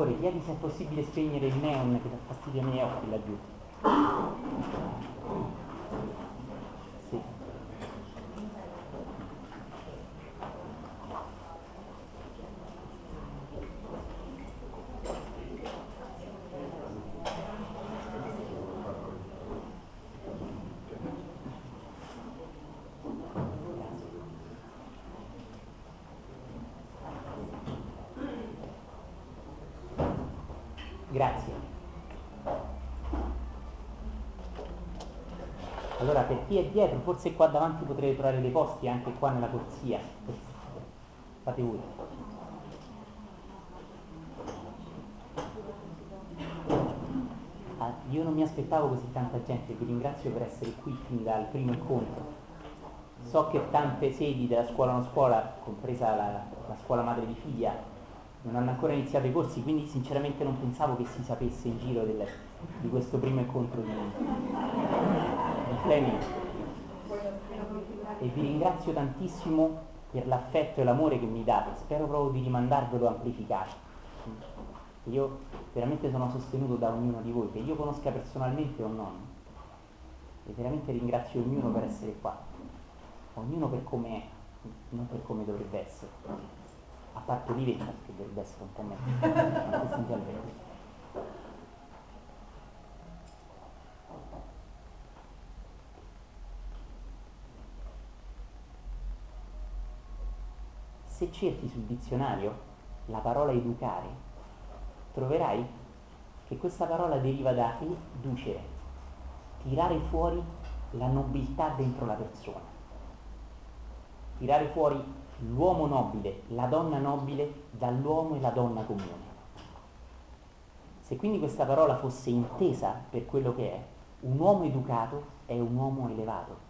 favore, chiedi se è possibile spegnere il neon che dà fastidio ai miei occhi laggiù. Sì. Grazie. Allora, per chi è dietro, forse qua davanti potrete trovare dei posti anche qua nella corsia. Fate voi. Ah, io non mi aspettavo così tanta gente, vi ringrazio per essere qui fin dal primo incontro. So che tante sedi della scuola non scuola, compresa la scuola madre di figlia, non hanno ancora iniziato i corsi, quindi sinceramente non pensavo che si sapesse in giro di questo primo incontro di Fleming. E vi ringrazio tantissimo per l'affetto e l'amore che mi date, spero proprio di rimandarvelo amplificato. Io veramente sono sostenuto da ognuno di voi, che io conosca personalmente o no, e veramente ringrazio ognuno per essere qua, ognuno per come è, non per come dovrebbe essere, a parte Olivetta che dovrebbe essere un po' meglio, essenzialmente. Se cerchi sul dizionario la parola educare, troverai che questa parola deriva da educere, tirare fuori la nobiltà dentro la persona, tirare fuori l'uomo nobile, la donna nobile dall'uomo e la donna comune. Se quindi questa parola fosse intesa per quello che è, un uomo educato è un uomo elevato.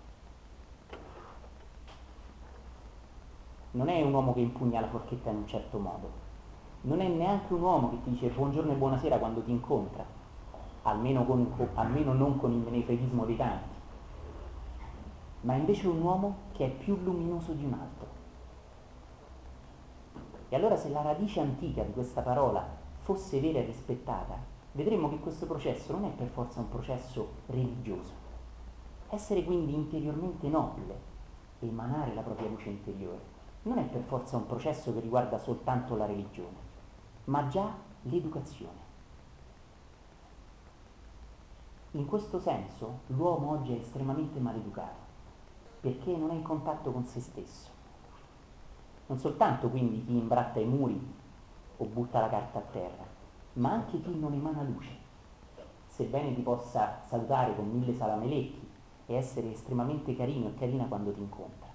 Non è un uomo che impugna la forchetta in un certo modo, non è neanche un uomo che ti dice buongiorno e buonasera quando ti incontra, almeno non con il menefreghismo dei tanti, ma invece un uomo che è più luminoso di un altro. E allora se la radice antica di questa parola fosse vera e rispettata, vedremmo che questo processo non è per forza un processo religioso. Essere quindi interiormente nobile, emanare la propria luce interiore, non è per forza un processo che riguarda soltanto la religione, ma già l'educazione. In questo senso l'uomo oggi è estremamente maleducato, perché non è in contatto con se stesso. Non soltanto quindi chi imbratta i muri o butta la carta a terra, ma anche chi non emana luce, sebbene ti possa salutare con 1000 salamelecchi e essere estremamente carino e carina quando ti incontra.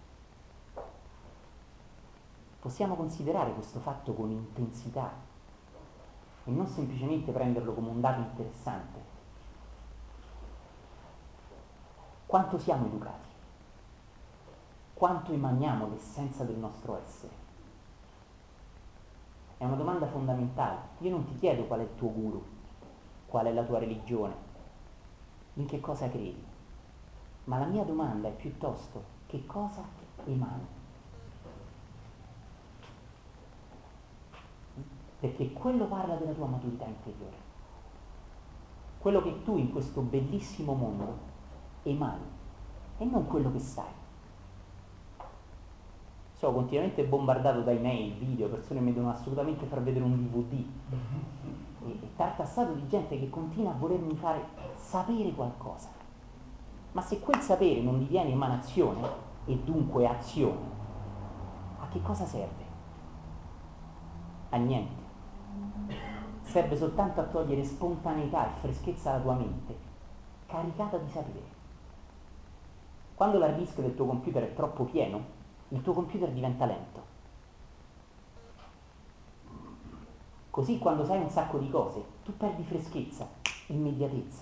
Possiamo considerare questo fatto con intensità e non semplicemente prenderlo come un dato interessante. Quanto siamo educati? Quanto emaniamo l'essenza del nostro essere? È una domanda fondamentale. Io non ti chiedo qual è il tuo guru, qual è la tua religione, in che cosa credi, ma la mia domanda è piuttosto che cosa emani. Perché quello parla della tua maturità interiore, quello che tu in questo bellissimo mondo emani e non quello che sai. Sono continuamente bombardato da email, video, persone mi devono assolutamente far vedere un DVD e tartassato di gente che continua a volermi fare sapere qualcosa. Ma se quel sapere non diviene emanazione e dunque azione, a che cosa serve? A niente. Serve soltanto a togliere spontaneità e freschezza alla tua mente, caricata di sapere. Quando l'hard disk del tuo computer è troppo pieno, il tuo computer diventa lento. Così quando sai un sacco di cose, tu perdi freschezza, immediatezza.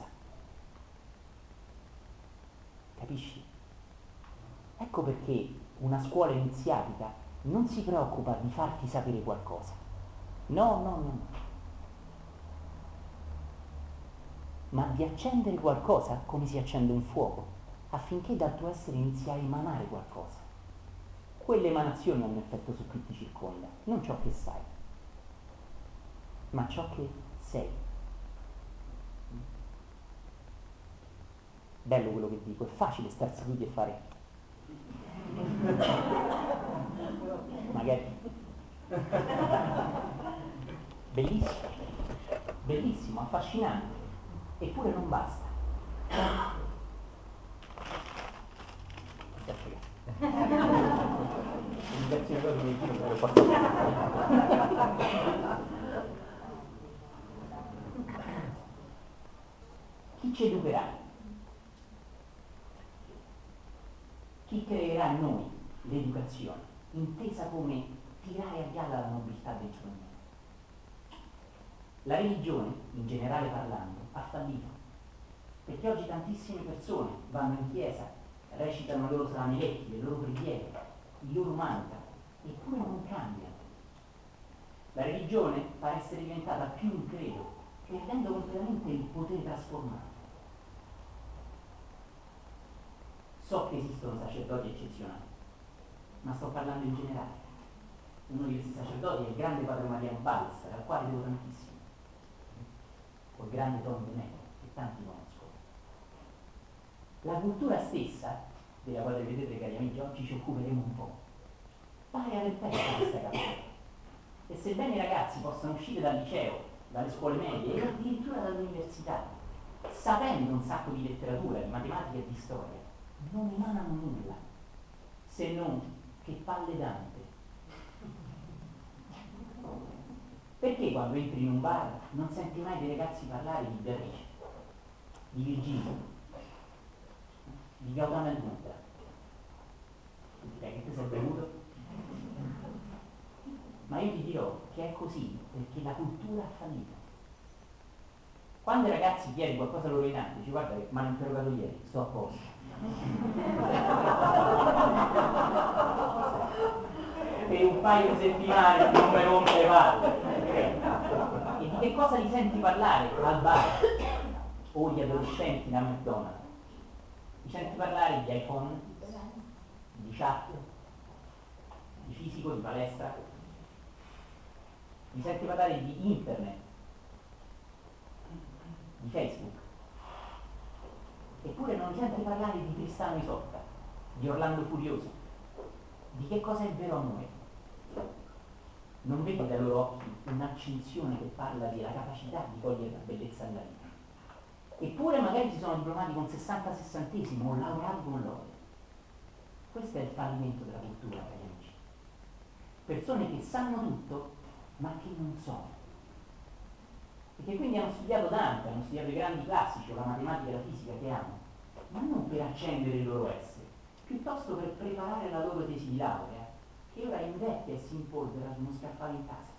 Capisci? Ecco perché una scuola iniziatica non si preoccupa di farti sapere qualcosa. No. Ma di accendere qualcosa come si accende un fuoco, affinché dal tuo essere inizi a emanare qualcosa. Quelle emanazioni hanno effetto su chi ti circonda, non ciò che sai. ma ciò che sei. Bello quello che dico, è facile star seduti e fare magari bellissimo, bellissimo, affascinante, eppure non basta. Chi ci educherà? Chi creerà in noi l'educazione, intesa come tirare a galla la nobiltà del sogno? La religione, in generale parlando, ha fallito, perché oggi tantissime persone vanno in chiesa, recitano i loro salamiletti, le loro preghiere, i loro mantra, eppure non cambiano. La religione pare essere diventata più un credo, perdendo completamente il potere trasformante. So che esistono sacerdoti eccezionali, ma sto parlando in generale. Uno di questi sacerdoti è il grande padre Mariano Ballester, al quale devo tantissimo, o il grande Tom De Meo, che tanti conoscono. La cultura stessa, della quale vedete cari amici, oggi ci occuperemo un po', pare aver perso questa capacità. E sebbene i ragazzi possano uscire dal liceo, dalle scuole medie e addirittura dall'università, sapendo un sacco di letteratura, di matematica e di storia, non emanano nulla, se non che palle Dante. Perché quando entri in un bar non senti mai dei ragazzi parlare di Beatrice, di Virgilio, di Gautama il Buddha? Che ti sei bevuto? Ma io ti dirò che è così perché la cultura ha fallito. Quando i ragazzi chiedi qualcosa loro in tanti, dici guarda che mi hanno interrogato ieri, sto a posto. Per un paio di settimane non me rompe le palle. E di che cosa li senti parlare al bar? O gli adolescenti da McDonald's? Li senti parlare di iPhone, di chat, di fisico, di palestra? Li senti parlare di internet, di Facebook? Eppure non li senti parlare di Tristano Isotta, di Orlando Furioso, di che cosa è vero amore. Non vedi dai loro occhi un'accensione che parla della capacità di cogliere la bellezza della vita. Eppure magari si sono diplomati con 60-60esimo o laureati con lode. Questo è il fallimento della cultura, cari amici. Persone che sanno tutto ma che non sono. E che quindi hanno studiato Dante, hanno studiato i grandi classici o la matematica e la fisica che hanno, ma non per accendere il loro essere, piuttosto per preparare la loro tesi di laurea, che ora invecchia e si impolvera su uno scaffale in casa.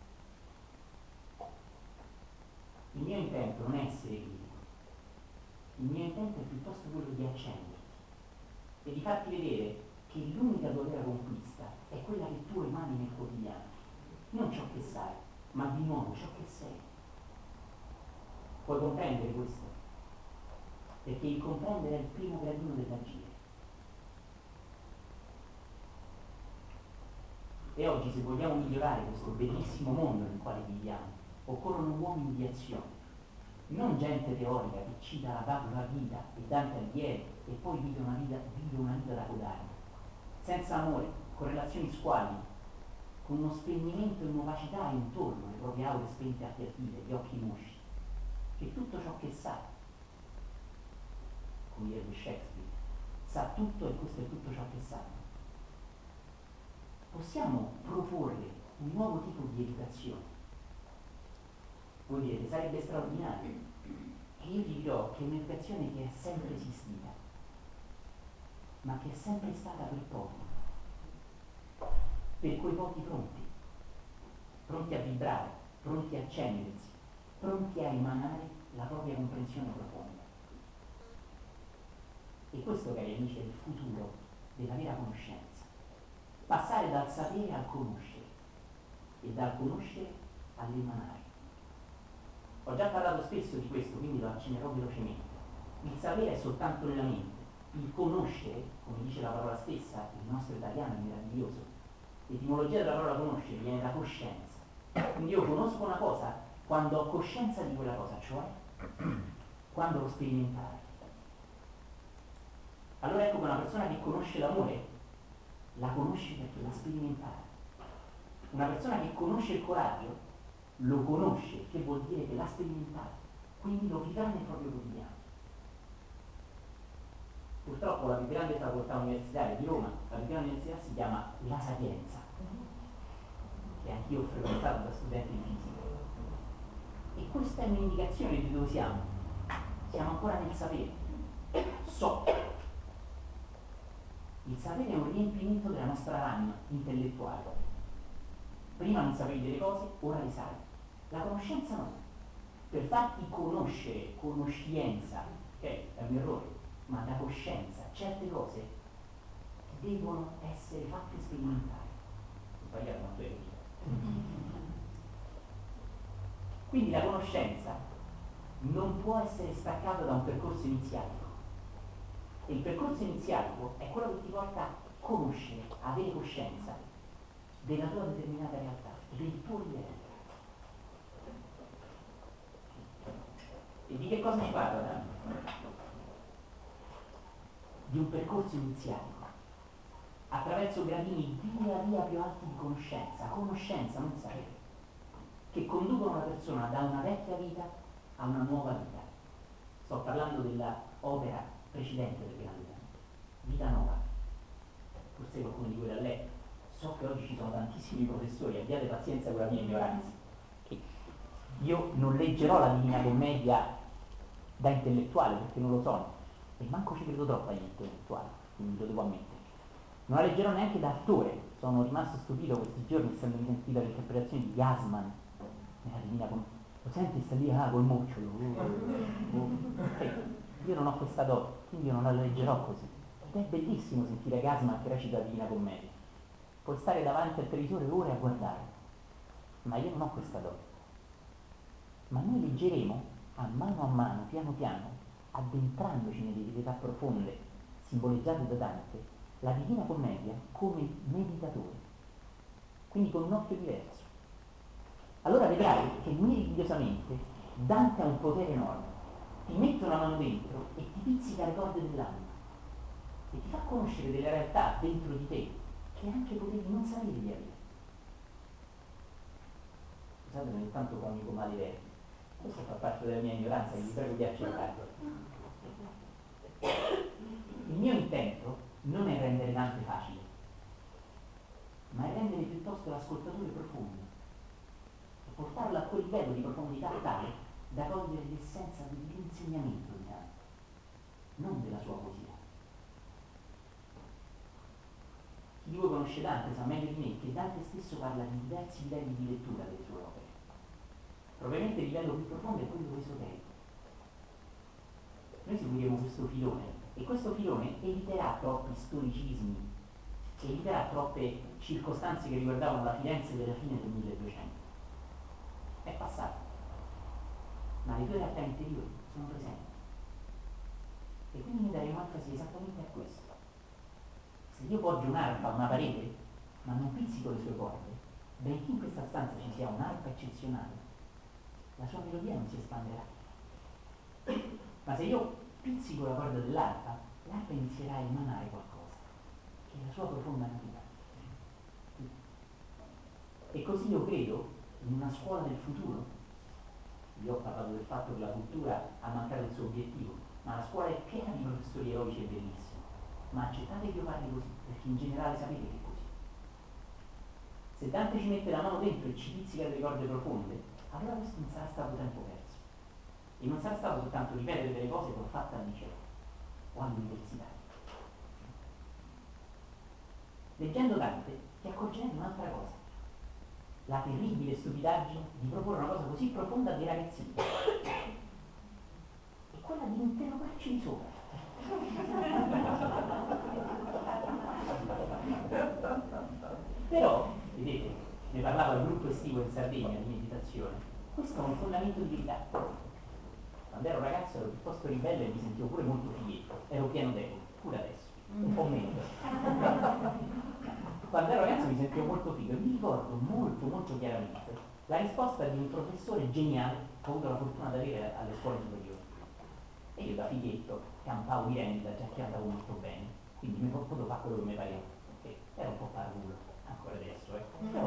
Il mio intento non è essere critico, il mio intento è piuttosto quello di accenderti e di farti vedere che l'unica tua vera conquista è quella che tu emani nel quotidiano, non ciò che sai, ma di nuovo ciò che sei. Puoi comprendere questo? Perché il comprendere è il primo gradino dell'agire. E oggi, se vogliamo migliorare questo bellissimo mondo nel quale viviamo, occorrono uomini di azione, non gente teorica che cita la Tabula Vita e Dante Alighieri e poi vive una vita da godare, senza amore, con relazioni squalide, con uno spegnimento e un'opacità intorno, le proprie aure spente appiattite, gli occhi mosci, che tutto ciò che sa, come direbbe Shakespeare, sa tutto e questo è tutto ciò che sa. Possiamo proporre un nuovo tipo di educazione. Voi direte, sarebbe straordinario. E io ti dirò che è un'educazione che è sempre esistita, ma che è sempre stata per pochi, per quei pochi pronti a vibrare, pronti a accendersi, pronti a emanare la propria comprensione profonda. E questo, cari amici, è il futuro della vera conoscenza. Passare dal sapere al conoscere e dal conoscere all'emanare. Ho già parlato spesso di questo, quindi lo accennerò velocemente. Il sapere è soltanto nella mente, il conoscere, come dice la parola stessa, il nostro italiano è meraviglioso, l'etimologia della parola conoscere viene da coscienza. Quindi io conosco una cosa quando ho coscienza di quella cosa, cioè quando lo sperimentare. Allora ecco che una persona che conosce l'amore la conosce perché l'ha sperimentato. Una persona che conosce il coraggio lo conosce, che vuol dire che l'ha sperimentato, quindi lo vivrà nel proprio quotidiano. Purtroppo la più grande facoltà universitaria di Roma, la più grande università si chiama La Sapienza, che anch'io ho frequentato da studente di fisica. E questa è un'indicazione di dove siamo. Siamo ancora nel sapere. So. Il sapere è un riempimento della nostra anima intellettuale. Prima non sapevi delle cose, ora le sai. La conoscenza no. Per farti conoscere, conoscenza, è un errore, ma da coscienza, certe cose devono essere fatte sperimentare. Ho sbagliato, ma tu hai capito. Quindi la conoscenza non può essere staccata da un percorso iniziatico. E il percorso iniziatico è quello che ti porta a conoscere, a avere coscienza della tua determinata realtà, del tuo livello. E di che cosa ci parla? Di un percorso iniziatico, attraverso gradini via via più alti di conoscenza, non sapere, che conducono la persona da una vecchia vita a una nuova vita. Sto parlando della opera precedente del grande tempo, Vita Nuova. Forse qualcuno di voi l'ha letto. So che oggi ci sono tantissimi professori, abbiate pazienza con la mia ignoranza. Io non leggerò la Divina Commedia da intellettuale perché non lo sono, e manco ci credo troppo agli intellettuali, quindi lo devo ammettere. Non la leggerò neanche da attore. Sono rimasto stupito questi giorni essendomi sentito l'interpretazione di Yasman nella Divina Commedia. Lo senti, sta lì con il mocciolo. Io non ho questa dote, quindi io non la leggerò così. Ed è bellissimo sentire Yasman che recita la Divina Commedia. Puoi stare davanti al televisore ore a guardare, ma io non ho questa dote. Ma noi leggeremo a mano, piano piano, addentrandoci nelle verità profonde, simboleggiate da Dante, la Divina Commedia come meditatore, quindi con un occhio diverso. Allora vedrai che meravigliosamente Dante ha un potere enorme, ti mette una mano dentro e ti pizzica le corde dell'anima e ti fa conoscere delle realtà dentro di te che anche potevi non sapere di avere. Scusatemi, ogni tanto coniugo male verbi. Questo fa parte della mia ignoranza, che vi prego di accettare. Il mio intento non è rendere Dante facile, ma è rendere piuttosto l'ascoltatore profondo e portarlo a quel livello di profondità tale da cogliere l'essenza dell'insegnamento di Dante, non della sua poesia. Chi di voi conosce Dante sa meglio di me che Dante stesso parla di diversi livelli di lettura delle sue opere. Probabilmente il livello più profondo è quello esoterico. Noi seguiremo questo filone e questo filone eviterà troppi storicismi, eviterà troppe circostanze che riguardavano la Firenze della fine del 1200. È passato, ma le tue realtà interiori sono presenti. E quindi noi daremo enfasi esattamente a questo. Se io poggio un'arpa a una parete, ma non pizzico le sue corde, benché in questa stanza ci sia un'arpa eccezionale, la sua melodia non si espanderà. Ma se io pizzico la corda dell'arpa, l'arpa inizierà a emanare qualcosa, che è la sua profonda natura. E così io credo in una scuola del futuro. Io ho parlato del fatto che la cultura ha mancato il suo obiettivo, ma la scuola è piena di professori eroici e bellissimi. Ma accettate che io parli così, perché in generale sapete che è così. Se Dante ci mette la mano dentro e ci pizzica delle corde profonde, allora questo non sarà stato tempo perso. E non sarà stato soltanto ripetere delle cose che ho fatto al liceo o all'università. Leggendo Dante ti accorgerai di un'altra cosa: la terribile stupidaggine di proporre una cosa così profonda a dei ragazzini e quella di interrogarci di sopra. Però, vedete, ne parlava il gruppo estivo in Sardegna di meditazione, questo è un fondamento di verità. Quando ero ragazzo ero piuttosto ribelle e mi sentivo pure molto fighetto, ero pieno d'ego, pure adesso, un po' meno. Quando ero ragazzo mi sentivo molto figo e mi ricordo molto chiaramente la La risposta di un professore geniale che ho avuto la fortuna di avere alle scuole superiori. E io da fighetto campavo di rendita, già che andavo molto bene, quindi mi potevo fare quello che mi pareva, che era un po' parrulo, ancora adesso,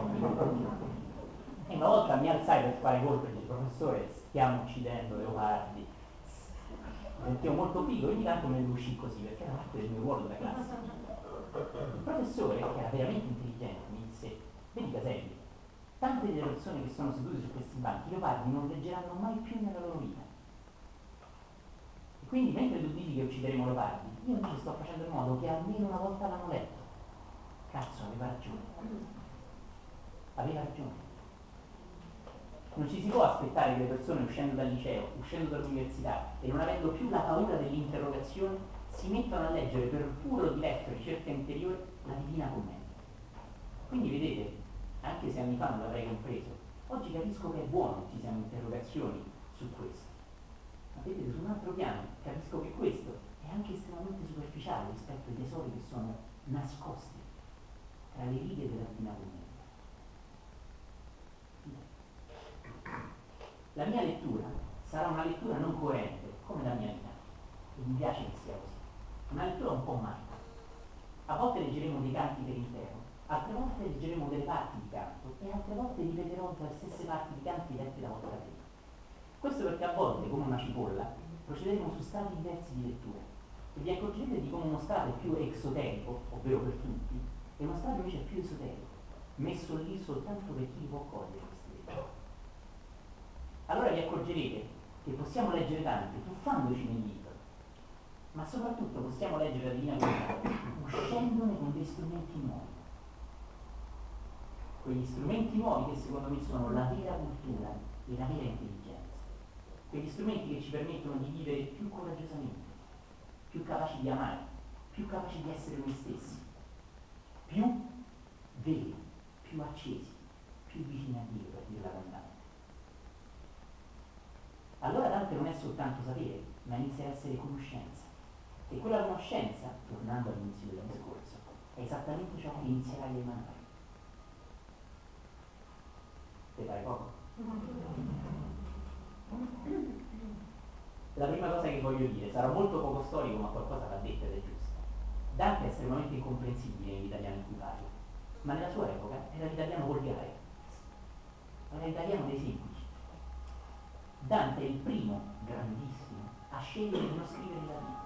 E una volta mi alzai per fare colpo e dice: professore, stiamo uccidendo leopardi. Mi sentivo molto figo, ogni tanto me ne uscì così, perché era parte del mio ruolo da classe. Il professore, che era veramente intelligente, mi disse: vedi Caselli, tante delle persone che sono sedute su questi banchi, i leopardi non leggeranno mai più nella loro vita. E quindi mentre tu dici che uccideremo leopardi, io invece sto facendo in modo che almeno una volta l'hanno letto. Cazzo, aveva ragione. Aveva ragione. Non ci si può aspettare che le persone uscendo dal liceo, uscendo dall'università e non avendo più la paura dell'interrogazione si mettano a leggere per puro diletto e ricerca interiore la Divina Commedia. Quindi vedete, anche se anni fa non l'avrei compreso, oggi capisco che è buono che ci siano interrogazioni su questo. Ma vedete, su un altro piano capisco che questo è anche estremamente superficiale rispetto ai tesori che sono nascosti tra le righe della Divina Commedia. La mia lettura sarà una lettura non coerente, come la mia vita, e mi piace che sia così. Una lettura un po' matta. A volte leggeremo dei canti per intero, altre volte leggeremo delle parti di canto e altre volte ripeterò le stesse parti di canti lette da volta prima. Questo perché a volte, come una cipolla, procederemo su strati diversi di lettura e vi accorgerete di come uno strato è più esoterico, ovvero per tutti, e uno strato invece è più esoterico, messo lì soltanto per chi può cogliere questi lettori. Allora vi accorgerete che possiamo leggere tanto tuffandoci nel libro, ma soprattutto possiamo leggere la Divina Commedia uscendone con dei strumenti nuovi. Quegli strumenti nuovi che secondo me sono la vera cultura e la vera intelligenza. Quegli strumenti che ci permettono di vivere più coraggiosamente, più capaci di amare, più capaci di essere noi stessi, più veri, più accesi, più vicini a Dio, per dirla con Dante. Allora Dante non è soltanto sapere, ma inizia a essere conoscenza. E quella conoscenza, tornando all'inizio del discorso, è esattamente ciò che inizierai a emanare. Te pare poco? La prima cosa che voglio dire, sarà molto poco storico, ma qualcosa va detto ed è giusto. Dante è estremamente incomprensibile nell'italiano in cui parla, ma nella sua epoca era l'italiano volgare, era l'italiano dei semplici. Dante è il primo, grandissimo, a scegliere di non scrivere in latino.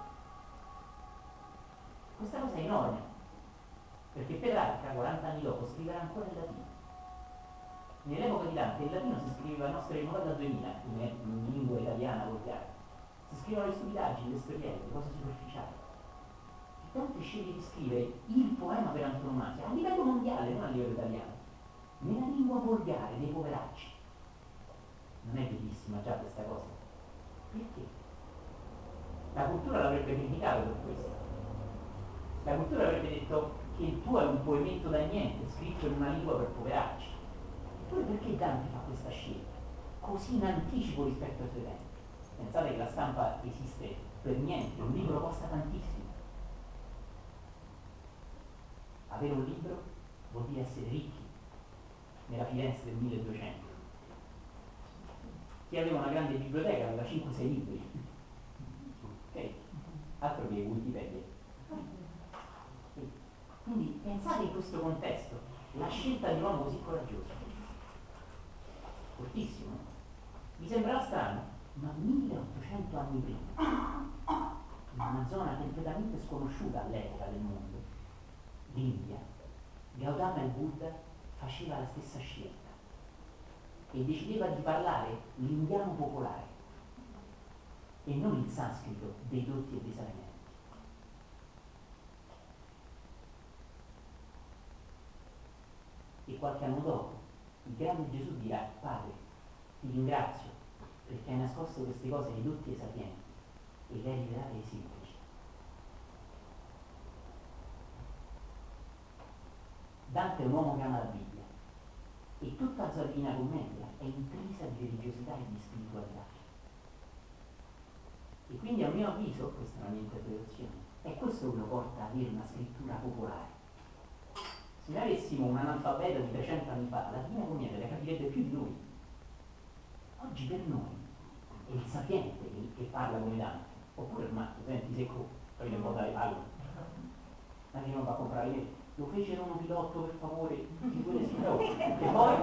Questa cosa è enorme, perché Petrarca, 40 anni dopo, scriverà ancora in latino. Nell'epoca di Dante il latino si scriveva le nostre novella 2000, in lingua italiana volgare. Si scrivono le stupidaggini, le storielle, le cose superficiali. E Dante sceglie di scrivere il poema per antonomasia, a livello mondiale, non a livello italiano, nella lingua volgare dei poveracci. Non è bellissima già questa cosa? Perché? La cultura l'avrebbe criticato per questo. La cultura avrebbe detto che il tuo è un poemetto da niente, scritto in una lingua per poveracci. Eppure perché Dante fa questa scelta? Così in anticipo rispetto ai suoi tempi. Pensate che la stampa esiste per niente, un libro costa tantissimo. Avere un libro vuol dire essere ricchi, nella Firenze del 1200. Chi aveva una grande biblioteca aveva 5-6 libri. Ok? Altro che Wikipedia. Quindi pensate in questo contesto, la scelta di un uomo così coraggioso, fortissimo, vi sembrerà strano, ma 1800 anni prima, in una zona completamente sconosciuta all'epoca del mondo, l'India, Gautama il Buddha faceva la stessa scelta e decideva di parlare l'indiano popolare e non il sanscrito dei dotti e dei sapienti. E qualche anno dopo il grande Gesù dirà: Padre, ti ringrazio perché hai nascosto queste cose ai dotti e ai sapienti e le hai rivelate ai semplici. Dante è un uomo che ama la Bibbia e tutta la sua Divina Commedia è intrisa di religiosità e di spiritualità. E quindi a mio avviso, questa è la mia interpretazione, è questo che lo porta ad avere una scrittura popolare. Se noi avessimo un analfabeta di 300 anni fa, la Divina Commedia la capirebbe più di lui, Oggi per noi è il sapiente che parla come Dante, oppure il matto, senti secco, poi ne può dare palle. Anche non va a comprare me. Lo fecero uno pilotto per favore di quelle signore. E poi?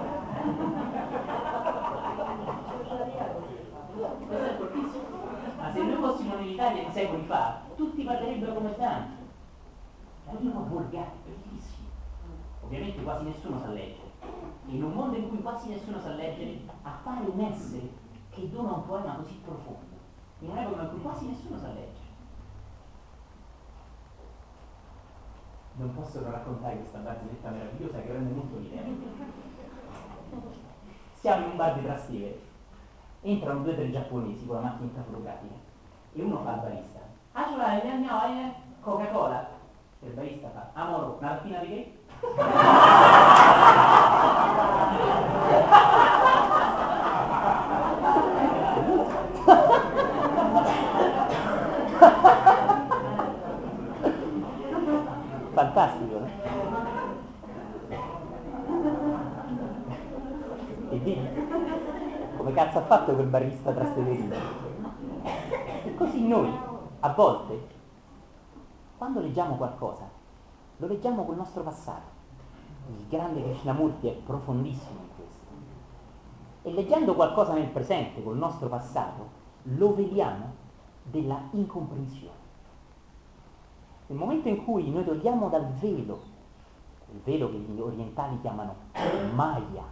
Questo è fortissimo. Ma se noi fossimo nell'Italia di secoli fa, tutti parlerebbero come Dante. La lingua volgare, bellissima. Ovviamente quasi nessuno sa leggere. E in un mondo in cui quasi nessuno sa leggere, appare un essere che dona un poema così profondo. In un'epoca in cui quasi nessuno sa leggere. Non posso non raccontare questa barzelletta meravigliosa che rende molto l'idea. Siamo in un bar di Trastevere. Entrano 2 o 3 giapponesi con la macchinetta fotografica e uno fa al barista: Coca-Cola. E il barista fa: Amoro, una lattina di che? Fantastico, no? E vedi come cazzo ha fatto quel barista trasteverino? E così noi, a volte, quando leggiamo qualcosa, lo leggiamo col nostro passato. Il grande Krishnamurti è profondissimo in questo. E leggendo qualcosa nel presente col nostro passato, lo vediamo della incomprensione. Nel momento in cui noi togliamo dal velo, il velo che gli orientali chiamano Maya,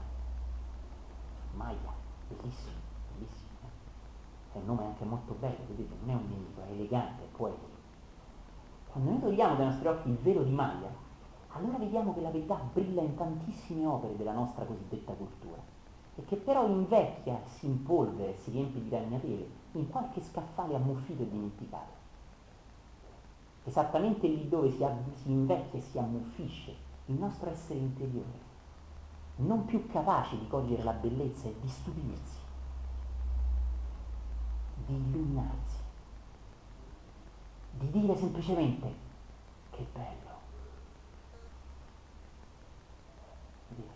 bellissimo, bellissimo. È un nome anche molto bello, vedete, non è un nemico, è elegante, è poetico. Quando noi togliamo dai nostri occhi il velo di Maya, allora vediamo che la verità brilla in tantissime opere della nostra cosiddetta cultura e che però invecchia, si impolvera e si riempie di ragnatele in qualche scaffale ammuffito e dimenticato. Esattamente lì dove si invecchia e si ammuffisce il nostro essere interiore, non più capace di cogliere la bellezza e di stupirsi, di illuminarsi, di dire semplicemente che bello. Vedete?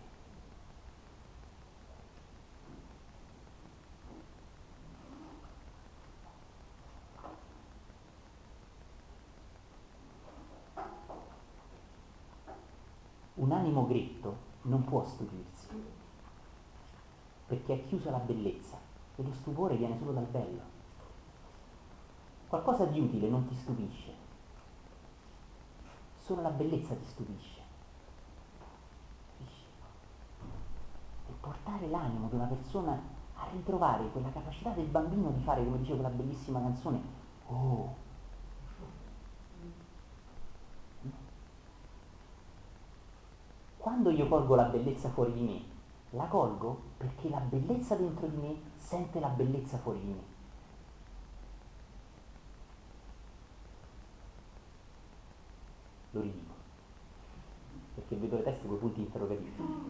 Un animo gretto non può stupirsi, perché è chiuso alla bellezza e lo stupore viene solo dal bello. Qualcosa di utile non ti stupisce, solo la bellezza ti stupisce. E portare l'animo di una persona a ritrovare quella capacità del bambino di fare, come dice quella bellissima canzone, oh. Quando io colgo la bellezza fuori di me, la colgo perché la bellezza dentro di me sente la bellezza fuori di me. Lo ridico, perché vedo le teste con i punti interrogativi.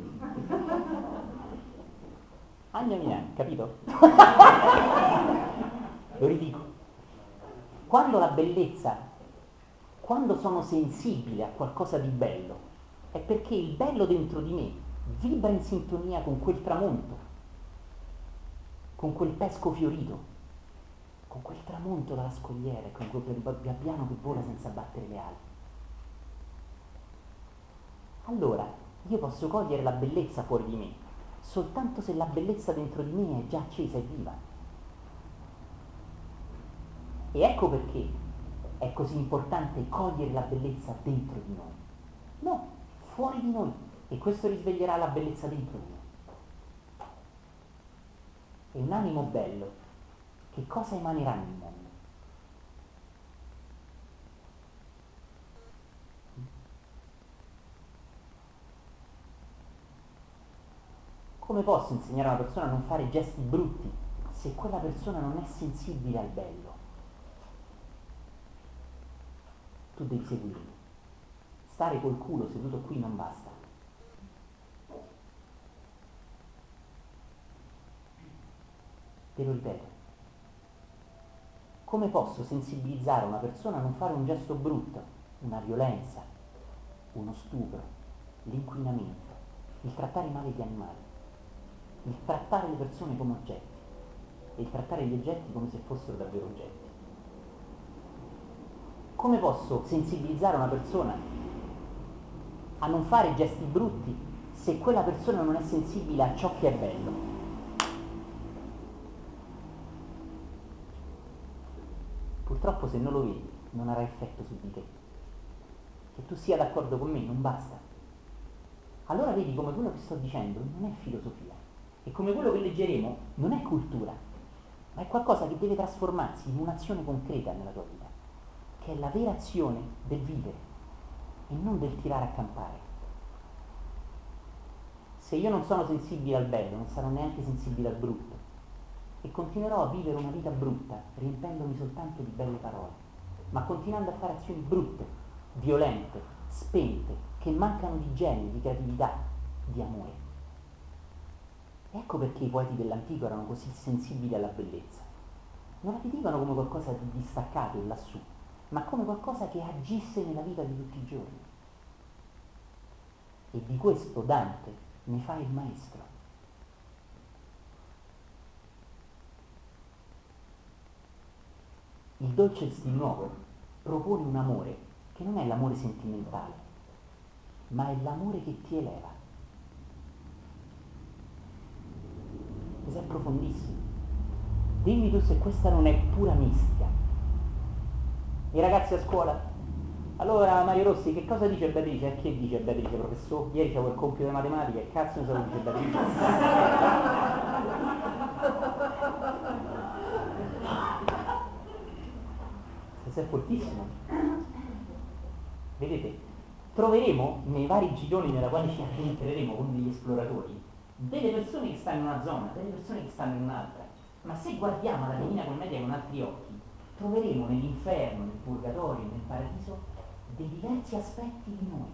Mia, capito? Lo ridico. Quando la bellezza, quando sono sensibile a qualcosa di bello, è perché il bello dentro di me vibra in sintonia con quel tramonto, con quel pesco fiorito, con quel tramonto dalla scogliera, con quel gabbiano che vola senza battere le ali. Allora io posso cogliere la bellezza fuori di me soltanto se la bellezza dentro di me è già accesa e viva. E ecco perché è così importante cogliere la bellezza dentro di noi. No, fuori di noi. E questo risveglierà la bellezza dentro di noi. E un animo bello, che cosa emanerà nel mondo? Come posso insegnare a una persona a non fare gesti brutti se quella persona non è sensibile al bello? Tu devi seguirlo. Stare col culo seduto qui non basta. Te lo ripeto. Come posso sensibilizzare una persona a non fare un gesto brutto, una violenza, uno stupro, l'inquinamento, il trattare male gli animali, il trattare le persone come oggetti? e trattare gli oggetti come se fossero davvero oggetti. Come posso sensibilizzare una persona a non fare gesti brutti se quella persona non è sensibile a ciò che è bello? Purtroppo se non lo vedi non avrà effetto su di te. Che tu sia d'accordo con me non basta. Allora vedi come quello che sto dicendo non è filosofia e come quello che leggeremo non è cultura, ma è qualcosa che deve trasformarsi in un'azione concreta nella tua vita, che è la vera azione del vivere e non del tirare a campare. Se io non sono sensibile al bello, non sarò neanche sensibile al brutto e continuerò a vivere una vita brutta, riempendomi soltanto di belle parole, ma continuando a fare azioni brutte, violente, spente, che mancano di genio, di creatività, di amore. Ecco perché i poeti dell'antico erano così sensibili alla bellezza. Non la vedevano come qualcosa di distaccato e lassù, ma come qualcosa che agisse nella vita di tutti i giorni. E di questo Dante ne fa il maestro. Il dolce stil nuovo propone un amore che non è l'amore sentimentale, ma è l'amore che ti eleva. Questo è profondissimo. Dimmi tu se questa non è pura mistica. I ragazzi a scuola? Allora Mario Rossi, che cosa dice Beatrice? Che dice Beatrice, professore? Ieri c'avevo il compito di matematica, che cazzo ne so che dice Beatrice? Questo è fortissimo. Vedete, troveremo nei vari gironi nella quale ci addentreremo con degli esploratori delle persone che stanno in una zona, delle persone che stanno in un'altra, ma se guardiamo la Divina Commedia con altri occhi troveremo nell'inferno, nel purgatorio, nel paradiso dei diversi aspetti di noi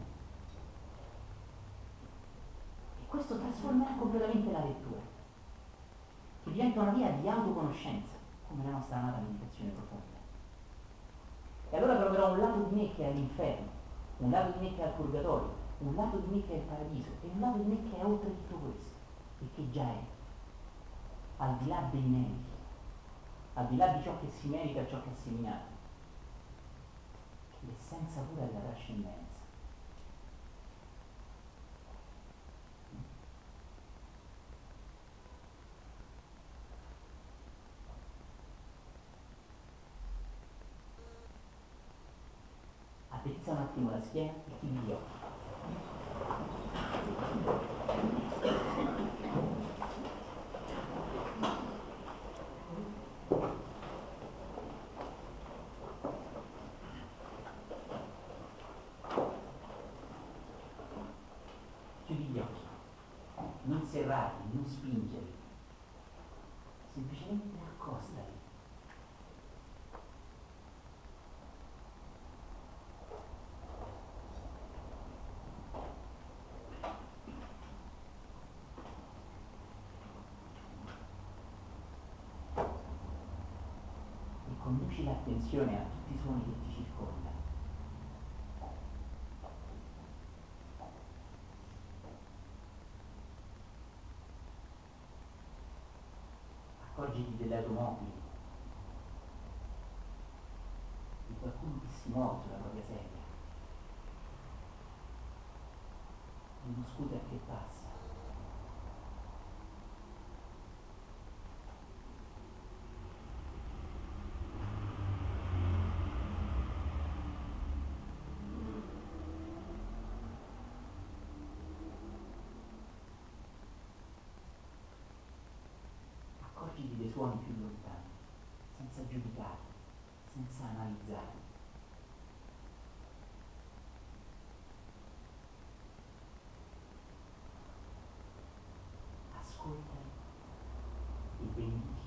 e questo trasformerà completamente la lettura, che diventa una via di autoconoscenza come la nostra amata meditazione profonda. E allora troverò un lato di me che è l'inferno, un lato di me che è il purgatorio, un lato di me che è il paradiso e un lato di me che è oltre tutto questo e che già è, al di là dei meriti, al di là di ciò che si merita e ciò che è seminato, che l'essenza pura è la trascendenza. Appetizza un attimo la schiena e chiudi gli occhi. Chiudi gli occhi, non serrati, non spingerli, semplicemente accostali. E conduci l'attenzione a tutti i suoni che ti circondano. Accorgiti delle automobili, di qualcuno che si muove sulla propria sedia, di uno scooter che passa. Accorgiti dei suoni più lontani, senza giudicare, senza analizzare. Ascoltali e benedici.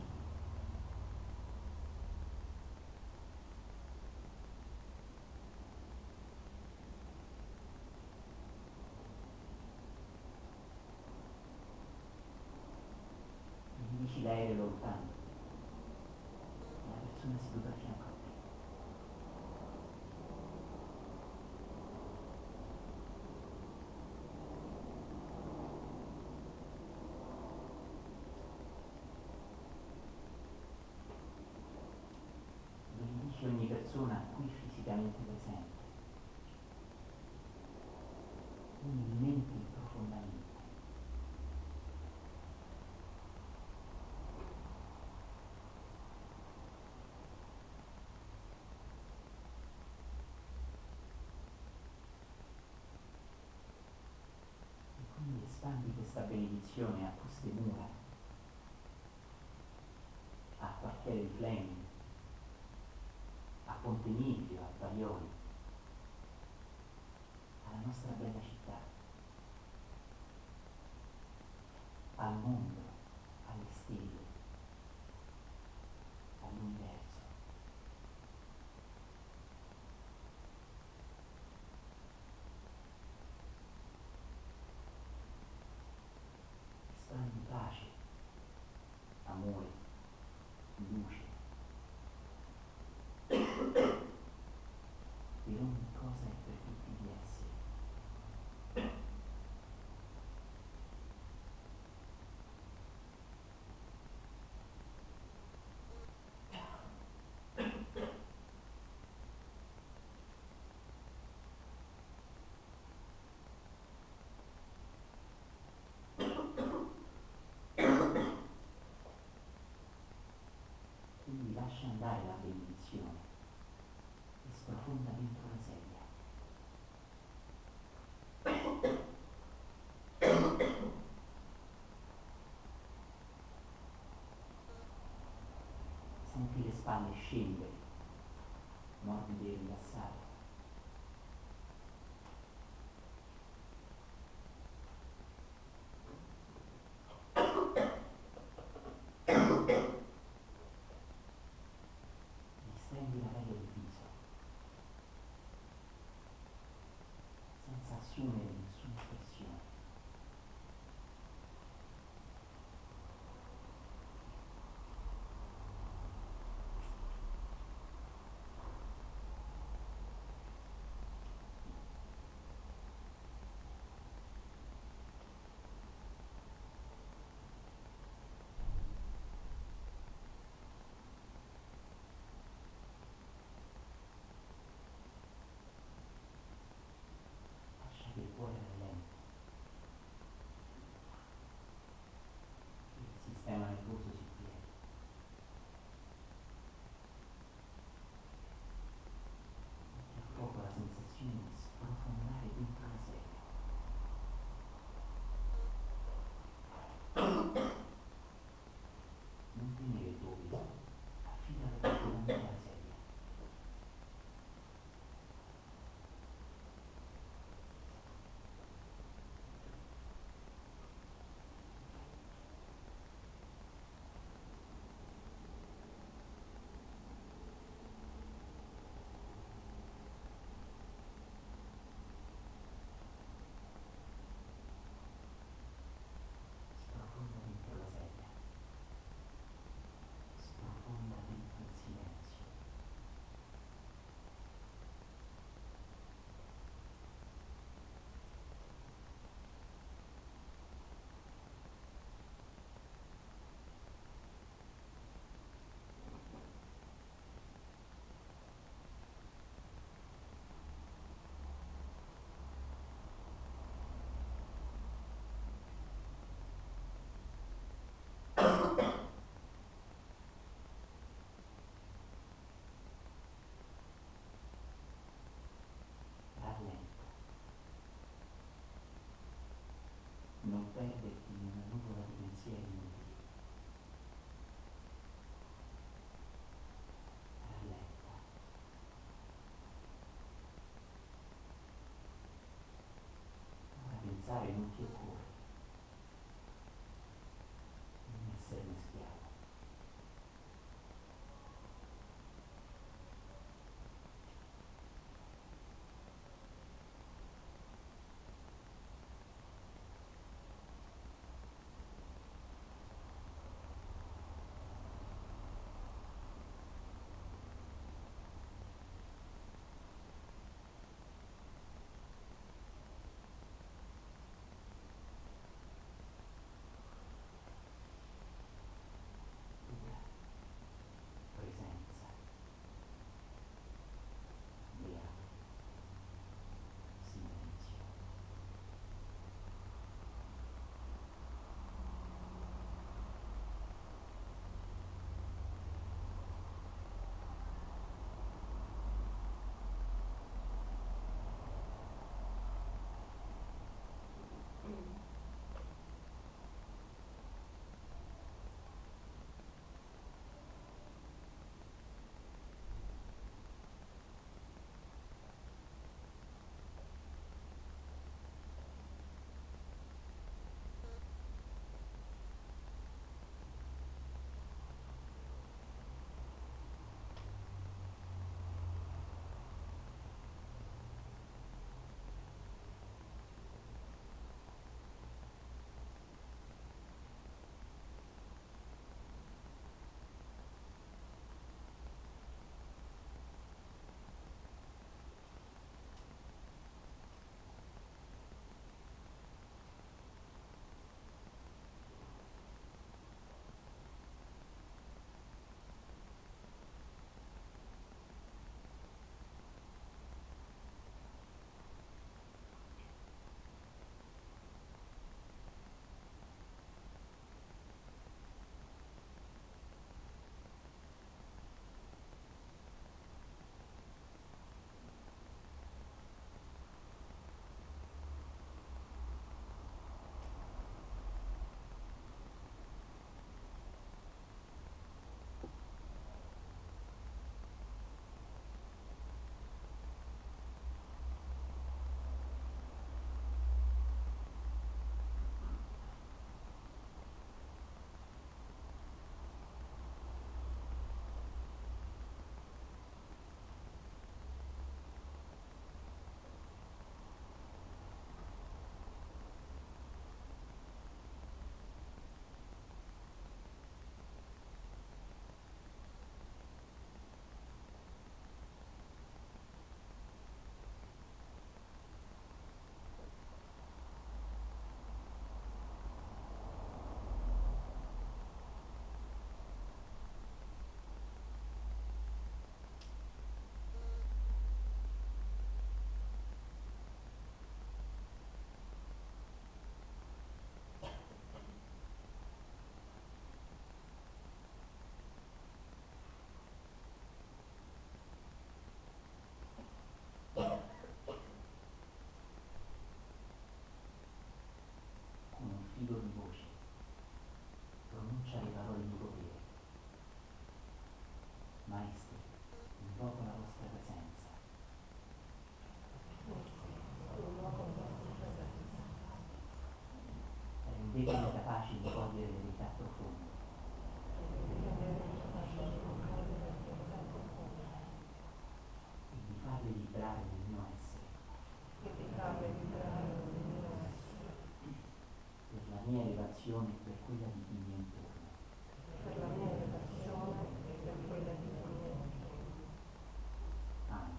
Benedici l'aereo lontano, la persona seduta a fianco a te. persona qui fisicamente presente. Quindi menti profondamente. E quindi espandi questa benedizione a queste mura, a quartiere di Fleming, a Ponte Milvio, a Baioli, alla nostra bella città, al mondo, alle stelle, all'universo. Espandi pace, amore, luce, per ogni cosa e per tutti gli esseri. Quindi lascia andare la benedizione e sprofonda dentro la sedia. Senti le spalle scendere, morbide e rilassate. Distendi la pelle del viso, senza assumere nessuna espressione. Maestri, invoco la vostra presenza. Rendetemi capaci di cogliere le verità profonde. E di farle vibrare nel mio essere. Per la mia elevazione e per quella di chi mi è intorno. Amen.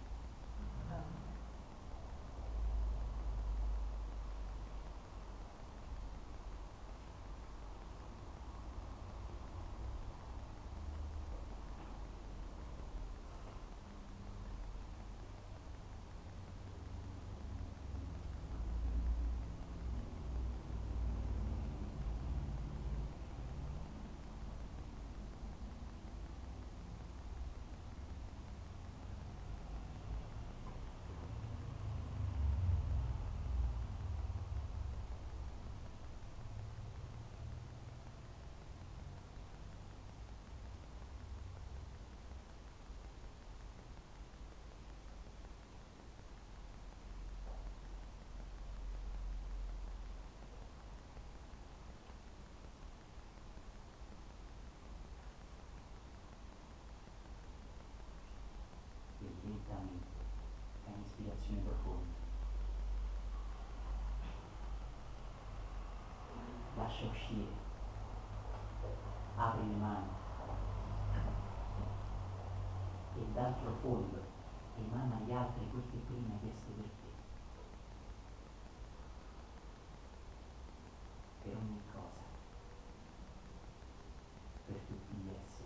E lentamente, con ispirazione profonda, lascia uscire, apri le mani e dal profondo emana agli altri quel che prima hai chiesto per te, per ogni cosa, per tutti gli esseri.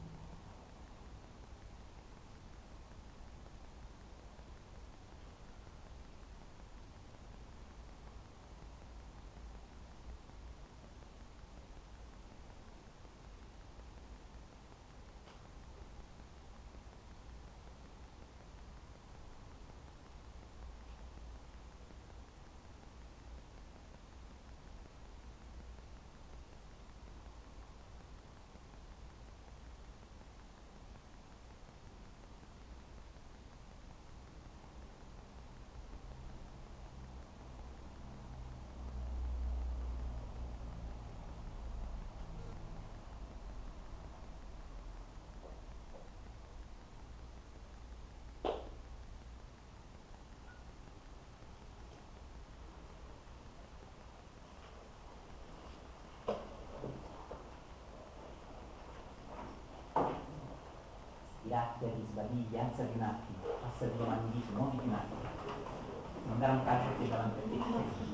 Stirati, risbadigli, alzati un attimo, passati le mani in viso, muoviti un attimo, non dare un calcio a te davanti a te.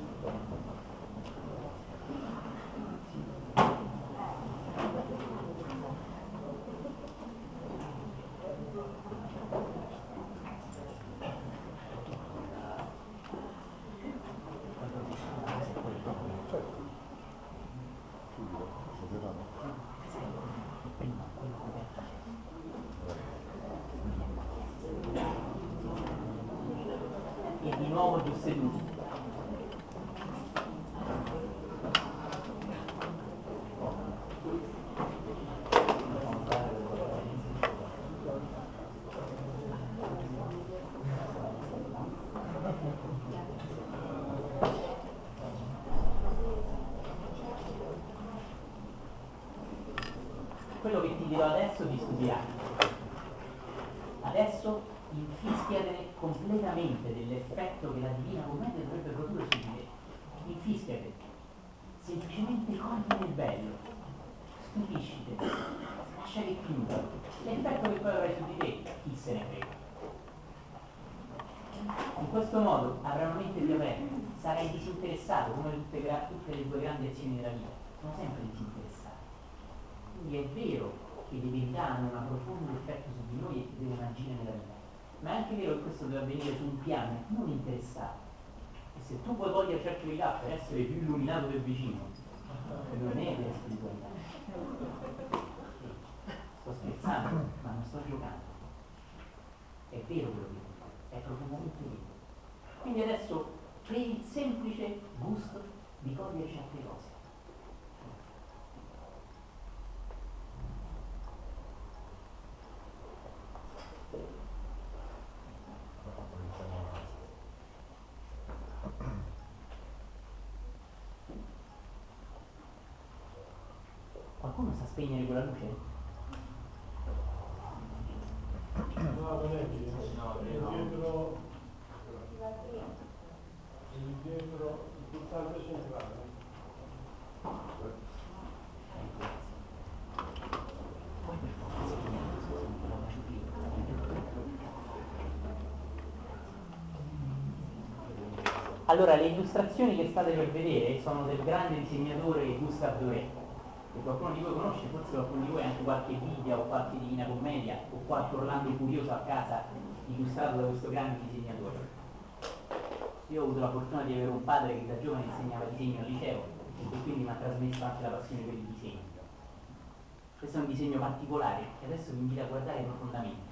E di nuovo giù seduti. Quello che ti dirò adesso ti stupirà. Adesso infischiatene completamente dell'effetto che la Divina Commedia dovrebbe produrre su di te. Infischiate. Semplicemente cogli il bello. Stupiscite. Lascia che chiuda. L'effetto che poi avrai su di te, chi se ne frega. In questo modo avrai una mente più aperta, sarai disinteressato come tutte le tue grandi azioni della vita. Sono sempre disinteressato. Quindi è vero che le verità hanno un profondo effetto su di noi e che devono agire nella vita, ma è anche vero che questo deve avvenire su un piano non interessato. E se tu puoi cogliere certe verità per essere più illuminato del vicino, non è vera spiritualità. Sto scherzando, ma non sto giocando. È vero quello che dico, è profondamente vero. Quindi adesso per il semplice gusto di cogliere certe cose. Qualcuno sa spegnere quella luce? No, non è lì, dietro il pulsante centrale. Allora, le illustrazioni che state per vedere sono del grande disegnatore Gustave Doré, che qualcuno di voi conosce, forse qualcuno di voi anche qualche Bibbia o qualche Divina Commedia o qualche Orlando Furioso a casa illustrato da questo grande disegnatore. Io ho avuto la fortuna di avere un padre che da giovane insegnava disegno al liceo e che quindi mi ha trasmesso anche la passione per il disegno. Questo è un disegno particolare che adesso vi invito a guardare profondamente.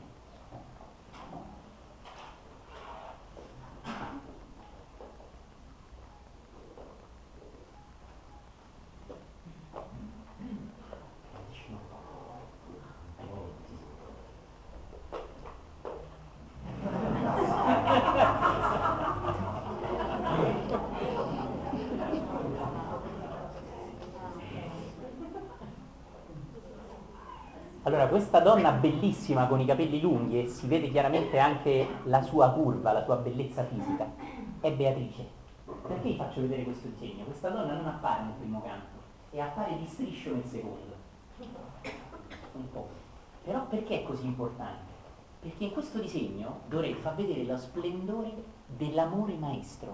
Allora, questa donna bellissima con i capelli lunghi e si vede chiaramente anche la sua curva, la sua bellezza fisica, è Beatrice. Perché vi faccio vedere questo disegno? Questa donna non appare nel primo canto e appare di striscio nel secondo. Un po'. Però perché è così importante? Perché in questo disegno Doré fa vedere lo splendore dell'amore maestro.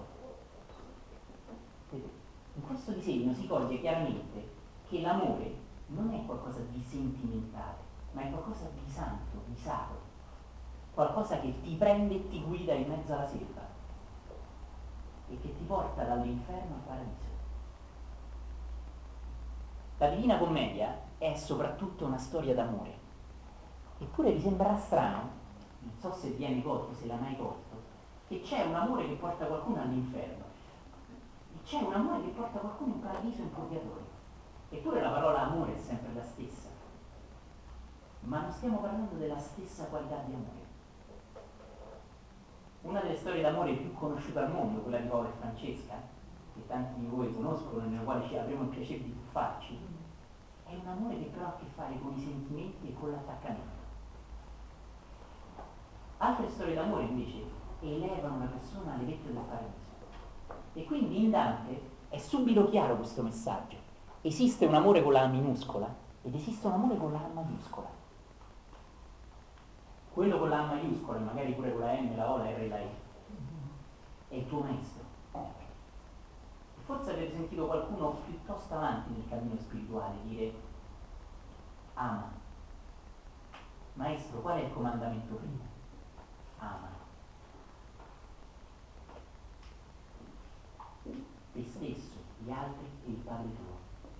In questo disegno si coglie chiaramente che l'amore non è qualcosa di sentimentale, ma è qualcosa di santo, di sacro, qualcosa che ti prende e ti guida in mezzo alla selva e che ti porta dall'inferno al paradiso. La Divina Commedia è soprattutto una storia d'amore, eppure vi sembrerà strano, non so se viene colto, se l'ha mai colto, che c'è un amore che porta qualcuno all'inferno e c'è un amore che porta qualcuno in paradiso e in purgatorio. Eppure la parola amore è sempre la stessa, ma non stiamo parlando della stessa qualità di amore. Una delle storie d'amore più conosciute al mondo, quella di Paolo e Francesca, che tanti di voi conoscono e nella quale ci avremo il piacere di tuffarci, è un amore che però ha a che fare con i sentimenti e con l'attaccamento. Altre storie d'amore invece elevano una persona alle vette del paradiso. E quindi in Dante è subito chiaro questo messaggio. Esiste un amore con la A minuscola ed esiste un amore con la A maiuscola. Quello con la A maiuscola, e magari pure con la M, la O, la R e la E, è il tuo maestro. E forse avete sentito qualcuno piuttosto avanti nel cammino spirituale dire: ama. Maestro, qual è il comandamento primo? Ama. Te stesso, gli altri e il Padre tuo.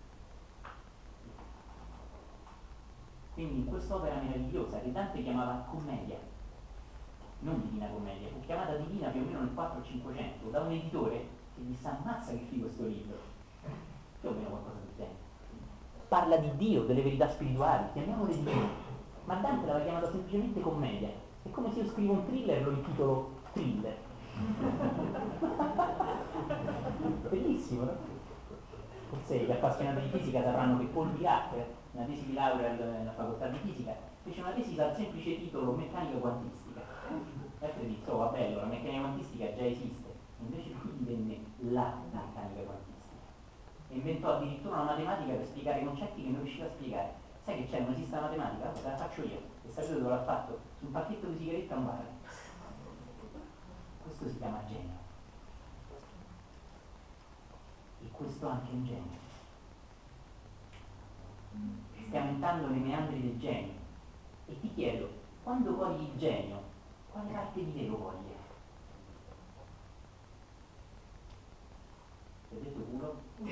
Quindi in quest'opera meravigliosa che Dante chiamava commedia, non Divina Commedia, fu chiamata Divina più o meno nel 400-500 da un editore che disse: ammazza che figo questo libro, più o meno qualcosa del genere. Parla di Dio, delle verità spirituali, chiamiamole Divine, ma Dante l'aveva chiamata semplicemente commedia. È come se io scrivo un thriller e lo intitolo Thriller. Bellissimo, no? Forse gli appassionati di fisica sapranno che Paul Dirac, una tesi di laurea alla facoltà di fisica, fece una tesi dal semplice titolo meccanica quantistica. E altri dissero: vabbè, allora la meccanica quantistica già esiste. Invece lui divenne la meccanica quantistica e inventò addirittura una matematica per spiegare concetti che non riusciva a spiegare. Sai che c'è? Non esiste la matematica? Te la faccio io. E sapete dove l'ha fatto? Su un pacchetto di sigarette a un bar. Questo si chiama genio. E questo anche è un genio. Stiamo entrando nei meandri del genio e ti chiedo: quando cogli il genio, quale parte di te lo coglie? Ti ho detto culo?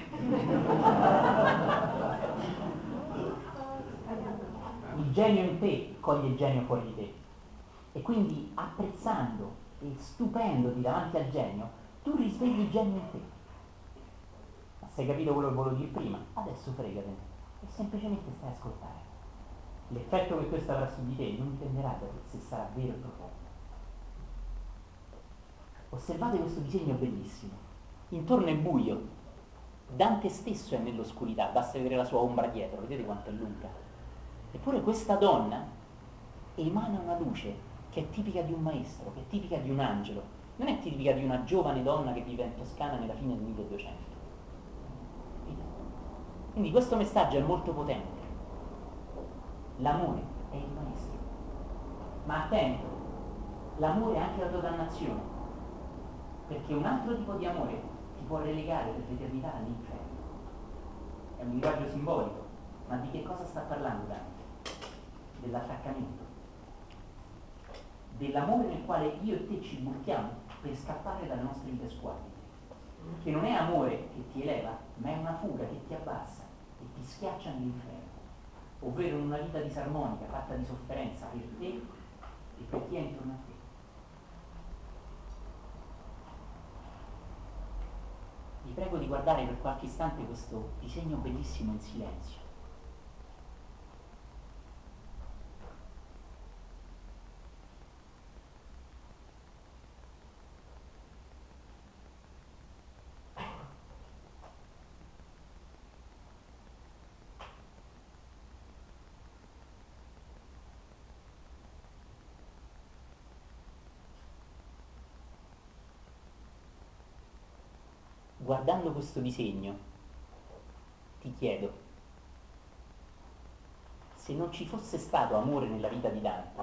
Il genio in te coglie il genio fuori di te e quindi apprezzando e stupendoti davanti al genio tu risvegli il genio in te. Ma se hai capito quello che volevo dire prima, adesso fregatene e semplicemente stai a ascoltare. L'effetto che questo avrà su di te non dipenderà da se sarà vero e profondo. Osservate questo disegno bellissimo. Intorno è buio, Dante stesso è nell'oscurità, basta vedere la sua ombra dietro, vedete quanto è lunga. Eppure questa donna emana una luce che è tipica di un maestro, che è tipica di un angelo, non è tipica di una giovane donna che vive in Toscana nella fine del 1200. Quindi questo messaggio è molto potente. L'amore è il maestro. Ma attento, l'amore è anche la tua dannazione, perché un altro tipo di amore ti può relegare per l'eternità all'inferno. È un linguaggio simbolico, ma di che cosa sta parlando Dante? Dell'attaccamento, dell'amore nel quale io e te ci buttiamo per scappare dalle nostre vite squallide, che non è amore che ti eleva, ma è una fuga che ti abbassa e ti schiaccia nell'inferno, ovvero in una vita disarmonica, fatta di sofferenza per te e per chi è intorno a te. Vi prego di guardare per qualche istante questo disegno bellissimo in silenzio. Guardando questo disegno, ti chiedo, se non ci fosse stato amore nella vita di Dante,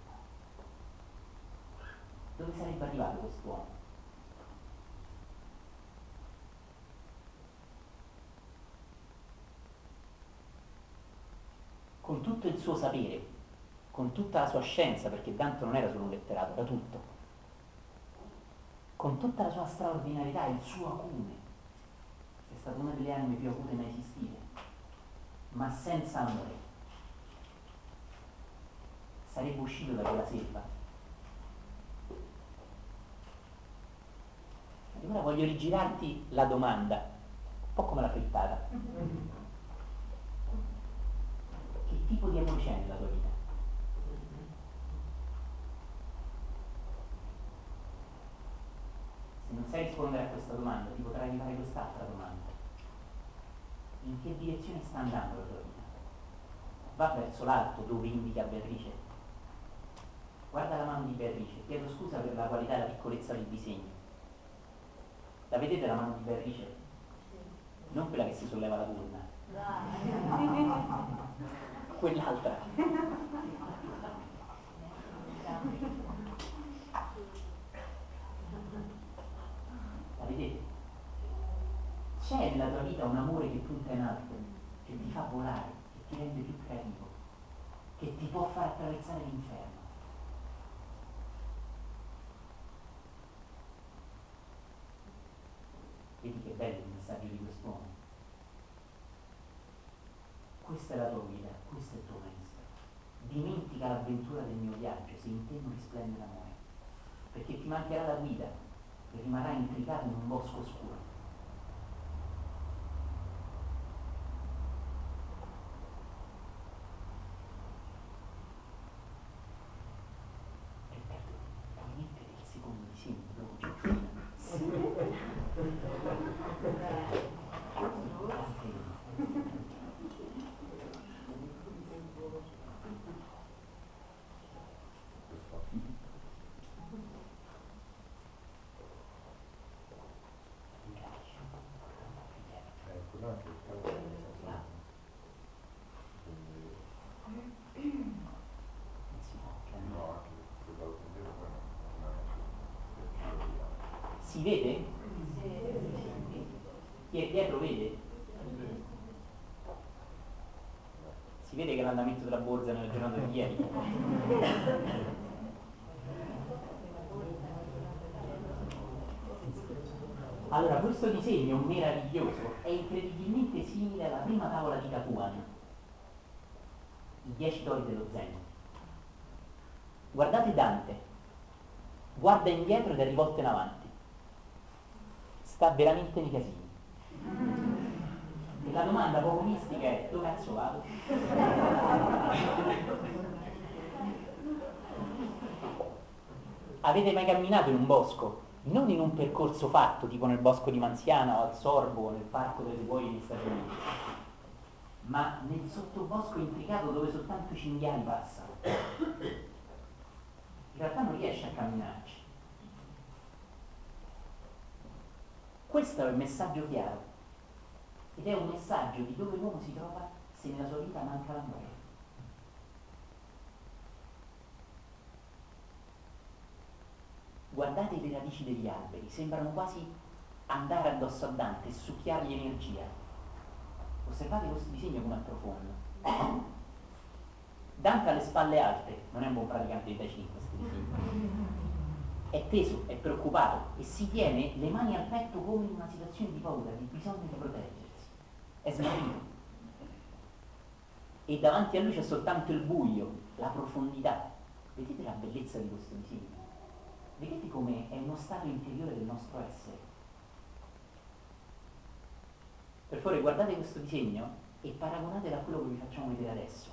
dove sarebbe arrivato quest'uomo? Con tutto il suo sapere, con tutta la sua scienza, perché Dante non era solo un letterato, era tutto, con tutta la sua straordinarietà, il suo acume, è stata una delle anime più acute mai esistite, ma senza amore sarebbe uscito da quella selva. E ora voglio rigirarti la domanda, un po' come la frittata. Che tipo di amore c'è nella tua vita? Se non sai rispondere a questa domanda, ti potrai arrivare quest'altra domanda. In che direzione sta andando la tua vita? Va verso l'alto, dove indica Beatrice? Guarda la mano di Beatrice, chiedo scusa per la qualità e la piccolezza del disegno. La vedete la mano di Beatrice? Non quella che si solleva la burna. Quell'altra. La vedete? C'è nella tua vita un amore che punta in alto, che ti fa volare, che ti rende più creativo, che ti può far attraversare l'inferno. Vedi che bello il messaggio di quest'uomo. Questa è la tua guida, questo è il tuo maestro. Dimentica l'avventura del mio viaggio se in te non risplende l'amore, perché ti mancherà la guida e rimarrai intricato in un bosco oscuro. Riccardo, puoi mettere il secondo disegno dopo? Si vede? Chi è dietro vede? Si vede che l'andamento della borsa nella giornata di ieri. Allora, questo disegno meraviglioso è incredibilmente simile alla prima tavola di Capuano, i 10 tori dello Zen. Guardate Dante, guarda indietro ed è rivolto in avanti. Sta veramente nei casini. E la domanda poco mistica è: dove cazzo vado? Avete mai camminato in un bosco non in un percorso fatto, tipo nel bosco di Manziana o al Sorbo o nel parco delle Sequoie negli Stati Uniti, ma nel sottobosco intricato dove soltanto i cinghiali passano. In realtà non riesce a camminarci. Questo è il messaggio chiaro, ed è un messaggio di dove l'uomo si trova se nella sua vita manca l'amore. Guardate le radici degli alberi, sembrano quasi andare addosso a Dante e succhiargli energia. Osservate questo disegno come è profondo. Dante ha le spalle alte, non è un buon praticante di Tai Chi in questo disegno. È teso, è preoccupato e si tiene le mani al petto come in una situazione di paura, di bisogno di proteggersi. È smarrito. E davanti a lui c'è soltanto il buio, la profondità. Vedete la bellezza di questo disegno? Vedete come è uno stato interiore del nostro essere? Per favore guardate questo disegno e paragonatelo a quello che vi facciamo vedere adesso.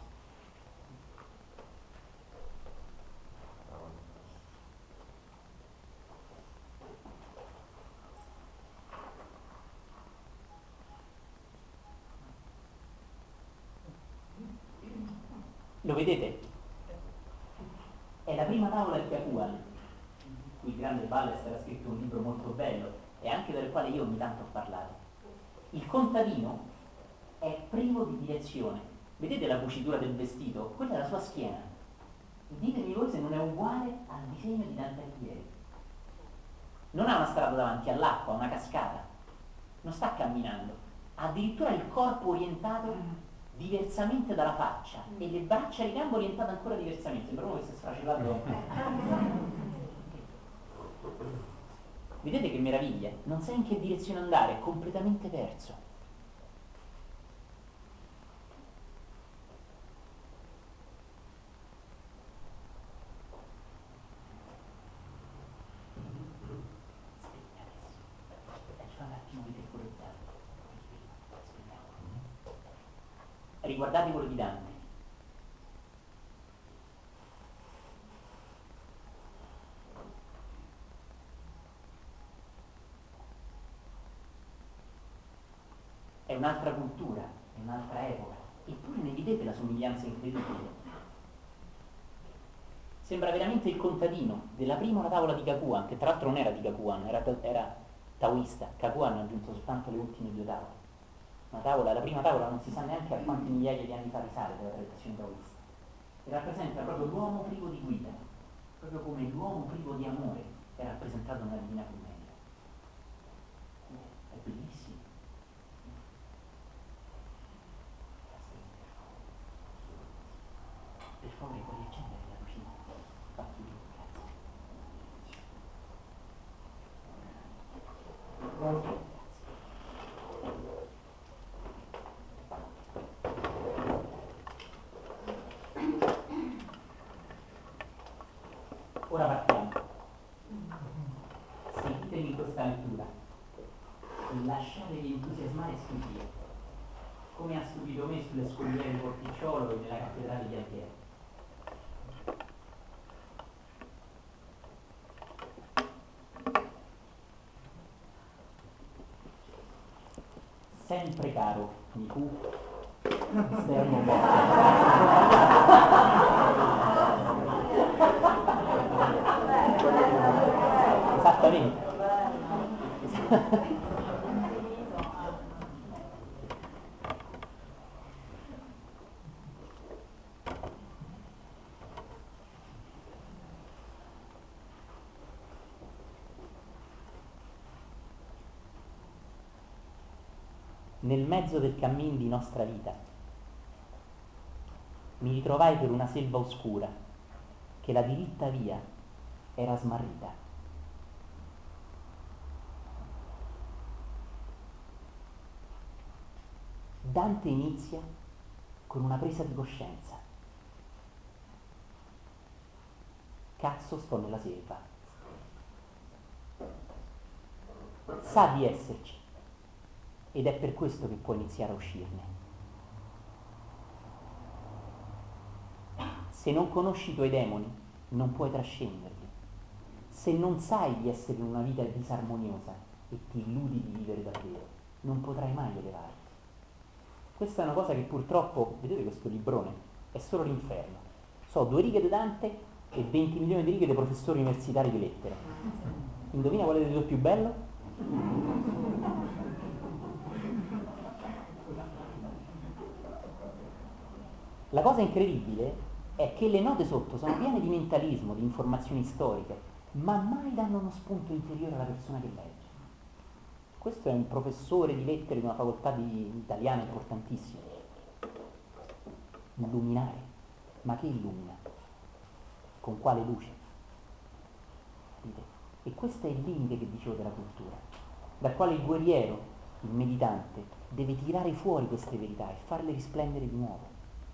Lo vedete? È la prima tavola di Capuan, in cui il grande Balles era scritto un libro molto bello e anche del quale io ogni tanto ho parlato. Il contadino è privo di direzione. Vedete la cucitura del vestito? Quella è la sua schiena. Ditemi voi se non è uguale al disegno di Dante Alighieri. Non ha una strada davanti, all'acqua, una cascata. Non sta camminando. Ha addirittura il corpo orientato diversamente dalla faccia e le braccia e le gambe orientate ancora diversamente. Sembra uno che si è sfracellato. Vedete che meraviglia? Non sa in che direzione andare, è completamente perso. Riguardate quello di Dante. È un'altra cultura, è un'altra epoca, eppure ne vedete la somiglianza incredibile. Sembra veramente il contadino della prima tavola di Capuan, che tra l'altro non era di Capuan, era taoista. Capuan ha aggiunto soltanto le ultime due tavole. La prima tavola non si sa neanche a quanti migliaia di anni fa risale della tradizione taoista. E rappresenta proprio l'uomo privo di guida, proprio come l'uomo privo di amore è rappresentato nella Divina Commedia. È bellissimo. Per favore, puoi accendere la lucina? Fatti tu, grazie. Ora partiamo. Seguitemi questa lettura e lasciatevi entusiasmare e stupire, come ha stupito me sulle scogliere di Porticciolo e nella cattedrale di Alghero. Sempre caro mi fu Sterno Esattamente. Nel mezzo del cammin di nostra vita mi ritrovai per una selva oscura che la diritta via era smarrita. Dante inizia con una presa di coscienza. Cazzo, sto nella selva. Sa di esserci ed è per questo che può iniziare a uscirne. Se non conosci i tuoi demoni, non puoi trascenderli. Se non sai di essere in una vita disarmoniosa e ti illudi di vivere davvero, non potrai mai elevarti. Questa è una cosa che purtroppo, vedete questo librone, è solo l'inferno. So 2 righe di Dante e 20 milioni di righe dei professori universitari di lettere. Indovina quale dei due è più bello? La cosa incredibile è che le note sotto sono piene di mentalismo, di informazioni storiche, ma mai danno uno spunto interiore alla persona che legge. Questo è un professore di lettere di una facoltà di italiana importantissimo. Illuminare. Ma che illumina? Con quale luce? Capite? E questo è il limite che dicevo della cultura, dal quale il guerriero, il meditante, deve tirare fuori queste verità e farle risplendere di nuovo.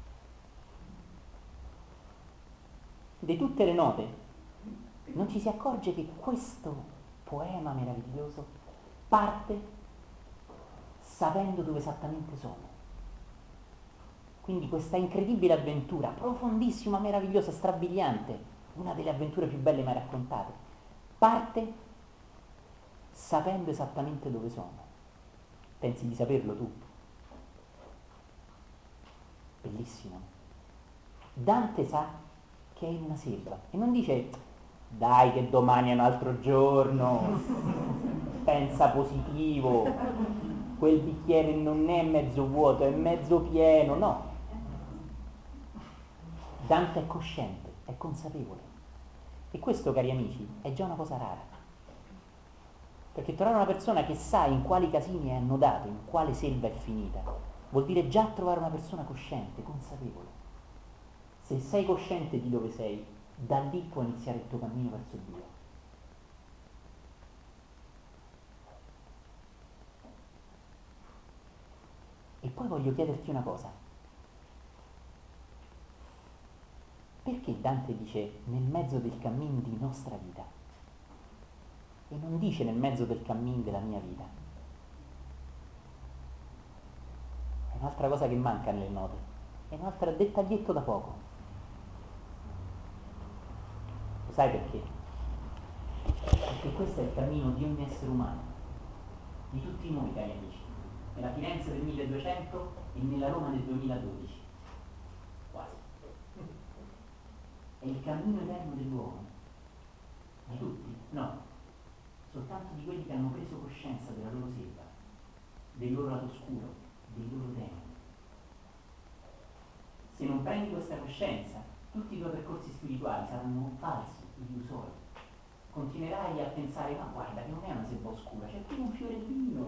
Di tutte le note non ci si accorge che questo poema meraviglioso parte sapendo dove esattamente sono. Quindi questa incredibile avventura, profondissima, meravigliosa, strabiliante, una delle avventure più belle mai raccontate, parte sapendo esattamente dove sono. Pensi di saperlo tu? Bellissimo. Dante sa che è in una selva e non dice dai che domani è un altro giorno, pensa positivo, quel bicchiere non è mezzo vuoto, è mezzo pieno, no. Dante è cosciente, è consapevole. E questo, cari amici, è già una cosa rara. Perché trovare una persona che sa in quali casini è annodato, in quale selva è finita, vuol dire già trovare una persona cosciente, consapevole. Se sei cosciente di dove sei, da lì puoi iniziare il tuo cammino verso Dio. E poi voglio chiederti una cosa. Perché Dante dice nel mezzo del cammin di nostra vita? E non dice nel mezzo del cammin della mia vita? È un'altra cosa che manca nelle note. È un altro dettaglietto da poco. Lo sai perché? Perché questo è il cammino di ogni essere umano, di tutti noi, cari amici, nella Firenze del 1200 e nella Roma del 2012, quasi. È il cammino eterno dell'uomo, di tutti? No, soltanto di quelli che hanno preso coscienza della loro selva, del loro lato oscuro, dei loro demoni. Se non prendi questa coscienza, tutti i tuoi percorsi spirituali saranno falsi, illusori. Continuerai a pensare, ma guarda che non è una selva oscura, c'è qui un fiorellino.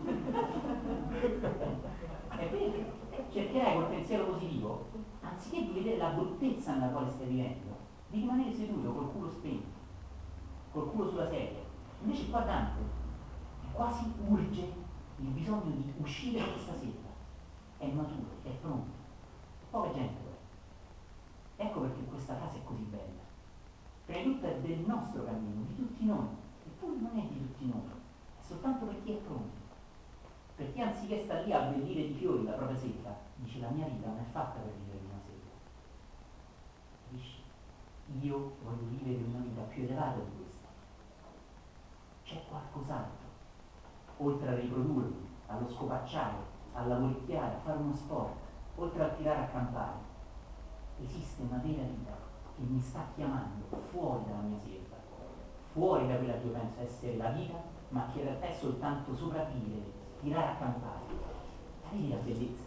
È vero, cercherai col pensiero positivo, anziché di vedere la bruttezza nella quale stai vivendo, di rimanere seduto col culo spento, col culo sulla sedia. Invece qua Dante quasi urge il bisogno di uscire da questa selva. È maturo, è pronto. Poca gente lo è. Ecco perché questa frase è così bella. Prima di tutto è del nostro cammino, di tutti noi, eppure non è di tutti noi, è soltanto per chi è pronto, per chi anziché sta lì a abbellire di fiori la propria selva, dice la mia vita non è fatta per vivere in una selva, capisci? Io voglio vivere una vita più elevata di questa, c'è qualcos'altro, oltre a riprodurmi, allo scopacciare, a lavoricchiare, a fare uno sport, oltre a tirare a campare, esiste una vera vita che mi sta chiamando fuori dalla mia selva, fuori da quella che io penso essere la vita, ma che in realtà è soltanto sopravvivere, tirare a campare. Vedi la bellezza?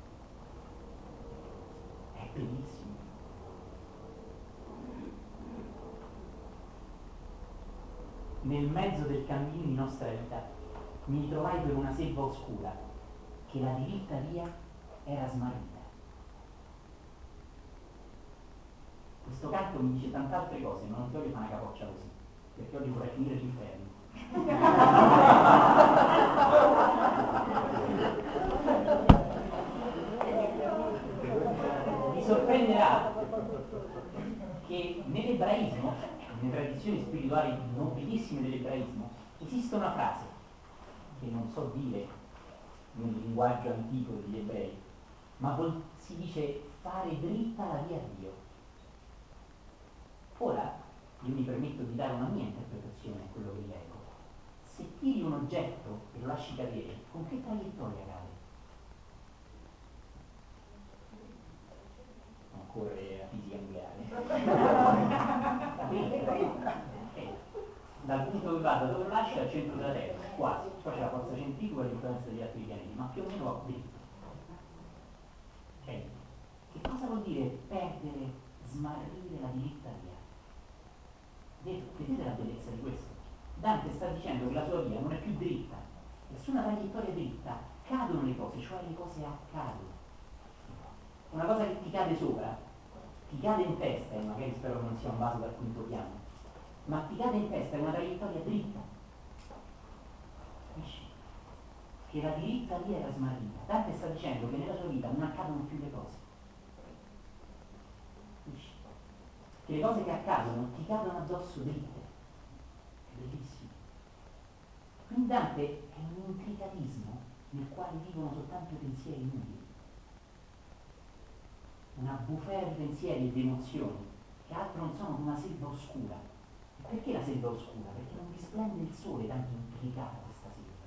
È bellissimo. Nel mezzo del cammino di nostra vita mi ritrovai per una selva oscura che la diritta via era smarrita. Questo canto mi dice tante altre cose, ma non ti voglio fare una capoccia così, perché oggi vorrei finire l'inferno. Vi sorprenderà che nell'ebraismo, nelle tradizioni spirituali nobilissime dell'ebraismo, esiste una frase che non so dire nel linguaggio antico degli ebrei, ma si dice fare dritta la via a Dio. Ora, io mi permetto di dare una mia interpretazione a quello che leggo. Se tiri un oggetto e lo lasci cadere, con che traiettoria cade? Non corre la fisica nucleare. Dal punto che va da dove lo lasci al centro della Terra, quasi. Poi c'è la forza centrifuga e l'influenza degli altri pianeti, ma più o meno va dritto. Okay. Che cosa vuol dire perdere, smarrire la diritta via? Vedete la bellezza di questo? Dante sta dicendo che la sua via non è più dritta, e su una traiettoria dritta cadono le cose, cioè le cose accadono. Una cosa che ti cade sopra, ti cade in testa, e magari spero che non sia un vaso dal quinto piano, ma ti cade in testa è una traiettoria dritta. Capisci? Che la diritta via era smarrita. Dante sta dicendo che nella sua vita non accadono più le cose. Capisci? Che le cose che accadono ti cadono addosso dritte. È bellissimo. Quindi Dante è un intricalismo nel quale vivono soltanto pensieri inutili. Una bufera di pensieri e di emozioni che altro non sono che una selva oscura. E perché la selva oscura? Perché non vi splende il sole, tanto intricata questa selva.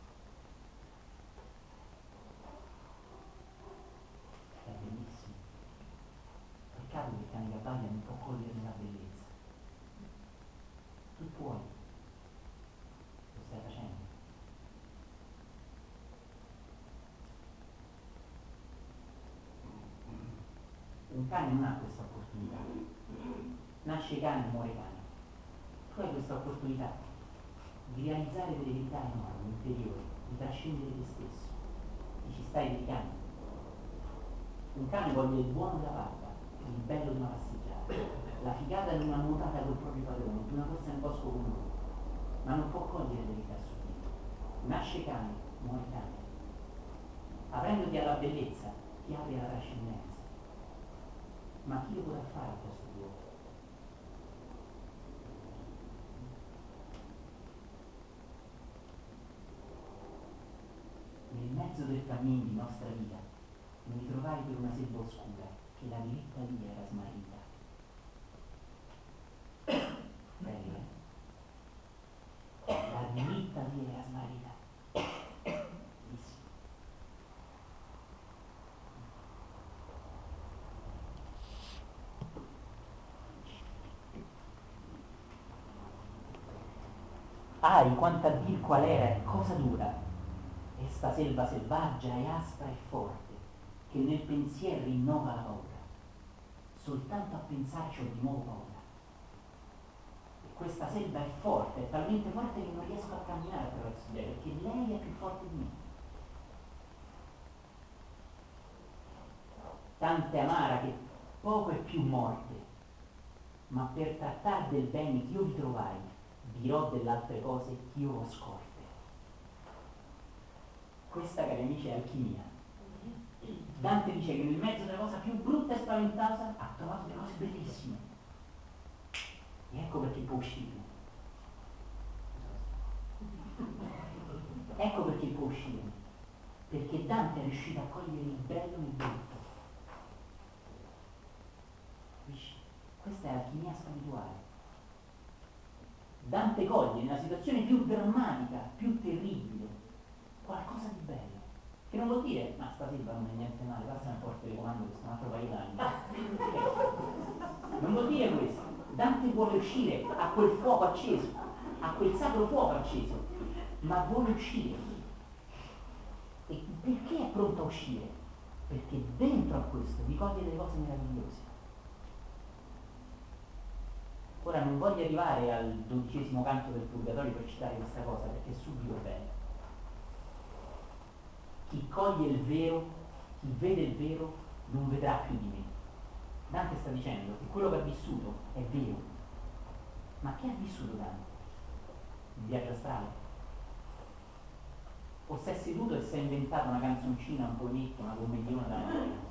È bellissimo. Peccato che Cane Gabbaglia non può coglierne la bellezza. Tu puoi, lo stai facendo. Un cane non ha questa opportunità. Nasce cane, muore cane. Tu hai questa opportunità di realizzare delle verità enormi, interiori, di trascendere te stesso. Ti ci stai dedicando. Un cane voglia il buono della barba, il bello di una passeggiata, la figata di una nuotata col proprio padrone, di una corsa nel bosco con lui, ma non può cogliere le verità sublimi. Nasce cane, muore cane. Aprendoti alla bellezza, ti apri alla trascendenza. Ma chi lo potrà fare al posto tuo? Nel mezzo del cammin di nostra vita mi ritrovai per una selva oscura che la diritta via era smarrita. Bello, eh? La diritta via era smarrita. Bellissimo. Ahi, quanto a dir qual era e cosa dura, esta selva selvaggia e aspra e forte, che nel pensier rinnova la paura. Soltanto a pensarci ho di nuovo paura. E questa selva è forte, è talmente forte che non riesco a camminare attraverso di lei, perché lei è più forte di me. Tanto è amara che poco è più morte, ma per trattar del bene che io vi trovai, dirò delle altre cose che io ho scorte. Questa, cari amici, è alchimia. Dante dice che nel mezzo della cosa più brutta e spaventosa ha trovato delle cose bellissime. E ecco perché può uscire. Ecco perché può uscire. Perché Dante è riuscito a cogliere il bello nel brutto. Capisci? Questa è l'alchimia spirituale. Dante coglie nella situazione più drammatica, più terribile, qualcosa di bello. Che non vuol dire, ma sta selva non è niente male, basta un porto di comando che sono un altro paio d'anni. Non vuol dire questo. Dante vuole uscire a quel fuoco acceso, a quel sacro fuoco acceso, ma vuole uscire. E perché è pronto a uscire? Perché dentro a questo vi coglie delle cose meravigliose. Ora non voglio arrivare al 12° canto del Purgatorio per citare questa cosa, perché è subito bene. Chi coglie il vero, chi vede il vero, non vedrà più di me. Dante sta dicendo che quello che ha vissuto è vero. Ma che ha vissuto Dante? Un viaggio astrale? O si è seduto e si è inventato una canzoncina, un poemetto, una commediona da notte?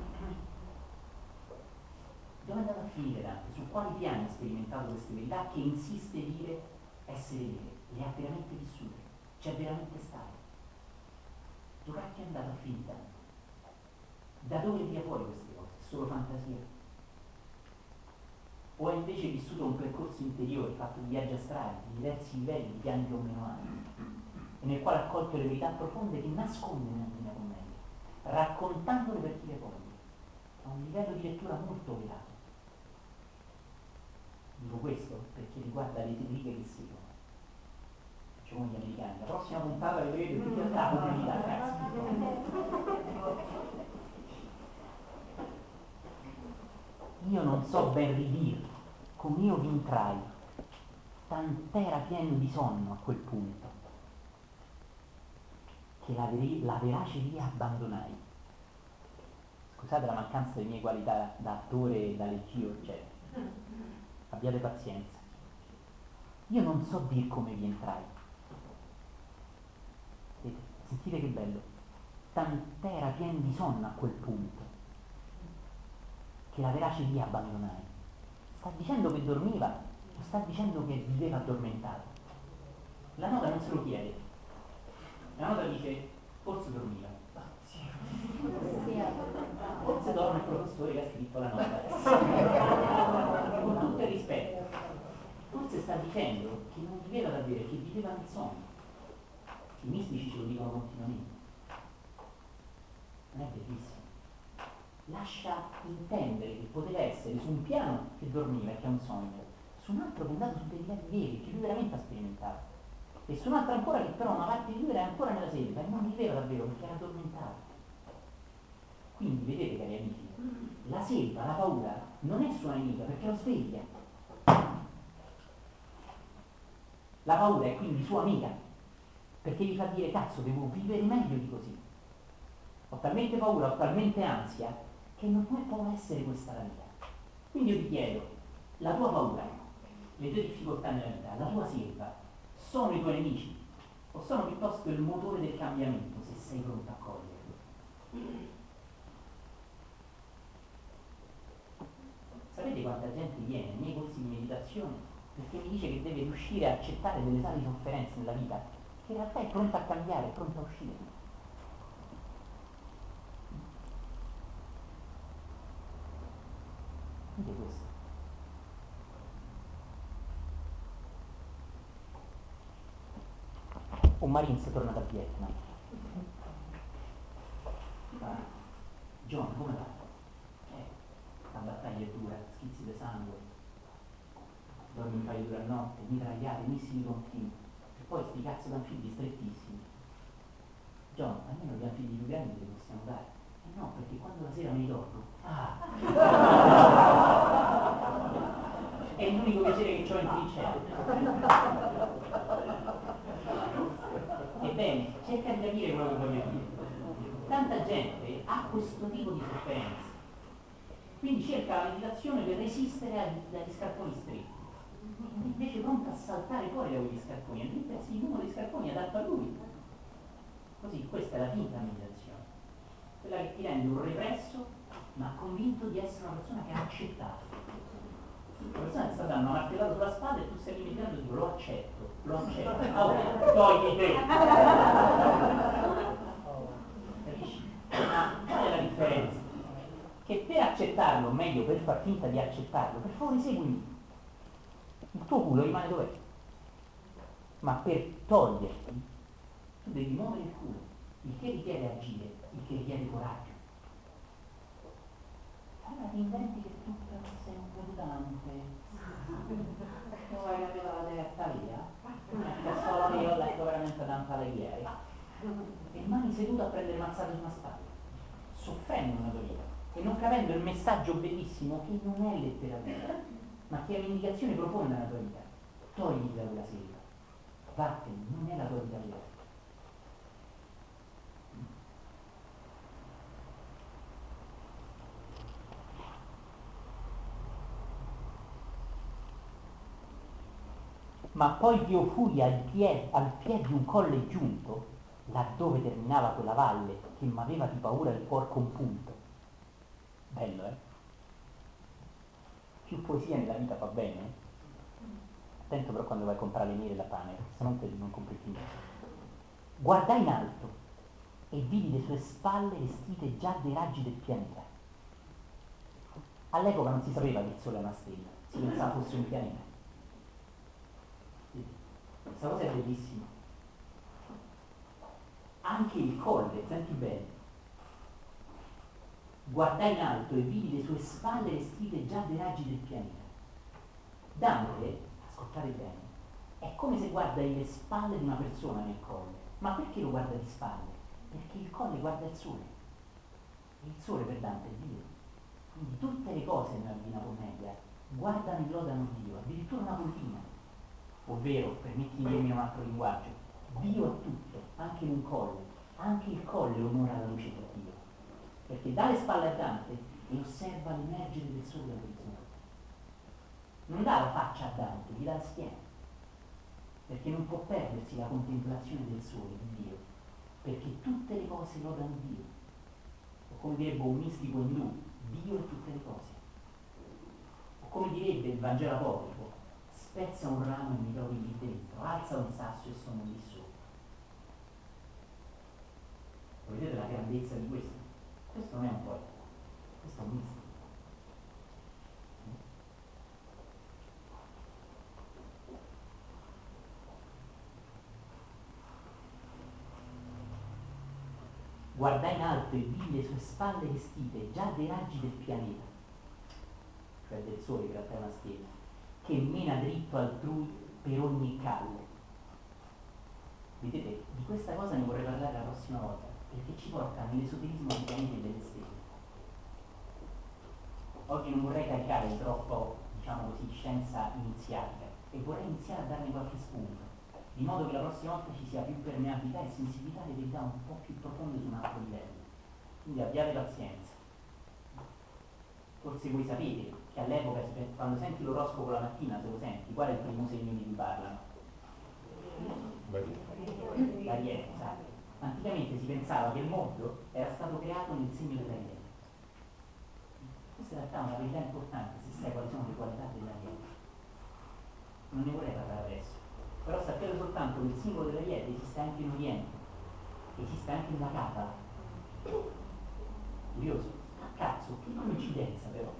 Dove è andato a finire Dante? Su quali piani ha sperimentato queste verità che insiste a dire essere vere? Le ha veramente vissute? C'è veramente stato? Dove è andato a finire Dante? Da dove tira fuori queste cose? Solo fantasia? O hai invece vissuto un percorso interiore, fatto di viaggi astrali, di diversi livelli di piani più o meno alti, e nel quale ha colto le verità profonde che nasconde nella Divina Commedia, raccontandole per chi le voglia, a un livello di lettura molto velato. Dico questo perché riguarda le righe che seguono. Facciamo gli americani. La prossima puntata vedrete tutti a tavola ragazzi. Io non so ben ridir come io vi intrai, tant'era pieno di sonno a quel punto, che la verace via abbandonai. Scusate la mancanza delle mie qualità da attore e da leggio, cioè, abbiate pazienza. Io non so dir come vi entrai. Vedete? Sentite che bello. Tant'era pieno di sonno a quel punto, che la verace via abbandonai. Sta dicendo che dormiva o sta dicendo che viveva addormentato? La nota non se lo chiede. La nota dice forse dormiva. Forse dorme il professore che ha scritto la nota. Con tutto il rispetto. Forse sta dicendo che non viveva davvero, che viveva nel sonno. I mistici ce lo dicono continuamente. Non è bellissimo? Lascia intendere che poteva essere su un piano che dormiva e che è un sogno, su un altro che è andato su dei livelli veri, che lui veramente ha sperimentato, e su un altro ancora che però una parte di lui era ancora nella selva e non viveva davvero perché era addormentato. Quindi vedete, cari amici, la selva, la paura non è sua nemica perché lo sveglia. La paura è quindi sua amica perché gli fa dire cazzo, devo vivere meglio di così. Ho talmente paura, ho talmente ansia che non può essere questa la vita. Quindi io ti chiedo, la tua paura, le tue difficoltà nella vita, la tua selva, sono i tuoi nemici o sono piuttosto il motore del cambiamento se sei pronto a coglierlo? Sapete quanta gente viene ai miei corsi di meditazione perché mi dice che deve riuscire a accettare delle tali sofferenze nella vita, che in realtà è pronta a cambiare, è pronta a uscire. Dite questo. Un Marines torna da Vietnam. John, come va? La battaglia è dura, schizzi di sangue, dormi un paio d'ore a notte, mitragliate, missili continui, e poi sti cazzo d'anfibi strettissimi. John, almeno gli anfibi più grandi li possiamo dare. No, perché quando la sera mi ritorno, è l'unico piacere che ho in trincea. Ebbene, cerca di capire quello che voglio dire. Tanta gente ha questo tipo di sofferenze, quindi cerca la meditazione per resistere agli scarponi stretti, invece pronta a saltare fuori da quegli scarponi, a mettersi in uno dei scarponi adatto a lui. Così, questa è la finta meditazione, quella che ti rende un represso ma convinto di essere una persona che ha accettato. La persona ti sta dando una martellata sulla spalla e tu stai limitando e dico lo accetto, togli te. Capisci? Ma qual è la differenza? Che per accettarlo, o meglio per far finta di accettarlo, per favore seguimi. Il tuo culo rimane dov'è. Ma per toglierti tu devi muovere il culo, il che richiede agire, il che richiede coraggio. Allora ti inventi che tu però sei un pedante, non hai capito la testa via, che solo io ho letto veramente tanta ieri, e rimani seduto a prendere mazzate sulla spalla, soffrendo una tua vita e non capendo il messaggio bellissimo che non è letteralmente, ma che è un'indicazione profonda nella tua vita. Togliti da quella selva, vattene, non è la tua vita vera. Ma poi io fui al piede di un colle giunto, laddove terminava quella valle che m'aveva di paura il cuor compunto. Bello, eh? Più poesia nella vita va bene, eh? Attento però quando vai a comprare le mele e la pane, se no non compri più. Guardai in alto e vidi le sue spalle vestite già dei raggi del pianeta. All'epoca non si sapeva che il sole è una stella, si pensava fosse un pianeta. Questa cosa è bellissima. Anche il Colle, senti bene, guardai in alto e vidi le sue spalle vestite già dei raggi del pianeta. Dante, ascoltate bene, è come se guarda le spalle di una persona nel Colle. Ma perché lo guarda di spalle? Perché il Colle guarda il sole. E il sole per Dante è Dio. Quindi tutte le cose nella Divina Commedia guardano e lodano Dio, addirittura una collina. Ovvero, permettimi di dirmi in un altro linguaggio, Dio è tutto, anche in un colle. Anche il colle onora la luce di Dio. Perché dà le spalle a Dante e osserva l'emergere del sole all'orizzonte. Non dà la faccia a Dante, gli dà la schiena. Perché non può perdersi la contemplazione del sole, di Dio. Perché tutte le cose lodano Dio. O come direbbe un mistico indù, Dio è tutte le cose. O come direbbe il Vangelo apocrifo, spezza un ramo e mi trovi lì dentro, alza un sasso e sono lì sopra. Vedete la grandezza di questo? Questo non è un poeta, questo è un mistico. Guardai in alto e vidi le sue spalle vestite già dei raggi del pianeta, cioè del sole, che in realtà è una stella, che mena dritto altrui per ogni calle. Vedete, di questa cosa ne vorrei parlare la prossima volta, perché ci porta nell'esoterismo dei pianeti e delle stelle. Oggi non vorrei caricare troppo, diciamo così, scienza iniziatica e vorrei iniziare a darne qualche spunto, di modo che la prossima volta ci sia più permeabilità e sensibilità alle verità un po' più profonde su un altro livello. Quindi abbiate pazienza. Forse voi sapete che all'epoca, quando senti l'oroscopo la mattina, se lo senti, qual è il primo segno di cui parlano? L'Ariete, esatto. Anticamente si pensava che il mondo era stato creato nel segno dell'Ariete. Questa in realtà è una verità importante se sai quali sono le qualità dell'Ariete. Non ne vorrei parlare adesso, però sappiate soltanto che il simbolo dell'Ariete esiste anche in Oriente, esiste anche nella Kabbalah. Curioso? Cazzo, che coincidenza però.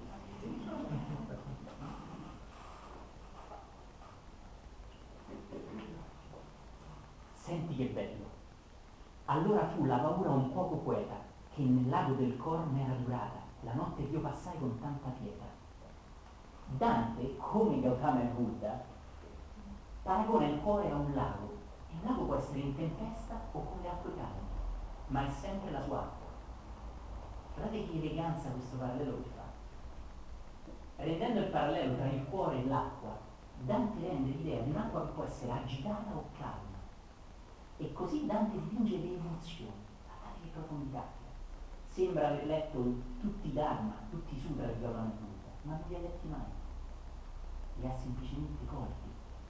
Senti che bello. Allora fu la paura un poco queta, che nel lago del cor m'era durata, la notte che io passai con tanta pietra. Dante, come Gautama e Buddha, paragona il cuore a un lago, e un lago può essere in tempesta o con le acque calme, ma è sempre la sua acqua. Guardate che eleganza questo parallelo che fa. Rendendo il parallelo tra il cuore e l'acqua, Dante rende l'idea di un'acqua che può essere agitata o calma. E così Dante dipinge le emozioni. Guardate che profondità. Sembra aver letto tutti i Dharma, tutti i sutra di Gautama Buddha, ma non li ha letti mai. Li ha semplicemente colti.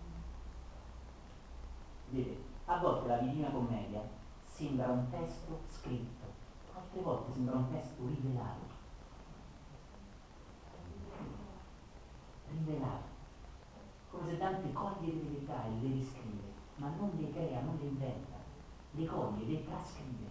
Vedete, a volte la Divina Commedia sembra un testo scritto, altre volte sembra un testo rivelato. Rivelato. Come se Dante coglie le verità e le riscrive, ma non le crea, non le inventa, le coglie, le trascrive.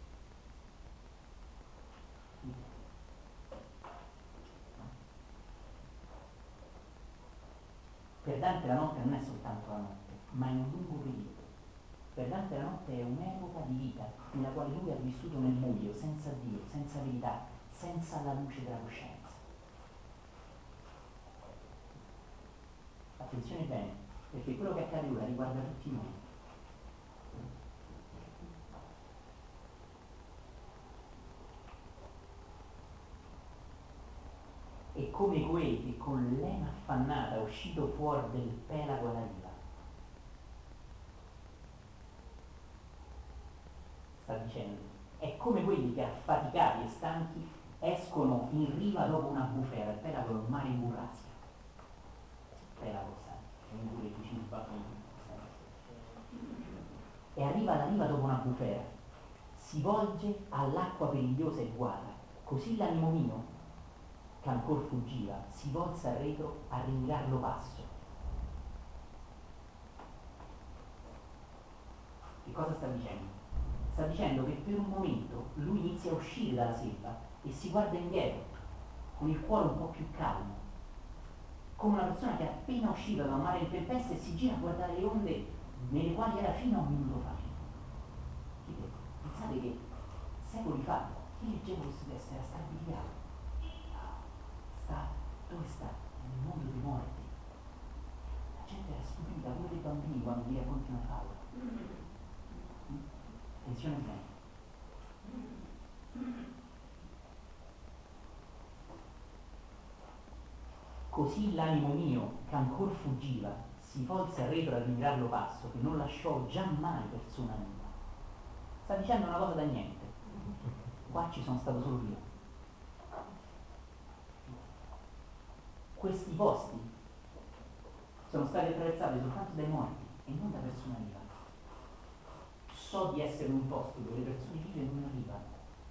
Per Dante la notte non è soltanto la notte, ma è un lungo periodo. Per Dante la notte è un'epoca di vita nella quale lui ha vissuto nel buio, senza Dio, senza verità, senza la luce della coscienza. Attenzione bene, perché quello che accade ora riguarda tutti noi. E come quei che con l'ema affannata uscito fuori del pelago alla riva. Sta dicendo, è come quelli che affaticati e stanchi escono in riva dopo una bufera. Il pelago è un mare in burrasca. Pelago, sai, è un pure vicino e arriva alla riva dopo una bufera. Si volge all'acqua perigliosa e vuota. Così l'animo mio, che ancor fuggiva, si volse al retro a ringarlo passo. Che cosa sta dicendo? Sta dicendo che per un momento lui inizia a uscire dalla selva e si guarda indietro, con il cuore un po' più calmo, come una persona che è appena uscita da un mare in tempesta e si gira a guardare le onde nelle quali era fino a un minuto fa. Pensate che secoli fa chi leggeva questo testo era strabiliato. Dove sta? Nel mondo dei morti. La gente era stupita come dei bambini quando gli racconti una favola. Attenzione bene. Così l'animo mio, che ancor fuggiva, si volse al retro ad mirarlo passo, che non lasciò giammai persona mia. Sta dicendo una cosa da niente. Qua ci sono stato solo io. Questi posti sono stati attraversati soltanto dai morti e non da persone vive. So di essere in un posto dove le persone vive non arrivano.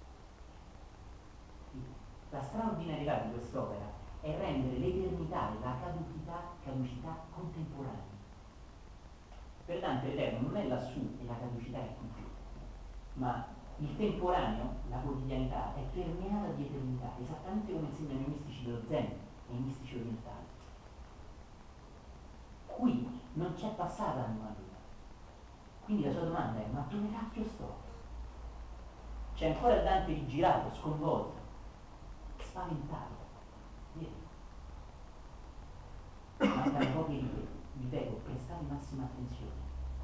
La straordinarietà di quest'opera è rendere l'eternità e la caducità contemporanee. Per Dante l'eterno non è lassù e la caducità è qui giù, ma il temporaneo, la quotidianità, è permeata di eternità, esattamente come insegnano i mistici dello Zen e i mistici orientali. Qui non c'è passata l'anima viva. Quindi la sua domanda è: ma dove cacchio sto? C'è ancora Dante rigirato, sconvolto, spaventato. Mancano poche righe, vi prego, prestate massima attenzione.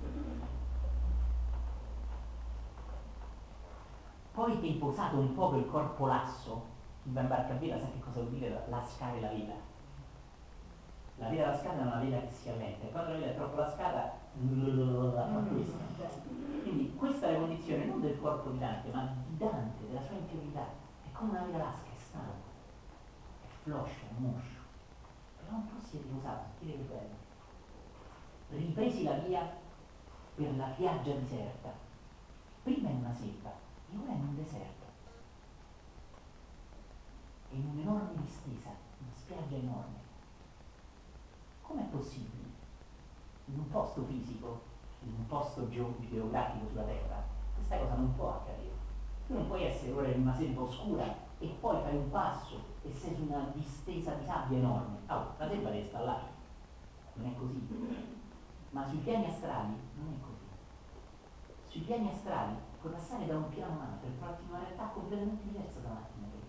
Poi che posato un poco il corpo lasso, chi va in barca a vela sa che cosa vuol dire lascare la vela. La vela lascata è una vela che si allenta, e quando la vela è troppo lascata fa questo. Quindi questa è la condizione non del corpo di Dante, ma di Dante, della sua interiorità. È come una vela lasca, è stanco, è floscio, è moscio. Però un po' si è riposato, sentite che bello. Ripresi la via per la piaggia deserta, prima in una selva e ora in un deserto, e in un'enorme distesa, una spiaggia enorme. Com'è possibile? In un posto fisico, in un posto geografico sulla Terra, questa cosa non può accadere. Tu non puoi essere ora in una selva oscura e poi fai un passo e sei su una distesa di sabbia enorme. La selva deve stare là. Non è così. Ma sui piani astrali non è così. Sui piani astrali puoi passare da un piano a un altro e trovarti in una realtà completamente diversa da un attimo prima.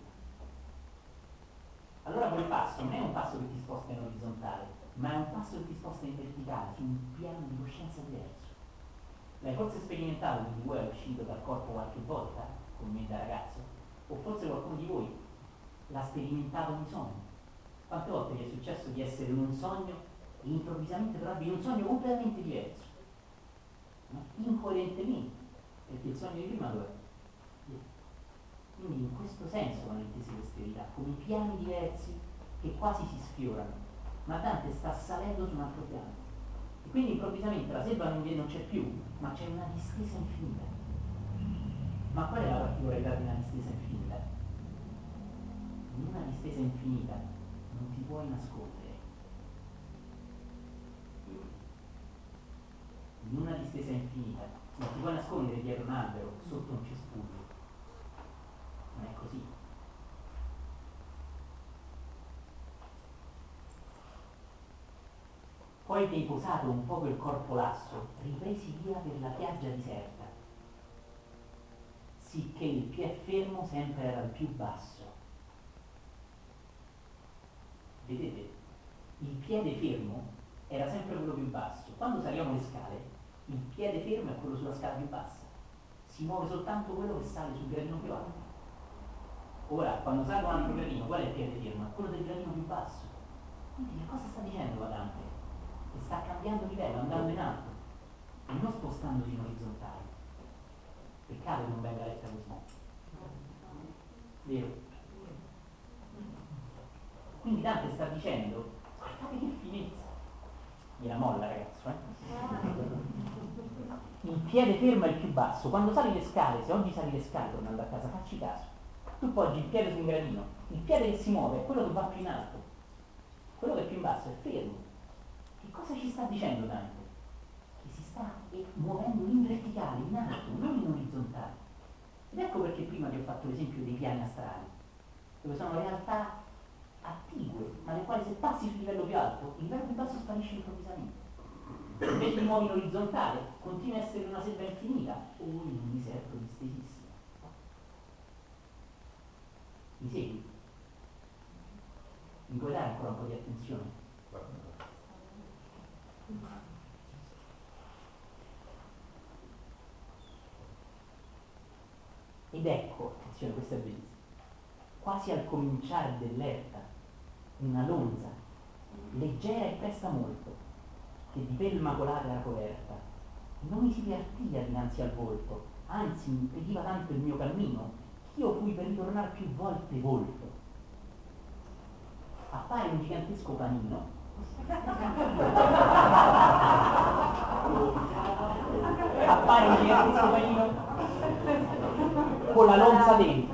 Allora quel passo non è un passo che ti sposta in orizzontale, ma è un passo che ti sposta in verticale, su un piano di coscienza diverso. L'hai forse sperimentato di voi è uscito dal corpo qualche volta, come me da ragazzo, o forse qualcuno di voi l'ha sperimentato in sogno. Quante volte vi è successo di essere in un sogno e improvvisamente trovarvi in un sogno completamente diverso, no? Incoerentemente, perché il sogno di prima lo è. Quindi in questo senso vanno intese queste verità, come piani diversi che quasi si sfiorano, ma Dante sta salendo su un altro piano. E quindi improvvisamente la selva non c'è più, ma c'è una distesa infinita. Ma qual è la particolarità di una distesa infinita? In una distesa infinita non ti puoi nascondere. In una distesa infinita non ti puoi nascondere dietro un albero, sotto un cespuglio. Non è così. Poi che hai posato un poco il corpo lasso, ripresi via per la piaggia deserta, sicché il piè fermo sempre era il più basso. Vedete? Il piede fermo era sempre quello più basso. Quando saliamo le scale, il piede fermo è quello sulla scala più bassa. Si muove soltanto quello che sale sul gradino più alto. Ora, quando salgo un altro gradino, qual è il piede fermo? È quello del gradino più basso. Quindi che cosa sta dicendo la Dante? Che sta cambiando livello, andando in alto e non spostandosi in orizzontale. Peccato che non venga letta così. Vero? Quindi Dante sta dicendo: guardate che finezza. Gliela molla, ragazzo, Il piede fermo è il più basso. Quando sali le scale, se oggi sali le scale tornando a casa, facci caso. Tu poggi il piede su un gradino, il piede che si muove è quello che va più in alto. Quello che è più in basso è fermo. Che cosa ci sta dicendo Dante? Che si sta muovendo in verticale, in alto, non in orizzontale. Ed ecco perché prima vi ho fatto l'esempio dei piani astrali, dove sono realtà attigue, ma nel quale se passi sul livello più alto, il livello più basso sparisce improvvisamente. Invece ti muovi in orizzontale, continui a essere una selva infinita o in un deserto distesissimo. Mi segui? Mi puoi dare ancora un po' di attenzione? Ed ecco, attenzione, questo è bellissimo, quasi al cominciare dell'erta, una lonza, leggera e presta molto, che di pel macolata era coperta, non mi si partia dinanzi al volto, anzi mi impediva tanto il mio cammino, ch'io fui per ritornar più volte volto. Appare un gigantesco panino, appare un gigantesco panino con la lonza dentro.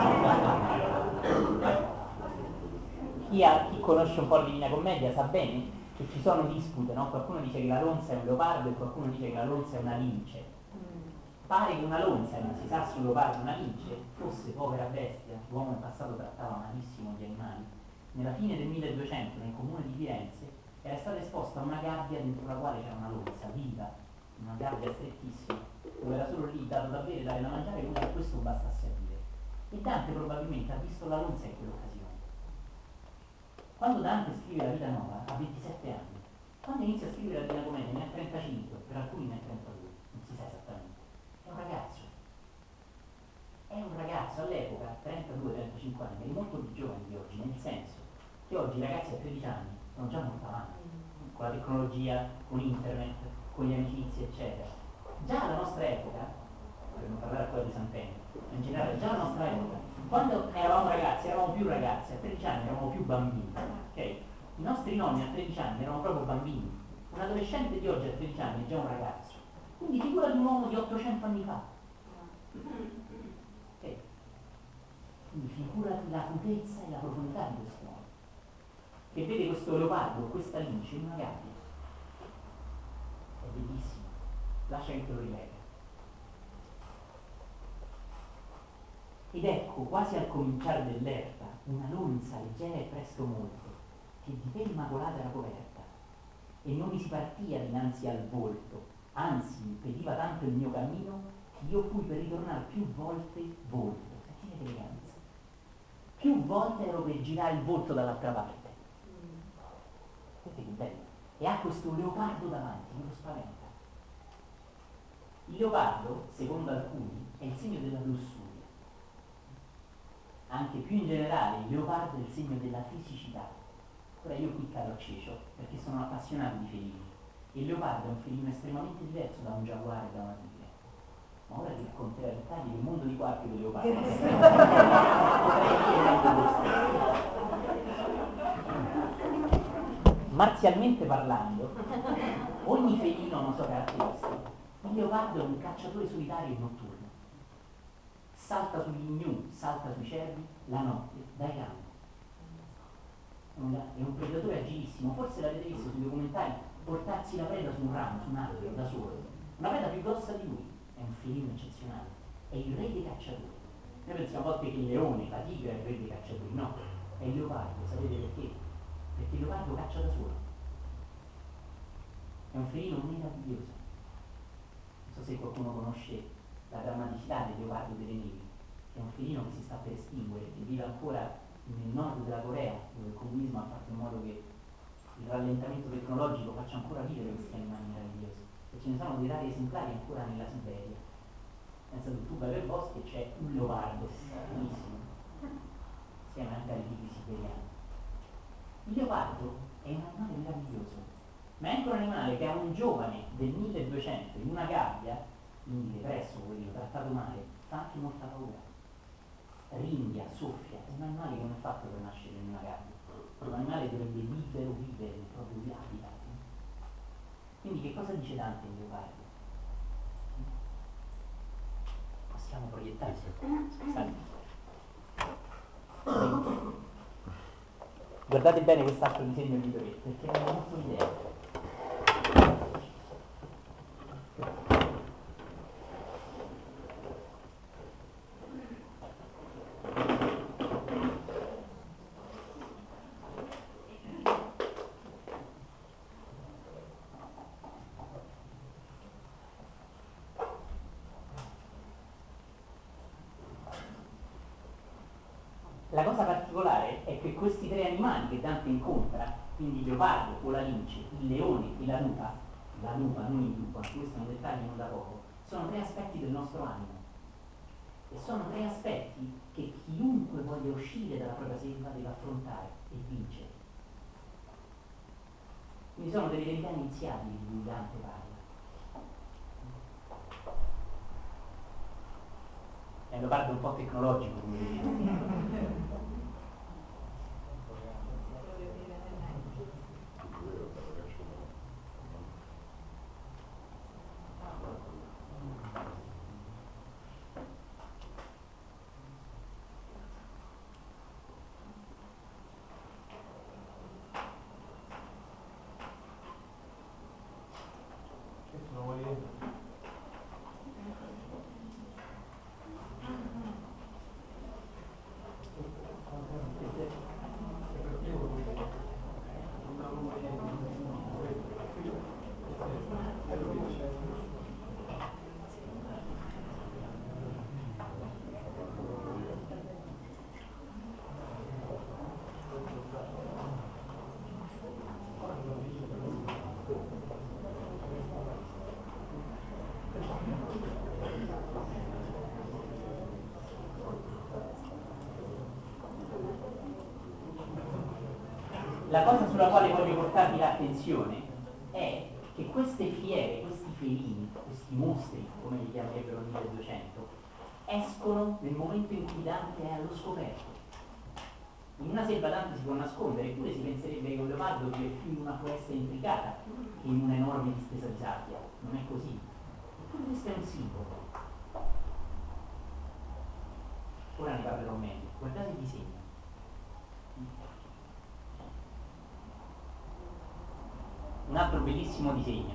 Chi conosce un po' la Divina Commedia sa bene che ci sono dispute, no? Qualcuno dice che la lonza è un leopardo e qualcuno dice che la lonza è una lince. Pare che una lonza, non si sa se un leopardo o una lince, fosse povera bestia, l'uomo in passato trattava malissimo gli animali. Nella fine del 1200, nel comune di Firenze, era stata esposta una gabbia dentro la quale c'era una lonza viva, una gabbia strettissima, dove era solo lì dato da bere, dare da mangiare, come se questo bastasse a vivere. E Dante probabilmente ha visto la lonza in quell'occasione. Quando Dante scrive la Vita Nuova ha 27 anni, quando inizia a scrivere la Divina Commedia ne ha 35, per alcuni ne ha 32, non si sa esattamente. È un ragazzo. È un ragazzo all'epoca, 32-35 anni, è molto più giovane di oggi, nel senso che oggi i ragazzi a 13 anni sono già molto avanti, con la tecnologia, con internet, con le amicizie, eccetera. Già alla nostra epoca, per non parlare poi di Sant'Enio, in generale, già alla nostra epoca, quando eravamo ragazzi, eravamo più ragazzi, a 13 anni eravamo più bambini, ok? I nostri nonni a 13 anni erano proprio bambini. Un adolescente di oggi a 13 anni è già un ragazzo. Quindi figura di un uomo di 800 anni fa. Okay. Quindi figurati la crudezza e la profondità di quest'uomo, che vede questo leopardo, questa lince in una gabbia. È bellissimo. Lascia che te lo rilegga. Ed ecco, quasi al cominciare dell'erta, una lonza leggera e presto molto, che di pel macolata era coperta, e non mi si partia dinanzi al volto, anzi impediva tanto il mio cammino, che io fui per ritornare più volte volto. Sentite che eleganza. Più volte ero per girare il volto dall'altra parte. Vedete che bello. E ha questo leopardo davanti, che lo spaventa. Il leopardo, secondo alcuni, è il segno della lussuria. Anche più in generale, il leopardo è il segno della fisicità. Ora io qui cado a cecio, perché sono appassionato di felini. Il leopardo è un felino estremamente diverso da un giaguaro e da una tigre. Ma ora ti racconterò i dettagli del mondo di Quark del leopardo. Marzialmente parlando, ogni felino ha una sua caratteristica. Il leopardo è un cacciatore solitario e notturno. Salta sugli gnu, salta sui cervi, la notte, dai campi. È un predatore agilissimo, forse l'avete visto sui documentari, portarsi la preda su un ramo, su un albero, da solo. Una preda più grossa di lui, è un felino eccezionale, è il re dei cacciatori. Noi pensiamo a volte che il leone, la tigre è il re dei cacciatori, no, è il leopardo, sapete perché? Perché il leopardo caccia da solo. È un felino meraviglioso. Non so se qualcuno conosce la drammaticità del leopardo delle nevi, che è un felino che si sta per estinguere, che vive ancora nel nord della Corea, dove il comunismo ha fatto in modo che il rallentamento tecnologico faccia ancora vivere questi animali meravigliosi. E ce ne sono dei rari esemplari ancora nella Siberia. Pensa tu vai per boschi e c'è un leopardo, bellissimo, insieme anche alle tigri siberiane. Il leopardo è un animale meraviglioso, ma è anche un animale che a un giovane del 1200 in una gabbia, quindi depresso, poverino, trattato male, fa anche molta paura. Ringhia, soffia, è un animale che non è fatto per nascere in una gabbia, è un animale che dovrebbe libero vivere nel proprio habitat. Quindi che cosa dice Dante in leopardo? Possiamo proiettare? Scusate. Guardate bene quest'altro disegno di Toretto, perché è molto idea. La cosa particolare è che questi tre animali che Dante incontra, quindi il leopardo o la lince, il leone e la lupa, non il lupo, questo è un dettaglio non da poco, sono tre aspetti del nostro animo. E sono tre aspetti che chiunque voglia uscire dalla propria selva deve affrontare e vincere. Quindi sono delle verità iniziali di cui Dante parla. È un leopardo un po' tecnologico, come vedete. La cosa sulla quale voglio portarvi l'attenzione è che queste fiere, questi felini, questi mostri, come li chiamerebbero nel 1200, escono nel momento in cui Dante è allo scoperto. In una selva Dante si può nascondere, eppure si penserebbe che un leopardo vive più in una foresta intricata che in un'enorme distesa di sabbia. Non è così. Eppure questo è un simbolo. Ora ne parlerò meglio. Guardate il disegno. Un altro bellissimo disegno.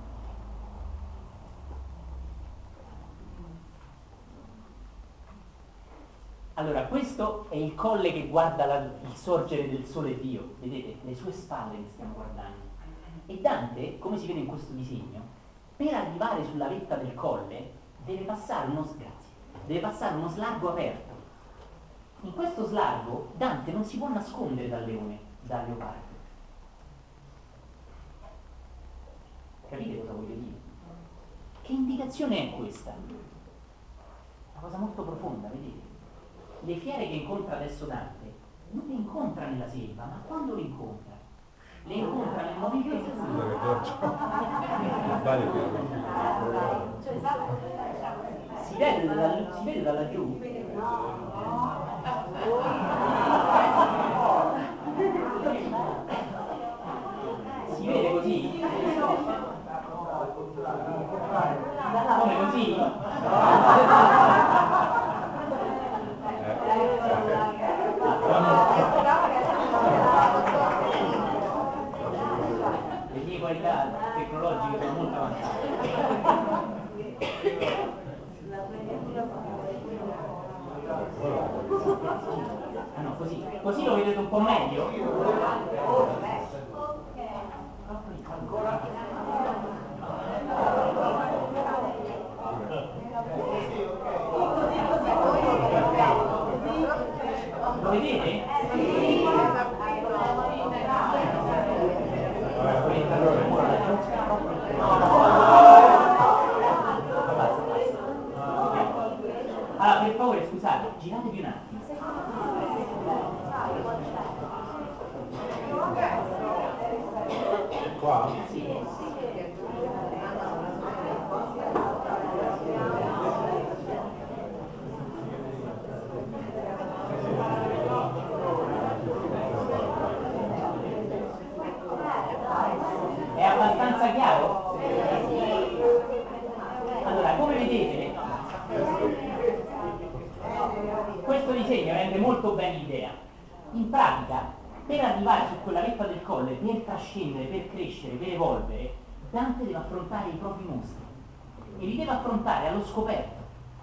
Allora, questo è il colle che guarda il sorgere del sole Dio, vedete? Le sue spalle che stiamo guardando. E Dante, come si vede in questo disegno, per arrivare sulla vetta del colle deve passare uno slargo aperto. In questo slargo Dante non si può nascondere dal leone, dal leopardo. Capite cosa voglio dire? Che indicazione è questa? Una cosa molto profonda, vedete? Le fiere che incontra adesso Dante non le incontra nella selva, ma quando le incontra? Le incontra nel momento in cui si vede da laggiù. Si vede così? Come così? Le mie qualità tecnologiche sono molto avanzate. Ah no, così lo vedete un po' meglio? Lo vedete? Allora, per favore, scusate, giratevi un attimo. Qua? Sì. È abbastanza chiaro? Allora, come vedete, questo disegno rende molto bene l'idea. In pratica, per arrivare su quella vetta del colle, per trascendere, per crescere, per evolvere, Dante deve affrontare i propri mostri e li deve affrontare allo scoperto.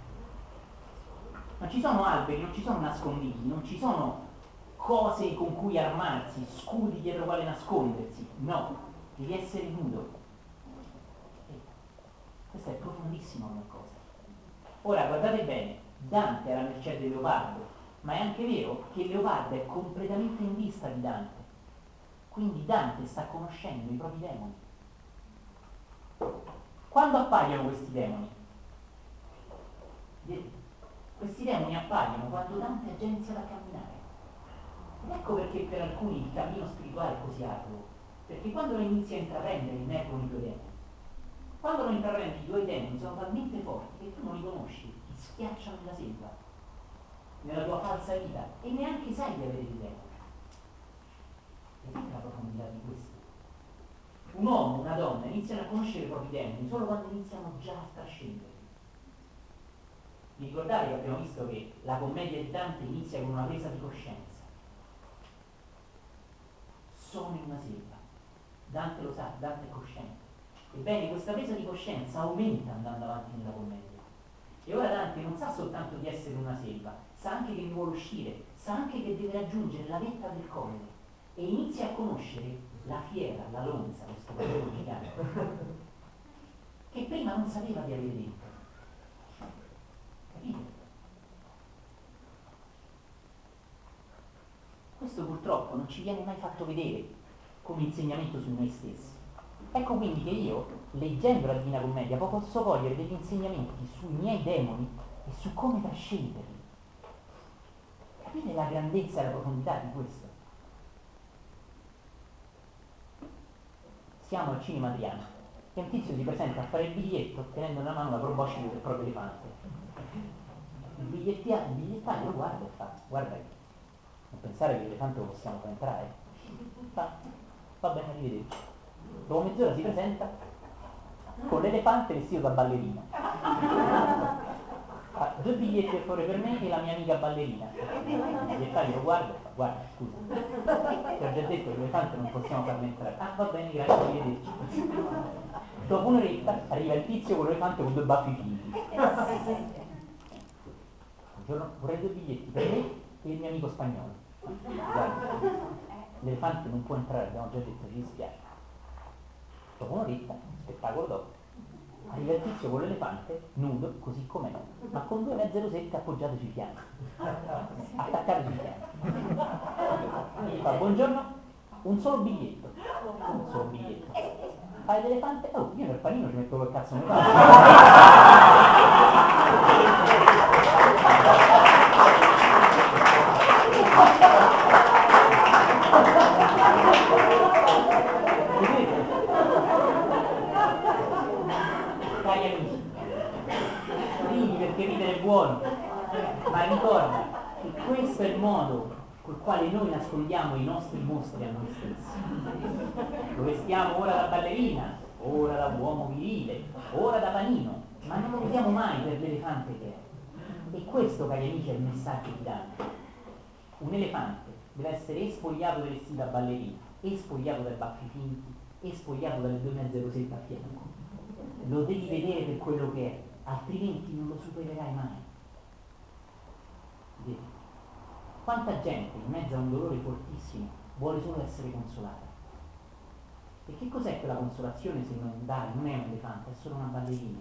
Non ci sono alberi, non ci sono nascondigli, non ci sono cose con cui armarsi, scudi dietro quale nascondersi. No, devi essere nudo. Questa è profondissima come cosa. Ora guardate bene, Dante era mercé del leopardo, Ma è anche vero che Leopardo è completamente in vista di Dante, quindi Dante sta conoscendo i propri demoni. Quando appaiono questi demoni? Questi demoni appaiono quando Dante ha già iniziato a camminare. Ed ecco perché per alcuni il cammino spirituale è così arduo, perché quando lo inizi a intraprendere emergono i tuoi demoni. Quando lo intraprendi i tuoi demoni sono talmente forti che tu non li conosci, ti schiacciano nella selva, nella tua falsa vita, e neanche sai di avere dei demoni. Vedete la profondità di questo? Un uomo, una donna iniziano a conoscere i propri demoni solo quando iniziano già a trascenderli. Vi ricordate che abbiamo visto che la commedia di Dante inizia con una presa di coscienza? Sono in una selva. Dante lo sa, Dante è cosciente. Ebbene, questa presa di coscienza aumenta andando avanti nella commedia. E ora Dante non sa soltanto di essere in una selva, sa anche che ne vuole uscire, sa anche che deve raggiungere la vetta del colle e inizia a conoscere la fiera, la lonza, questo padrone gigante, che prima non sapeva di avere dentro. Capite? Questo purtroppo non ci viene mai fatto vedere come insegnamento su noi stessi. Ecco quindi che io, leggendo la Divina Commedia, poi posso cogliere degli insegnamenti sui miei demoni e su come trascenderli. Capite la grandezza e la profondità di questo? Siamo al cinema Adriano e un tizio si presenta a fare il biglietto tenendo nella mano la proboscide del proprio elefante. Il bigliettaio lo guarda e fa: guarda, non pensare che l'elefante lo possiamo far entrare. Va bene, arrivederci. Dopo mezz'ora si presenta con l'elefante vestito da ballerina. Fa 2 biglietti per favore per me e la mia amica ballerina. Il bigliettaio lo guarda e fa: guarda, scusa, ti ho già detto che l'elefante non possiamo farlo entrare. Ah, va bene, grazie, arrivederci. Dopo un'oretta arriva il tizio con l'elefante con 2 baffi finti. Buongiorno, vorrei 2 biglietti per me e il mio amico spagnolo. Guarda, l'elefante non può entrare, abbiamo già detto, ci dispiace. Dopo un'oretta, spettacolo dopo, arriva il tizio con l'elefante, nudo, così com'è, ma con 2 mezze rosette appoggiate sui fianchi, attaccate sui fianchi. Gli fa: buongiorno, un solo biglietto. Un solo biglietto. Fai l'elefante? Oh, io nel panino ci metto quel cazzo nel Cari amici, ridi perché ridere è buono, ma ricorda che questo è il modo col quale noi nascondiamo i nostri mostri a noi stessi. Lo vestiamo ora da ballerina, ora da uomo virile, ora da panino, ma non lo vediamo mai per l'elefante che è. E questo, cari amici, è il messaggio di Dante. Un elefante deve essere spogliato dei vestiti da ballerina, e spogliato dai baffi finti, e spogliato dalle 2 mezze rosette a fianco. Lo devi vedere per quello che è, altrimenti non lo supererai mai. Vedete? Quanta gente in mezzo a un dolore fortissimo vuole solo essere consolata? E che cos'è quella consolazione se non dai, non è un elefante, è solo una ballerina?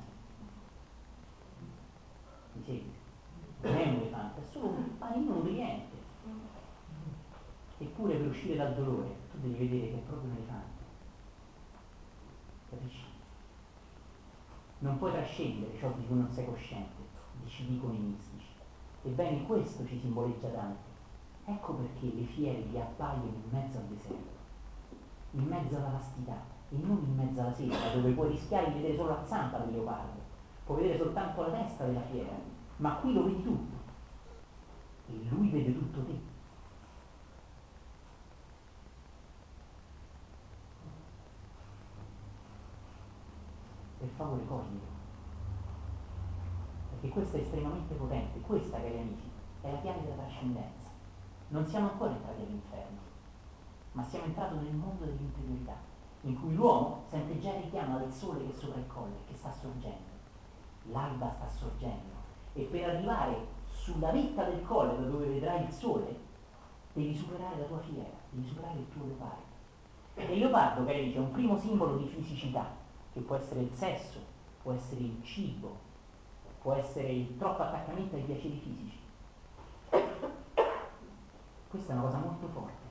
Mi segui? Non è un elefante, è solo un panino nutriente. Eppure per uscire dal dolore tu devi vedere che è proprio un elefante. Capisci? Non puoi trascendere ciò di cui non sei cosciente, ci dicono i mistici. Ebbene, questo ci simboleggia Dante. Ecco perché le fiere gli appaiono in mezzo al deserto, in mezzo alla vastità, e non in mezzo alla selva, dove puoi rischiare di vedere solo la zampa del leopardo, puoi vedere soltanto la testa della fiera, ma qui lo vedi tutto. E lui vede tutto te. Per favore, coglilo. Perché questo è estremamente potente. Questa, cari amici, è la chiave della trascendenza. Non siamo ancora entrati all'inferno, ma siamo entrati nel mondo dell'interiorità, in cui l'uomo sente già il richiamo del sole che è sopra il colle, che sta sorgendo. L'alba sta sorgendo. E per arrivare sulla vetta del colle, da dove vedrai il sole, devi superare la tua fiera, devi superare il tuo leopardo. E il leopardo, cari amici, è un primo simbolo di fisicità, che può essere il sesso, può essere il cibo, può essere il troppo attaccamento ai piaceri fisici. Questa è una cosa molto forte.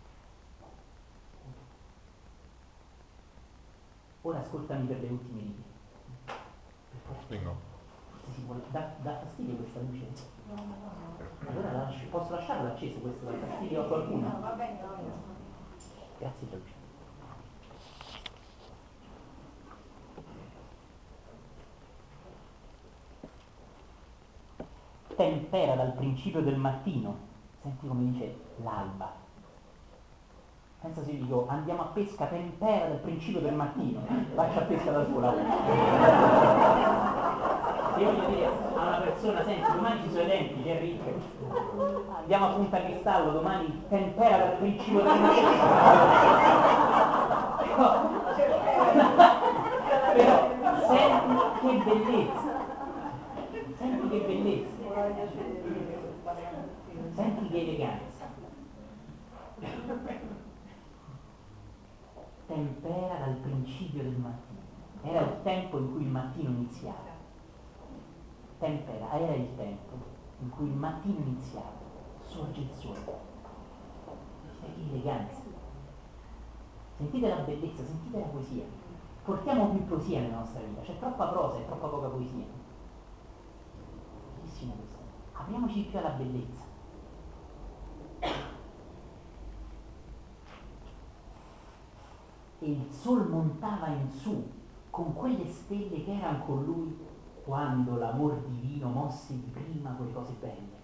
Ora ascoltami per le ultime righe. Vengo. Se si vuole, dà fastidio questa luce? Allora posso lasciarlo acceso questo? Dà fastidio a qualcuno? No, va bene, va bene. Grazie Giorgio. Tempera dal principio del mattino. Senti come dice l'alba. Pensa se io dico andiamo a pesca, tempera dal principio del mattino. Faccia a pesca da sola. Se io voglio dire a una persona, senti, domani ci sono i denti, che è ricco. Andiamo a Punta Cristallo, domani tempera dal principio del mattino. Però senti che bellezza. Senti che bellezza. Senti che eleganza. Tempera dal principio del mattino. Era il tempo in cui il mattino iniziava. Tempera era il tempo in cui il mattino iniziava. Sorge il sole. Che eleganza. Sentite la bellezza, sentite la poesia. Portiamo più poesia nella nostra vita. C'è troppa prosa e troppa poca poesia. Bellissima questa. Apriamoci più alla bellezza. E il sol montava in su con quelle stelle che erano con lui quando l'amor divino mosse di prima quelle cose belle.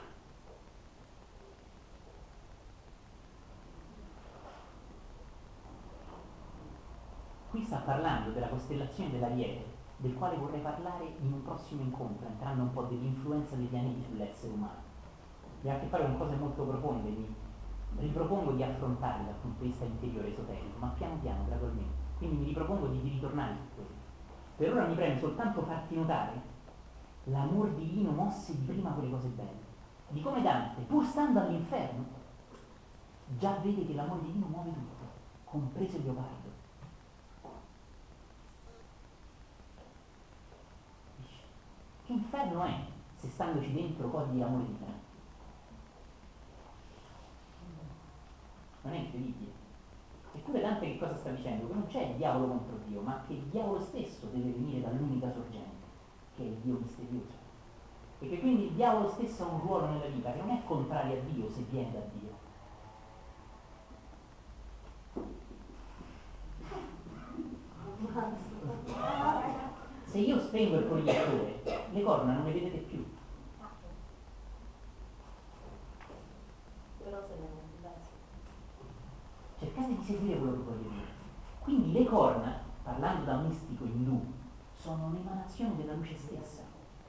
Qui sta parlando della costellazione dell'Ariete, del quale vorrei parlare in un prossimo incontro, entrando un po' dell'influenza degli anelli sull'essere umano. E ha a che fare con cose molto profonde, mi ripropongo di affrontarle dal punto di vista interiore esoterico, ma piano piano, gradualmente. Quindi mi ripropongo di ritornare su questo. Per ora mi preme soltanto farti notare l'amor divino mosse di prima quelle cose belle. Di come Dante, pur stando all'inferno, già vede che l'amor divino muove tutto, compreso il leopardo. Che inferno è se standoci dentro cogli l'amore divino? Non è incredibile? Eppure Dante che cosa sta dicendo? Che non c'è il diavolo contro Dio, ma che il diavolo stesso deve venire dall'unica sorgente, che è il Dio misterioso. E che quindi il diavolo stesso ha un ruolo nella vita, che non è contrario a Dio se viene da Dio. Se io spengo il proiettore, le corna non le vedete più. Però se ne Cercate di seguire quello che voglio dire. Quindi le corna, parlando da un mistico indù, sono un'emanazione della luce stessa.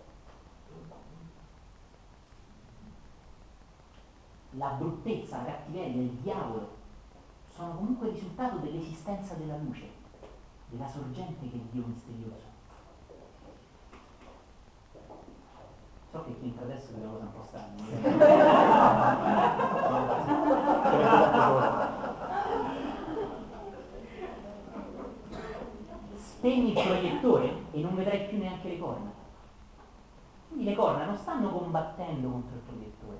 La bruttezza, la cattiveria, il diavolo sono comunque il risultato dell'esistenza della luce, della sorgente che è il Dio misterioso. So che chi entra adesso è una cosa un po' strana. Spegni il proiettore e non vedrai più neanche le corna. Quindi le corna non stanno combattendo contro il proiettore.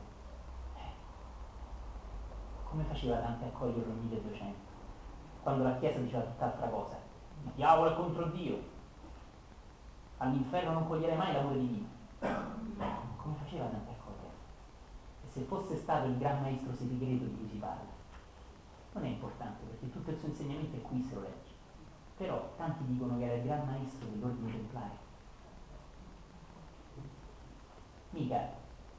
Come faceva Dante a coglierlo nel 1200? Quando la Chiesa diceva tutt'altra cosa. Il diavolo è contro Dio. All'inferno non coglierei mai l'amore divino. Come faceva Dante a cogliere? E se fosse stato il gran maestro segreto di cui si parla? Non è importante perché tutto il suo insegnamento è qui se lo leggi. Però tanti dicono che era il gran maestro dell'ordine templare. Mica.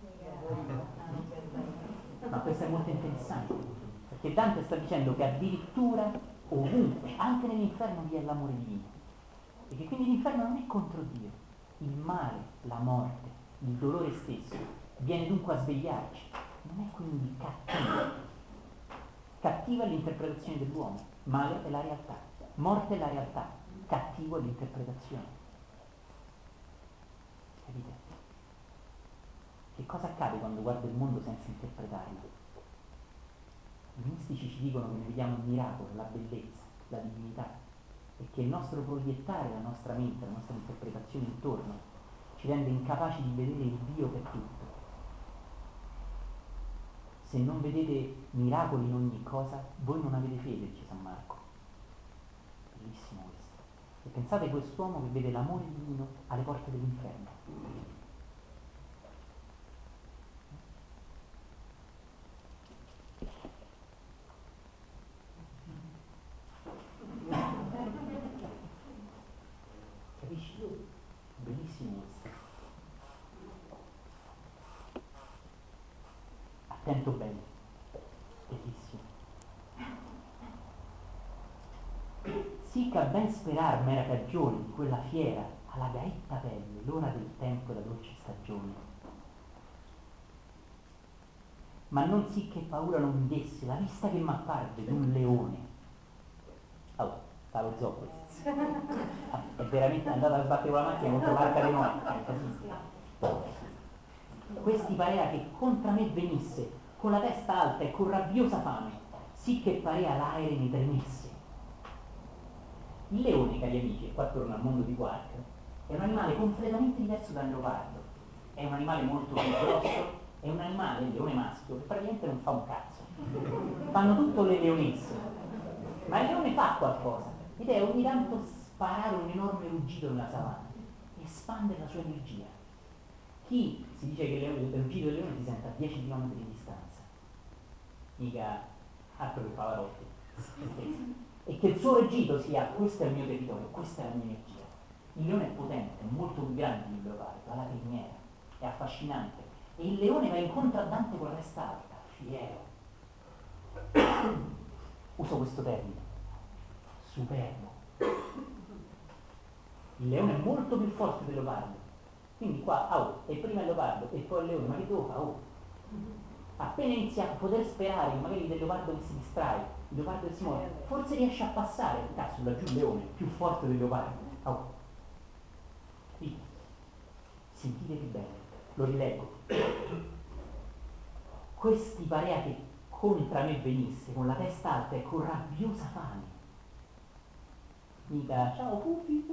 Ma questo è molto interessante, perché Dante sta dicendo che addirittura ovunque, anche nell'inferno, vi è l'amore divino. E che quindi l'inferno non è contro Dio. Il male, la morte, il dolore stesso viene dunque a svegliarci. Non è quindi cattivo. Cattiva è l'interpretazione dell'uomo, male è la realtà, morte è la realtà, cattivo è l'interpretazione. Capite? Che cosa accade quando guardo il mondo senza interpretarlo? I mistici ci dicono che ne vediamo il miracolo, la bellezza, la divinità, e che il nostro proiettare la nostra mente, la nostra interpretazione intorno ci rende incapaci di vedere il Dio che è tutto. se non vedete miracoli in ogni cosa, voi non avete fede, dice San Marco. Bellissimo questo. E pensate a quest'uomo che vede l'amore divino alle porte dell'inferno. Capisci? Bellissimo questo. Attento bene. Bellissimo. Sic a ben sperar m'era cagione di quella fiera alla gaetta pelle, l'ora del tempo e la dolce stagione. Ma non sì che paura non mi desse la vista che m'apparve d'un leone. Oh, sta lo zoo questo. È veramente andato a sbattere con la macchina contro l'arca di Noè. Questi pareva che contra me venisse, con la testa alta e con rabbiosa fame, sì che parea l'aere ne tremesse. Il leone, cari amici, e qua torno al mondo di Quark, è un animale completamente diverso dal leopardo. È un animale molto più grosso, è un animale, il leone maschio, che praticamente non fa un cazzo. Fanno tutto le leonesse. Ma il leone fa qualcosa, ed è ogni tanto sparare un enorme ruggito nella savana, espandere la sua energia. Chi si dice che il ruggito del leone si sente a 10 km di distanza, mica altro che Pavarotti, e che il suo ruggito sia: questo è il mio territorio, questa è la mia energia. Il leone è potente, è molto più grande di un leopardo, ha la criniera, è affascinante, e il leone va incontro a Dante con la testa alta, fiero. Uso questo termine, superbo. Il leone è molto più forte del leopardo, quindi qua è prima il leopardo e poi il leone, ma che devo fare? Appena inizia a poter sperare che magari del leopardo che si distrae, il leopardo che si muove, forse riesce a passare, cazzo, laggiù il leone, più forte del leopardo. Lì. Sentite che bene, lo rileggo. Questi parea che contra me venisse, con la testa alta e con rabbiosa fame. Mica, ciao Puffi,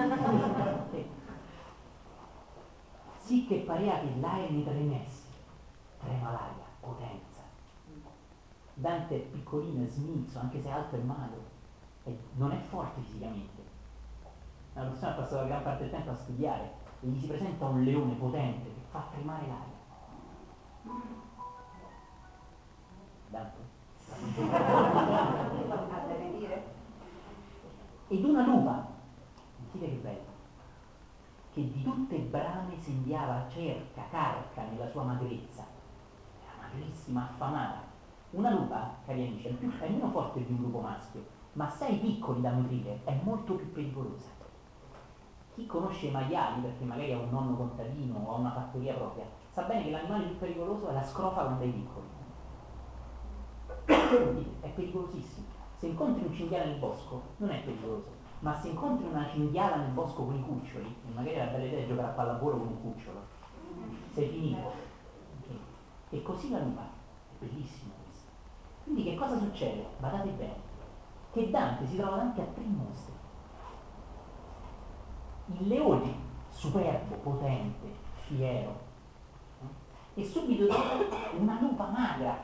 sì che parea che l'aria mi tremesse, trema l'aria, potenza. Dante è piccolino, è smilzo, anche se è alto e magro, e non è forte fisicamente. Una persona ha passato la gran parte del tempo a studiare e gli si presenta un leone potente che fa tremare l'aria. Dante? Ed una lupa, sentite che bello, che di tutte brame sembiava cerca, carca nella sua magrezza, era magrissima, affamata. Una lupa, cari amici, è meno forte di un lupo maschio, ma assai piccoli da nutrire, è molto più pericolosa. Chi conosce i maiali, perché magari ha un nonno contadino o ha una fattoria propria, sa bene che l'animale più pericoloso è la scrofa quando è piccolo. È pericolosissimo. Se incontri un cinghiale nel bosco non è pericoloso, ma se incontri una cinghiala nel bosco con i cuccioli, e magari la bella idea è giocare a pallavolo con un cucciolo, sei finito. Okay. E così la lupa, è bellissimo questo. Quindi che cosa succede? Badate bene, che Dante si trova davanti a tre mostri. Il leone, superbo, potente, fiero, e subito dopo una lupa magra.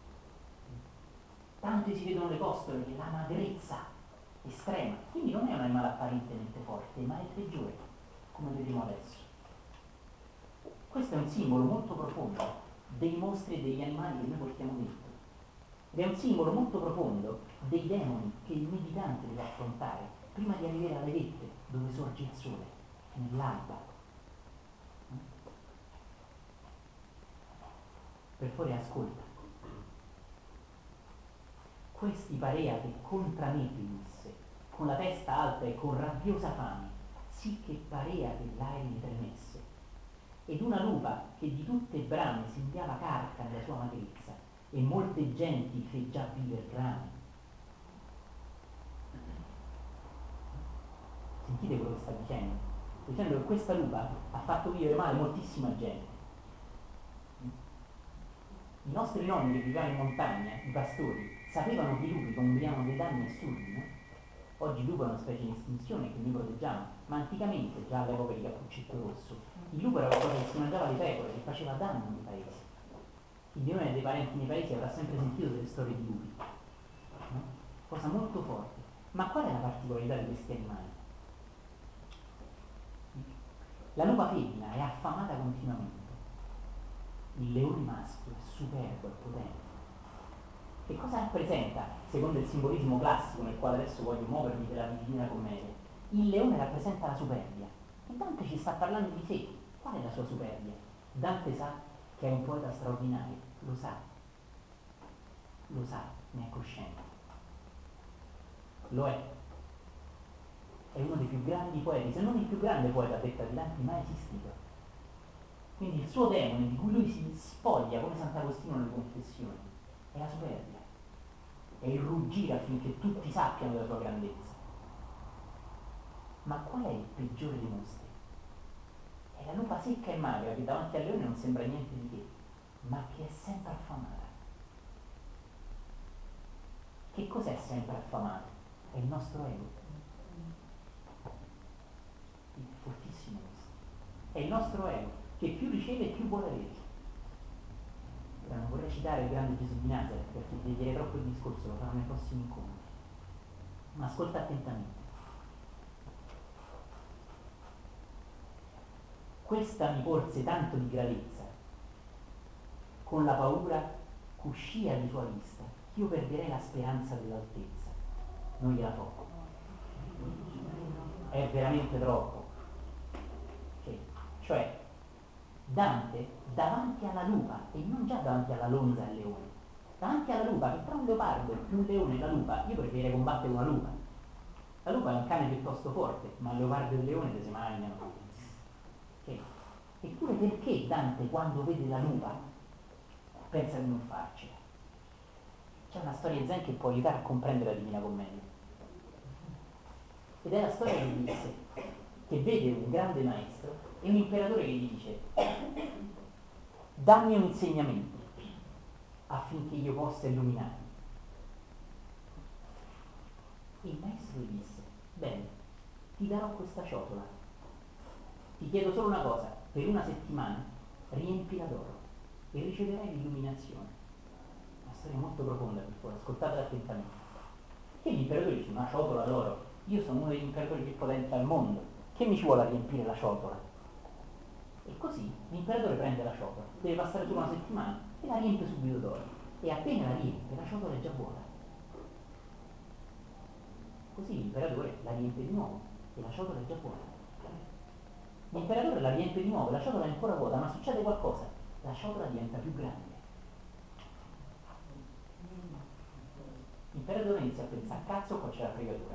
Tante si vedono le costole, che la magrezza estrema, quindi non è un animale apparentemente forte, ma è il peggiore, come vedremo adesso. Questo è un simbolo molto profondo dei mostri e degli animali che noi portiamo dentro, ed è un simbolo molto profondo dei demoni che il meditante deve affrontare prima di arrivare alle vette dove sorge il sole, nell'alba. Per favore ascolta. Questi parea che contra me venisse, con la testa alta e con rabbiosa fame, sì che parea che l'aere mi tremesse, ed una lupa che di tutte brame sembiava carca nella sua magrezza, e molte genti fe già viver grame. Sentite quello che sta dicendo? Sta dicendo che questa lupa ha fatto vivere male moltissima gente. I nostri nonni che vivevano in montagna, i pastori, sapevano che i lupi combinavano dei danni assurdi, no? Oggi il lupo è una specie in estinzione che noi proteggiamo, ma anticamente, già all'epoca di Cappuccetto Rosso, il lupo era qualcosa che si mangiava le pecore, che faceva danno nei paesi. chi di noi ha dei parenti nei paesi avrà sempre sentito delle storie di lupi, no? Cosa molto forte. Ma qual è la particolarità di questi animali? La lupa femmina è affamata continuamente, il leone maschio è superbo, è potente. Che cosa rappresenta, secondo il simbolismo classico nel quale adesso voglio muovermi per la Divina Commedia? Il leone rappresenta la superbia. E Dante ci sta parlando di sé. Qual è la sua superbia? Dante sa che è un poeta straordinario, lo sa, ne è cosciente. Lo è uno dei più grandi poeti, se non il più grande poeta a detta di Dante mai esistito. Quindi il suo demone, di cui lui si spoglia come Sant'Agostino nelle Confessioni, è la superbia, è il ruggire affinché tutti sappiano della sua grandezza. Ma qual è il peggiore dei mostri? È la lupa secca e magra che davanti al leone non sembra niente di che, ma che è sempre affamata. Che cos'è sempre affamato? È il nostro ego. È fortissimo questo. È il nostro ego che più riceve e più vuole avere. Ora non vorrei citare il grande Gesù di Nazareth perché direi troppo il discorso, lo farò nei prossimi incontri. Ma ascolta attentamente. Questa mi porse tanto di gravezza, con la paura cuscia di sua vista, che io perderei la speranza dell'altezza. Non gliela tocco. È veramente troppo. Cioè, Dante davanti alla lupa, e non già davanti alla lonza e al leone, davanti alla lupa, che tra un leopardo e più un leone e la lupa, io preferirei combattere una lupa. La lupa è un cane piuttosto forte, ma il leopardo e il leone si mangiano. Eppure perché Dante quando vede la lupa pensa di non farcela? C'è una storia zen che può aiutare a comprendere la Divina Commedia. Ed è la storia di Ulisse, che vede un grande maestro e un imperatore che gli dice: dammi un insegnamento affinché io possa illuminarmi. E il maestro gli disse: bene, ti darò questa ciotola, ti chiedo solo una cosa, per una settimana riempila d'oro e riceverai l'illuminazione. Una storia molto profonda, per favore, ascoltatela attentamente. E l'imperatore dice: una ciotola d'oro? Io sono uno degli imperatori più potenti al mondo, che mi ci vuole a riempire la ciotola? E così l'imperatore prende la ciotola, deve passare solo una settimana e la riempie subito d'oro. E appena la riempie, la ciotola è già vuota. Così l'imperatore la riempie di nuovo e la ciotola è già vuota. L'imperatore la riempie di nuovo, la ciotola è ancora vuota, ma succede qualcosa, la ciotola diventa più grande. L'imperatore inizia a pensare: cazzo, qua c'è la fregatura.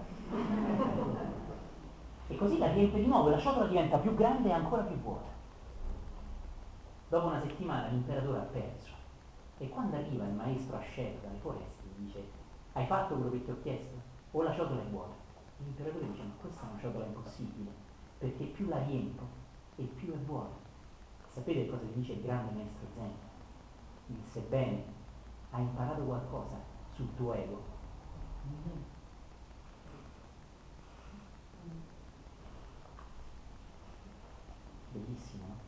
E così la riempie di nuovo, la ciotola diventa più grande e ancora più vuota. Dopo una settimana l'imperatore ha perso, e quando arriva il maestro Ascero dalle foreste gli dice: hai fatto quello che ti ho chiesto? O la ciotola è vuota? L'imperatore dice: ma questa è una ciotola impossibile, perché più la riempo e più è vuota. Sapete cosa gli dice il grande maestro Zen? Gli disse: bene, hai imparato qualcosa sul tuo ego. Bellissimo, no?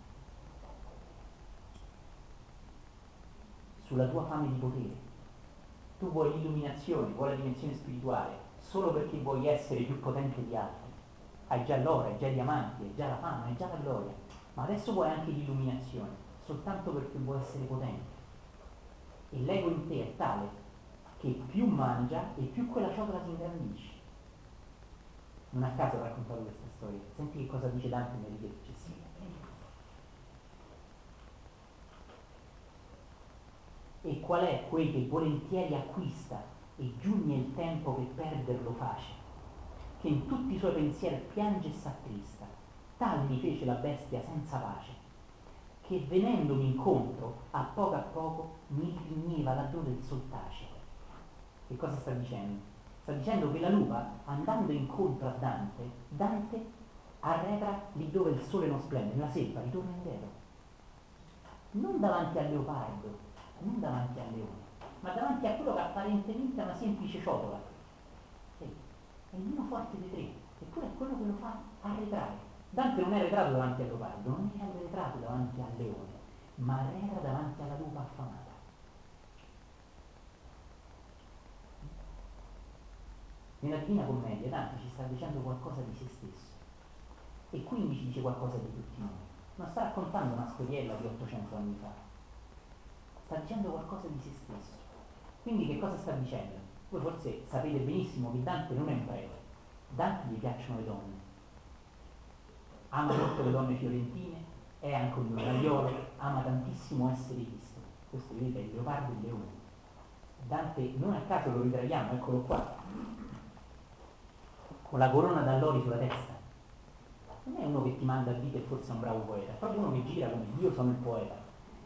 Sulla tua fame di potere. Tu vuoi l'illuminazione, vuoi la dimensione spirituale solo perché vuoi essere più potente di altri. Hai già l'oro, hai già i diamanti, hai già la fama, hai già la gloria, ma adesso vuoi anche l'illuminazione soltanto perché vuoi essere potente. E l'ego in te è tale che più mangia e più quella ciotola si ingrandisce. Non a caso ho raccontato questa storia. Senti che cosa dice Dante nelle righe successive. E qual è quel che volentieri acquista e giugne il tempo che perderlo face, che in tutti i suoi pensieri piange e s'attrista, tal mi fece la bestia senza pace, che venendomi incontro a poco mi ripigneva laddove il sol tace. Che cosa sta dicendo? Sta dicendo che la lupa, andando incontro a Dante, Dante arretra lì dove il sole non splende, nella selva, ritorna indietro. Non davanti al leopardo, non davanti al leone, ma davanti a quello che apparentemente è una semplice ciotola. È il meno forte dei tre, eppure è quello che lo fa arretrare. Dante non è arretrato davanti al leopardo, non è arretrato davanti al leone, ma arretra davanti alla lupa affamata. Nella Divina Commedia Dante ci sta dicendo qualcosa di se stesso e quindi ci dice qualcosa di tutti noi. Non sta raccontando una storiella di 800 anni fa, sta dicendo qualcosa di se stesso. Quindi che cosa sta dicendo? Voi forse sapete benissimo che Dante non è un prete, Dante gli piacciono le donne, ama molto le donne fiorentine, è anche un donaiolo, ama tantissimo essere visto. Questo vedete è il leopardo e il leone. Dante non a caso lo ritraiamo, eccolo qua, con la corona d'allori sulla testa. Non è uno che ti manda a dire che forse è un bravo poeta, è proprio uno che gira come io sono il poeta.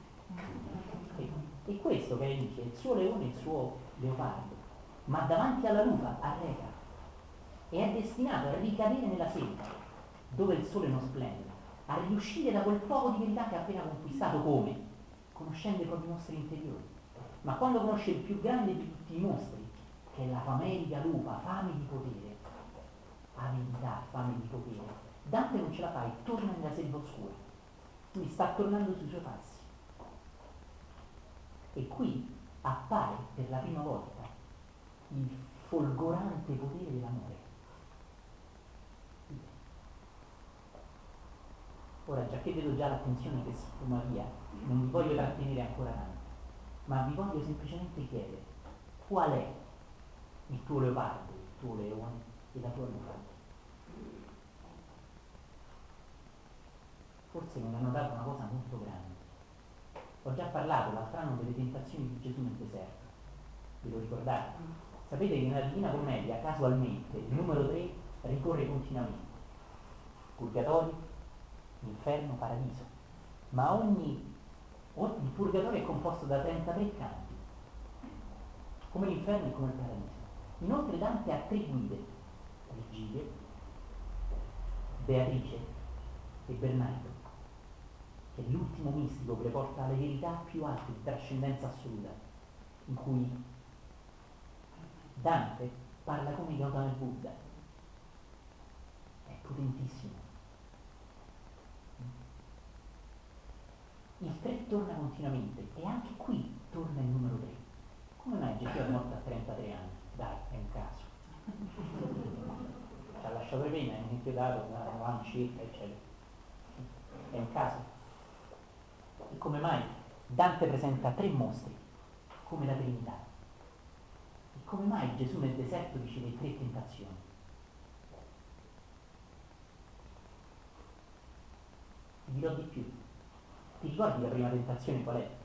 E questo che dice, il suo leone e il suo leopardo, ma davanti alla lupa arreca e è destinato a ricadere nella selva, dove il sole non splende, a riuscire da quel poco di verità che ha appena conquistato come? Conoscendo i propri mostri interiori. Ma quando conosce il più grande di tutti i mostri, che è la famelica lupa, fame di potere, avidità, fame di potere, Dante non ce la fa e torna nella selva oscura, quindi sta tornando sui suoi passi. E qui appare per la prima volta il folgorante potere dell'amore. Ora, già che vedo già l'attenzione che sfuma via, non vi voglio trattenere ancora tanto, ma vi voglio semplicemente chiedere qual è il tuo leopardo, il tuo leone e la tua lupa. Forse non hanno dato una cosa molto grande. Ho già parlato l'altro anno delle tentazioni di Gesù nel deserto, ve lo ricordate? Sapete che nella Divina Commedia casualmente il numero 3 ricorre continuamente: purgatorio, inferno, paradiso, ma il purgatorio è composto da 33 canti, come l'inferno e come il paradiso. Inoltre Dante ha 3 guide: Virgilio, Beatrice e Bernardo, che è l'ultimo mistico che le porta alle verità più alte di trascendenza assoluta, in cui Dante parla come Gautama e Buddha. È potentissimo. Il 3 torna continuamente e anche qui torna il numero 3. Come mai Gesù è morto a 33 anni? Dai, è un caso. Ci ha lasciato le pene, è inchiodato, una lancetta, eccetera. È un caso. E come mai Dante presenta 3 mostri, come la Trinità? E come mai Gesù nel deserto dice le 3 tentazioni? Ti dirò di più. Ti ricordi la prima tentazione qual è?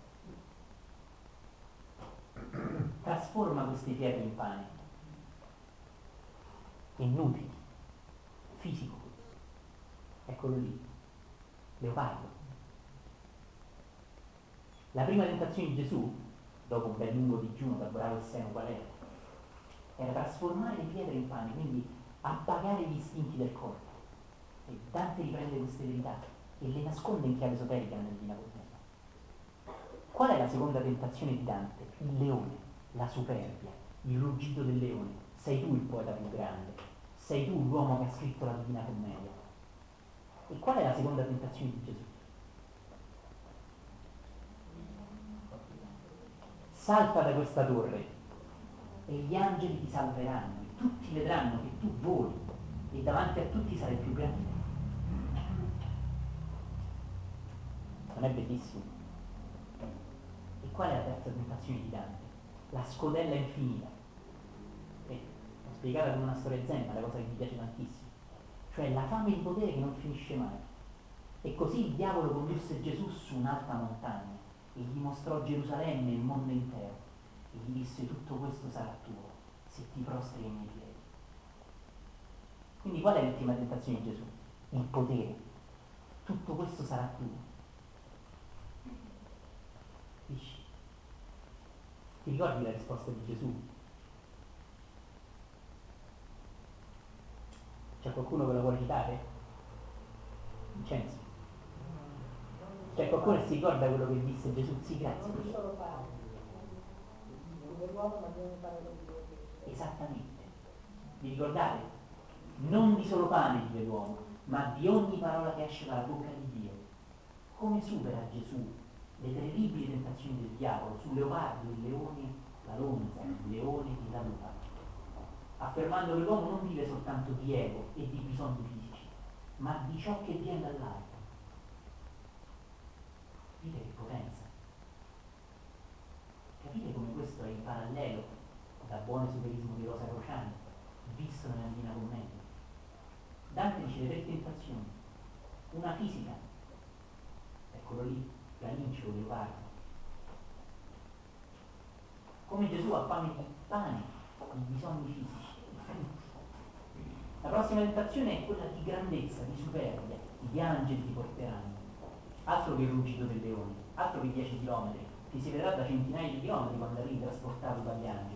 Trasforma queste pietre in pane e nutriti. Fisico. Eccolo lì. Leopardo. La prima tentazione di Gesù, dopo un bel lungo digiuno da bravo e seno qual era trasformare le pietre in pane, quindi appagare gli istinti del corpo. E Dante riprende queste verità e le nasconde in chiave esoterica nella Divina Commedia. Qual è la seconda tentazione di Dante? Il leone, la superbia, il ruggito del leone. Sei tu il poeta più grande, sei tu l'uomo che ha scritto la Divina Commedia. E qual è la seconda tentazione di Gesù? Salta da questa torre e gli angeli ti salveranno e tutti vedranno che tu voli e davanti a tutti sarai più grande. Non è bellissimo? E qual è la terza tentazione di Dante? La scodella infinita. L'ho spiegata come una storia zen, ma è la cosa che mi piace tantissimo. Cioè la fame di potere che non finisce mai. E così il diavolo condusse Gesù su un'alta montagna e gli mostrò Gerusalemme e il mondo intero. E gli disse: tutto questo sarà tuo se ti prostri ai miei piedi. Quindi qual è l'ultima tentazione di Gesù? Il potere. Tutto questo sarà tuo. Capisci? Ti ricordi la risposta di Gesù? C'è qualcuno che la vuole citare? Vincenzo? C'è qualcuno che si ricorda quello che disse Gesù? Sì, grazie. Non solo pane, dell'uomo ma di ogni parola di Dio. Esattamente. Vi ricordate? Non di solo pane vive l'uomo, ma di ogni parola che esce dalla bocca di Dio. Come supera Gesù le terribili tentazioni del diavolo sul leopardo, il leone, la lonza, il leone e la lupa? affermando che l'uomo non vive soltanto di ego e di bisogni fisici, ma di ciò che viene dall'alto. Capite che potenza? Capite come questo è in parallelo dal buon esoterismo di Rosa Crociani, visto nella Divina Commedia. Dante dice le tre tentazioni, una fisica, eccolo lì, la lince o leopardo. Come Gesù ha fame di pane, di bisogni fisici. La prossima tentazione è quella di grandezza, di superbia, gli angeli ti porteranno. Altro che il ruggito del leone, altro che 10 chilometri, ti si vedrà da centinaia di chilometri quando arrivi trasportato dagli angeli.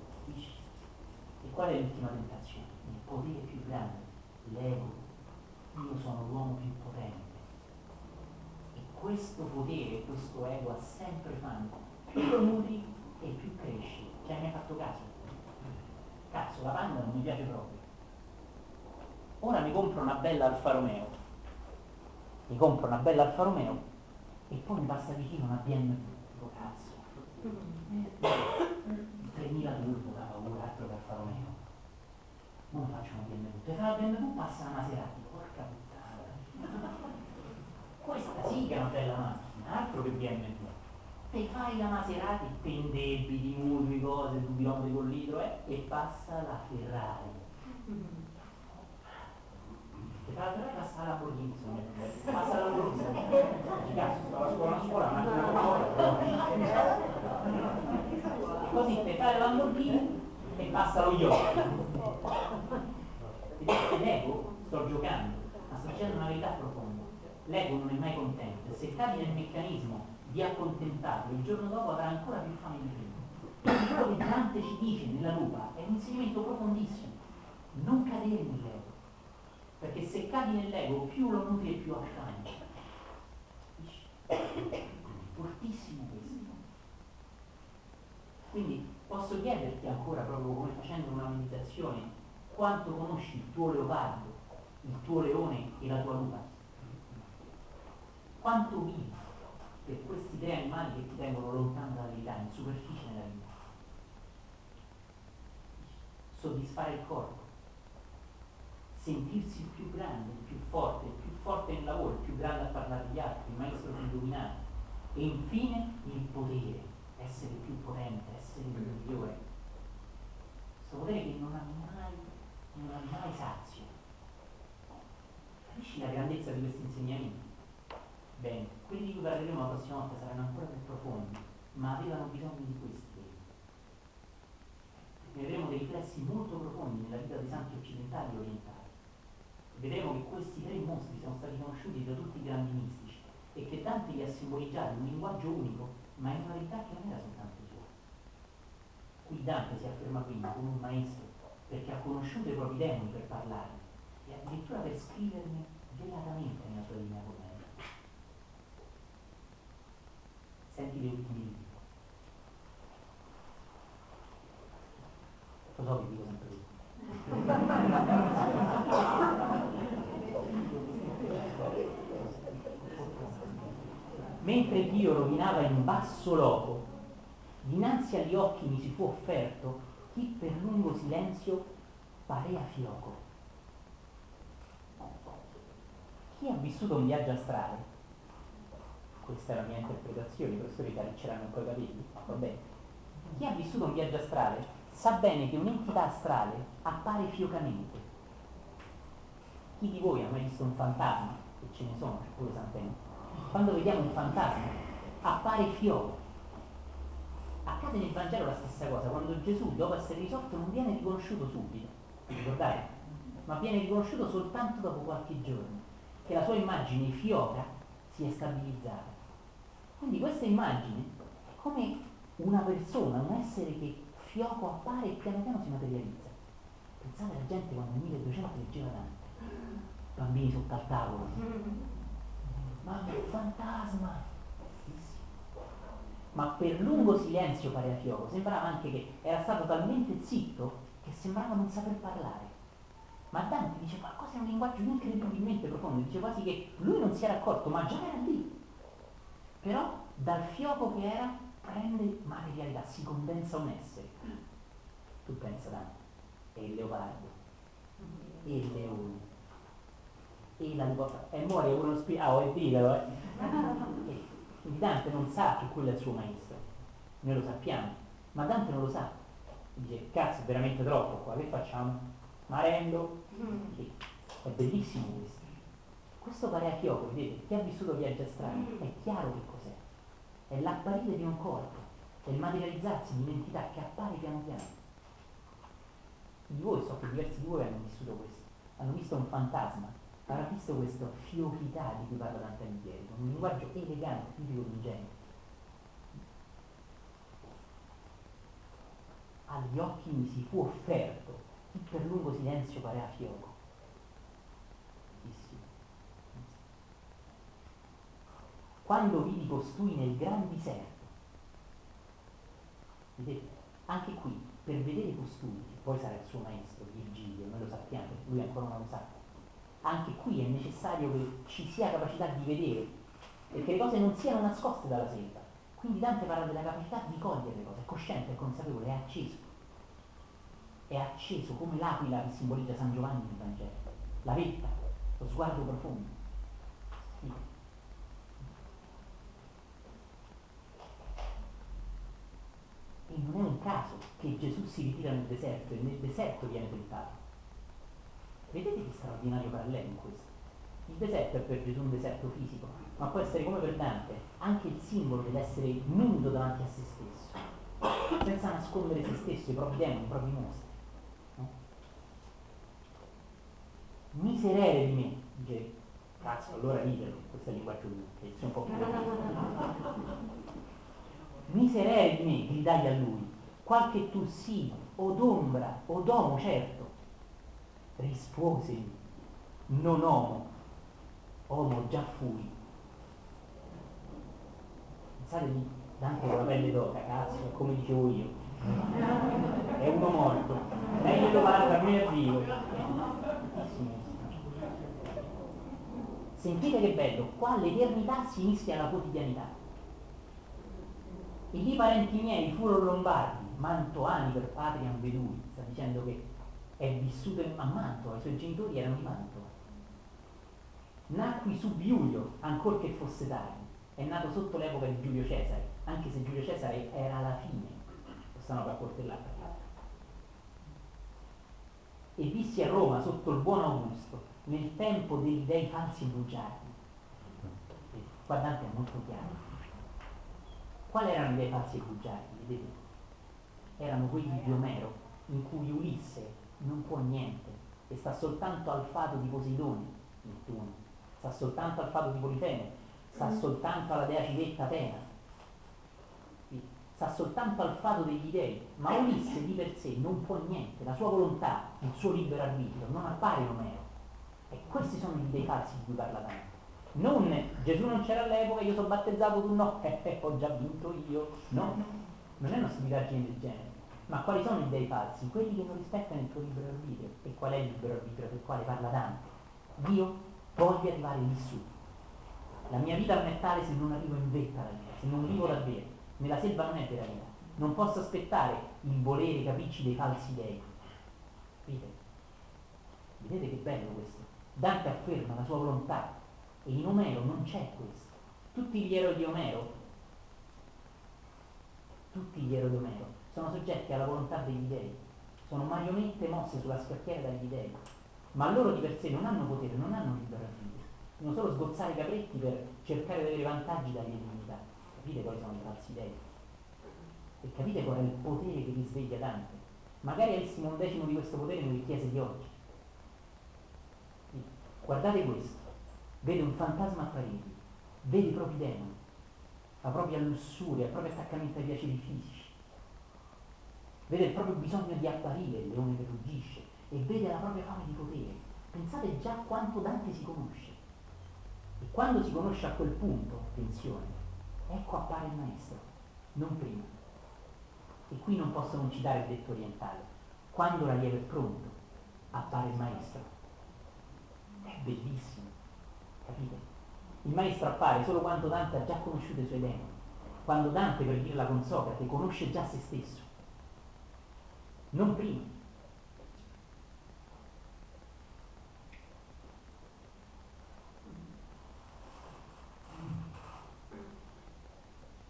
E qual è l'ultima tentazione? Il potere più grande, l'ego. Io sono l'uomo più potente. E questo potere, questo ego ha sempre fame. Più lo nutri e più cresci. Ci hai mai fatto caso? Cazzo, la Panda non mi piace proprio. Ora mi compro una bella Alfa Romeo. Mi compro una bella Alfa Romeo e poi mi passa vicino una BMW. Dico, cazzo. 3000 turbo, da paura, altro che Alfa Romeo. Non faccio una BMW. Per fare la BMW passa la Maserati. Porca puttana. Questa sì che è una bella macchina, altro che BMW. Te fai la Maserati, te indebiti, mutui, cose, 2 km con litro, e passa la Ferrari. Te fai la Ferrari, passa la Lamborghini, passa la Lamborghini. Cazzo, stavo a scuola, e così te fai la Lamborghini e passa lo yacht. Vedete, l'ego, sto giocando, ma sto dicendo una verità profonda. L'ego non è mai contento, se cadi nel meccanismo di accontentarlo, il giorno dopo avrà ancora più fame di prima. Quindi quello che Dante ci dice nella lupa è un insegnamento profondissimo. Non cadere nell'ego, perché se cadi nell'ego più lo nutri e più ha fame. Fortissimo questo. Quindi posso chiederti ancora, proprio come facendo una meditazione, quanto conosci il tuo leopardo, il tuo leone e la tua lupa? Quanto vivi per questi 3 animali che ti tengono lontano dalla verità, in superficie nella vita? Soddisfare il corpo, sentirsi il più grande, il più forte nel lavoro, il più grande a parlare agli altri, il maestro più illuminato. E infine il potere, essere più potente, essere il migliore. Questo potere che non ha mai sazio. Capisci la grandezza di questi insegnamenti? Bene, quelli di cui parleremo la prossima volta saranno ancora più profondi, ma avevano bisogno di questi. Vedremo dei riflessi molto profondi nella vita dei santi occidentali e orientali. Vedremo che questi 3 mostri sono stati conosciuti da tutti i grandi mistici e che Dante li ha simboleggiati in un linguaggio unico, ma in una verità che non era soltanto sua. Qui Dante si afferma quindi come un maestro perché ha conosciuto i propri demoni per parlarne e addirittura per scriverne velatamente nella sua Divina Commedia. Senti le ultime righe. Lo so che dico sempre Mentre Dio rovinava in basso loco, dinanzi agli occhi mi si fu offerto chi per lungo silenzio parea fioco. Chi ha vissuto un viaggio astrale, questa è la mia interpretazione, i professori carecceranno un po' i capelli, va bene. Chi ha vissuto un viaggio astrale sa bene che un'entità astrale appare fiocamente. Chi di voi ha mai visto un fantasma? E ce ne sono, c'è pure Sant'Enno. Quando vediamo un fantasma appare fioco. Accade nel Vangelo la stessa cosa, quando Gesù dopo essere risorto non viene riconosciuto subito, vi ricordate? Ma viene riconosciuto soltanto dopo qualche giorno, che la sua immagine fioca si è stabilizzata. Quindi questa immagine è come una persona, un essere che fioco appare e piano piano si materializza. Pensate alla gente quando nel 1200 leggeva Dante, bambini sotto al tavolo, mamma è un fantasma, ma per lungo silenzio parea fioco, sembrava anche che era stato talmente zitto che sembrava non saper parlare. Ma Dante dice qualcosa in un linguaggio incredibilmente profondo, dice quasi che lui non si era accorto, ma già era lì. Però dal fioco che era prende materialità, si condensa un essere. Tu pensa Dante, e il leopardo, e il leone, e la e muore uno e ditelo, E quindi Dante non sa che quello è il suo maestro, noi lo sappiamo, ma Dante non lo sa. Dice, cazzo, è veramente troppo qua, che facciamo? Marendo? Sì. È bellissimo questo. Questo pare a Chioco, vedete, chi ha vissuto viaggi astrali, è chiaro che cos'è. È l'apparire di un corpo, è il materializzarsi di un'entità che appare piano piano. Di voi, so che diversi di voi hanno vissuto questo, hanno visto un fantasma, hanno visto questa fiocità di cui parla Dante Alighieri, con un linguaggio elegante, tipico di un genio. Agli occhi mi si fu offerto, chi per lungo silenzio parea fioco. Bellissimo. Quando vidi costui nel gran diserto, vedete, anche qui, per vedere costui, che poi sarà il suo maestro, Virgilio, noi lo sappiamo, lui ancora non lo sa, anche qui è necessario che ci sia capacità di vedere, perché le cose non siano nascoste dalla selva. Quindi Dante parla della capacità di cogliere le cose, è cosciente, è consapevole, è acceso. È acceso come l'aquila che simbolizza San Giovanni nel Vangelo, la vetta, lo sguardo profondo. Sì. E non è un caso che Gesù si ritira nel deserto e nel deserto viene tentato. Vedete che straordinario parallelo in questo? Il deserto è per Gesù un deserto fisico, ma può essere come per Dante anche il simbolo dell'essere nudo davanti a se stesso, senza nascondere se stesso, i propri demoni, i propri mostri. Miserere di me, dice, cazzo, allora ditelo, questo è il linguaggio che è un po' più miserere di me, gridai a lui, qualche tu sì, o d'ombra, o d'uomo certo. Risposemi, non uomo già fui. Pensate di Dante con la pelle d'oca, cazzo, è come dicevo io. È uno morto, meglio lo parla per me è vivo. Sentite che bello, qua l'eternità si mischia alla quotidianità. E i parenti miei furono lombardi, mantoani per patria ambedui. Sta dicendo che è vissuto a Mantova, i suoi genitori erano di Mantova. Nacqui sub Iulio, ancor che fosse tardi. È nato sotto l'epoca di Giulio Cesare, anche se Giulio Cesare era alla fine. Stanno per coltellare. E vissi a Roma sotto il buon Augusto, nel tempo dei dei falsi e bugiardi. Qua Dante è molto chiaro. Quali erano i dei falsi e bugiardi? Vedete? Erano quelli di Omero, in cui Ulisse non può niente e sta soltanto al fato di Poseidone, Nettuno, sta soltanto al fato di Polifemo, sta soltanto alla dea civetta Atena, sta soltanto al fato degli dei, ma Ulisse di per sé non può niente, la sua volontà, il suo libero arbitrio non appare in Omero. E questi sono gli dei falsi di cui parla Dante. Non Gesù non c'era all'epoca, io sono battezzato, tu no, ho già vinto io. No, non è una stupidaggine del genere. Ma quali sono i dei falsi? Quelli che non rispettano il tuo libero arbitrio. E qual è il libero arbitrio del quale parla Dante? Io voglio arrivare lì su. La mia vita non è tale se non arrivo in vetta alla vita, se non vivo davvero. Nella selva non è vera vita. Non posso aspettare il volere, i capricci dei falsi dei. Vedete? Vedete che bello questo? Dante afferma la sua volontà e in Omero non c'è questo. Tutti gli eroi di Omero sono soggetti alla volontà degli dei, sono marionette mosse sulla scacchiera dagli dei, ma loro di per sé non hanno potere, non hanno libero arbitrio, devono solo sgozzare i capretti per cercare di avere vantaggi dalle divinità. Capite quali sono i falsi dei? E capite qual è il potere che risveglia Dante? Magari avessimo un decimo di questo potere nelle chiese di oggi. Guardate questo, vede un fantasma apparire, vede i propri demoni, la propria lussuria, il proprio attaccamento ai piaceri fisici, vede il proprio bisogno di apparire, il leone che ruggisce, e vede la propria fame di potere. Pensate già quanto Dante si conosce. E quando si conosce a quel punto, attenzione, ecco appare il maestro, non prima. E qui non posso non citare il detto orientale. Quando l'allievo è pronto, appare il maestro. È bellissimo, capite? Il maestro appare solo quando Dante ha già conosciuto i suoi demoni, quando Dante, per dirla con Socrate, conosce già se stesso, non prima.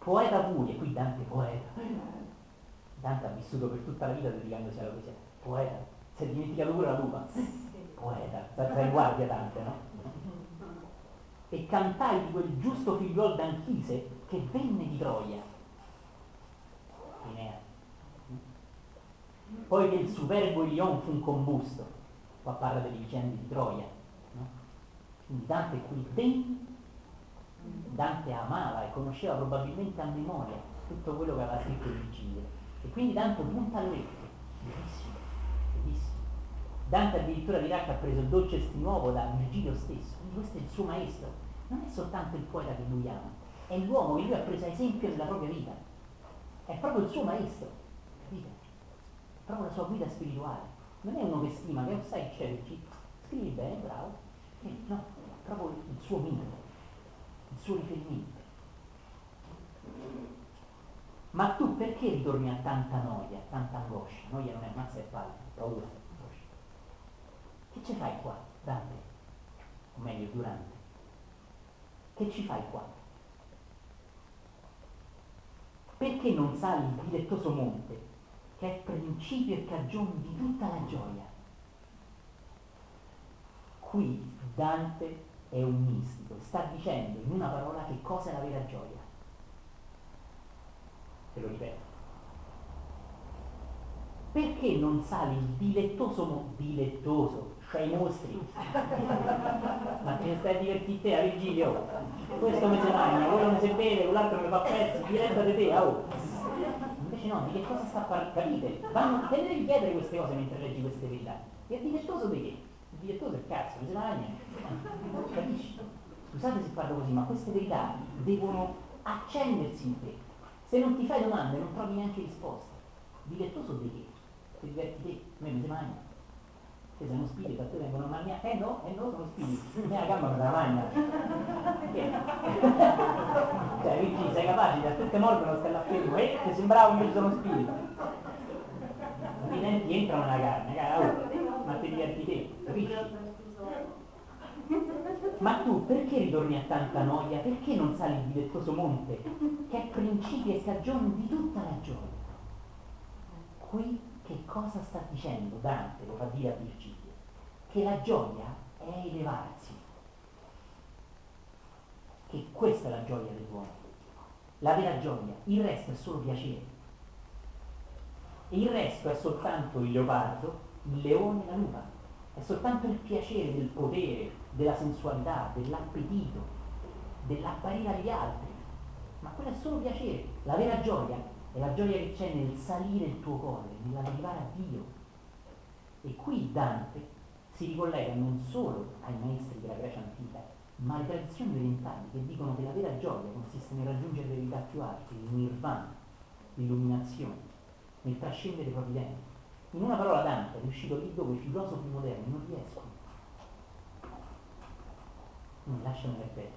poeta pure, qui Dante poeta. Dante ha vissuto per tutta la vita dedicandosi alla poesia. Poeta, si è dimenticato pure la lupa. Poeta, sta in guardia Dante, no? E cantai di quel giusto figliuol d'Anchise che venne di Troia. Enea. Poi che il superbo Ilion fu un combusto, qua parla delle vicende di Troia, no? Quindi Dante è qui dentro, Dante amava e conosceva probabilmente a memoria tutto quello che aveva scritto Virgilio, e quindi Dante punta all'orecchio, bellissimo, bellissimo. Dante addirittura dirà che ha preso il dolce nuovo da Virgilio stesso, quindi questo è il suo maestro, non è soltanto il poeta che lui ama, è l'uomo che lui ha preso a esempio nella propria vita, è proprio il suo maestro, capite? Proprio la sua guida spirituale, non è uno che stima, che sai c'è, scrivi bene, bravo, no, proprio il suo mito, il suo riferimento. Ma tu perché ritorni a tanta noia, a tanta angoscia? Noia non è mazza e palle, paura, angoscia. Che ci fai qua, Dante? O meglio, Durante? Che ci fai qua? Perché non sali il dilettoso monte, che è principio e cagione di tutta la gioia? Qui Dante è un mistico, sta dicendo in una parola che cosa è la vera gioia. Te lo ripeto. Perché non sali il dilettoso, cioè i mostri? Ma te ne stai a divertire te, a Virgilio? Questo mi si mangia, quello mi si beve, quell'altro mi fa pezzi, diretta di te, oh! Invece no, di che cosa sta parlando? Capite? Te ne devi chiedere queste cose mentre leggi queste verità. E il dilettoso di che? Il dilettoso è il cazzo, mi si mangia. Capisci? Scusate se parlo così, ma queste verità devono accendersi in te. Se non ti fai domande non trovi neanche risposte. Dilettoso di che? Ti diverti te, a me mi si mangia. Te sei uno spirito, a te vengono a mangiare. No, sono spirito. A me la gamba me la mangia. Perché? Cioè, Virgilio, sei capace, da tutte morte non stai là fermo, ti sembrava invece sono spirito. I denti entrano nella carne, ma ti diverti te, capisci? Ma tu perché ritorni a tanta noia? Perché non sali il dilettoso monte, che è principio e stagione di tutta la gioia? Qui che cosa sta dicendo Dante, lo fa dire a Virgilio? Che la gioia è elevarsi, che questa è la gioia dell'uomo, la vera gioia, il resto è solo piacere, e il resto è soltanto il leopardo, il leone e la lupa, è soltanto il piacere del potere, della sensualità, dell'appetito, dell'apparire agli altri, ma quello è solo piacere. La vera gioia è la gioia che c'è nel salire il tuo cuore, nell'arrivare a Dio. E qui Dante si ricollega non solo ai maestri della Grecia antica, ma alle tradizioni orientali che dicono che la vera gioia consiste nel raggiungere le verità più alte, il nirvana, l'illuminazione, nel trascendere i propri denti. In una parola Dante è riuscito lì dove i filosofi moderni non riescono. Non lasciami ripetere.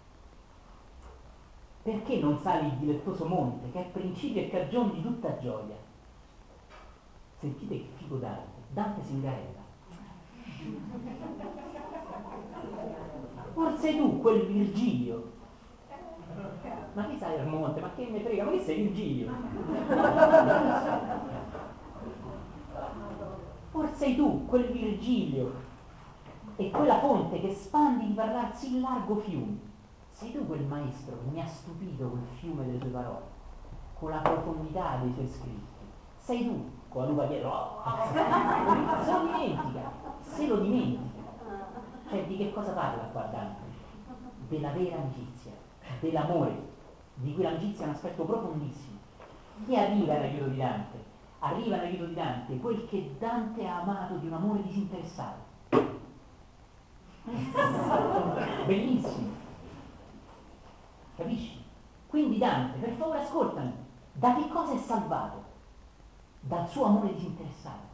Perché non sali il dilettoso monte, che è principio e cagione di tutta gioia? Sentite che figo Dante. Dante si ingarella. Forse tu, quel Virgilio. Ma chi sai al monte? Ma che me frega? Ma che sei Virgilio? Forse tu, quel Virgilio, e quella fonte che spandi di parlarsi il largo fiume. Sei tu quel maestro che mi ha stupito col fiume delle tue parole, con la profondità dei tuoi scritti. Sei tu, con la lupa dietro, se lo dimentica, se lo dimentica. Cioè di che cosa parla qua Dante? Della vera amicizia, dell'amore, di cui l'amicizia è un aspetto profondissimo. Chi arriva nell'aiuto di Dante? Arriva nell'aiuto di Dante quel che Dante ha amato di un amore disinteressato. Bellissimo. Capisci? Quindi Dante, per favore ascoltami, da che cosa è salvato? Dal suo amore disinteressato.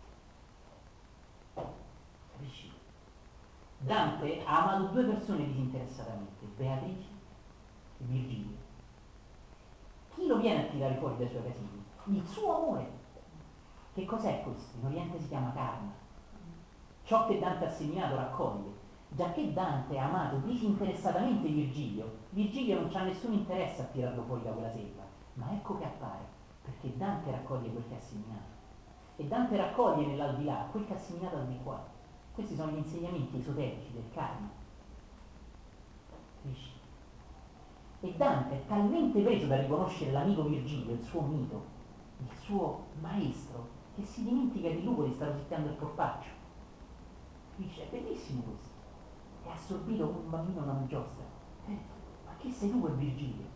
Capisci? Dante ha amato due persone disinteressatamente, Beatrice e Virgilio. Chi lo viene a tirare fuori dai suoi casini? Il suo amore. Che cos'è questo? In Oriente si chiama karma. Ciò che Dante ha seminato raccoglie. Giacché Dante ha amato disinteressatamente Virgilio, Virgilio non c'ha nessun interesse a tirarlo fuori da quella selva, ma ecco che appare, perché Dante raccoglie quel che ha seminato. E Dante raccoglie nell'aldilà quel che ha seminato al di qua. Questi sono gli insegnamenti esoterici del karma. Capisci? E Dante è talmente preso da riconoscere l'amico Virgilio, il suo mito, il suo maestro, che si dimentica di lui che sta rosicchiando il porpaccio. Capisci? È bellissimo questo. È assorbito come un bambino una giostra. Ma che sei tu quel Virgilio?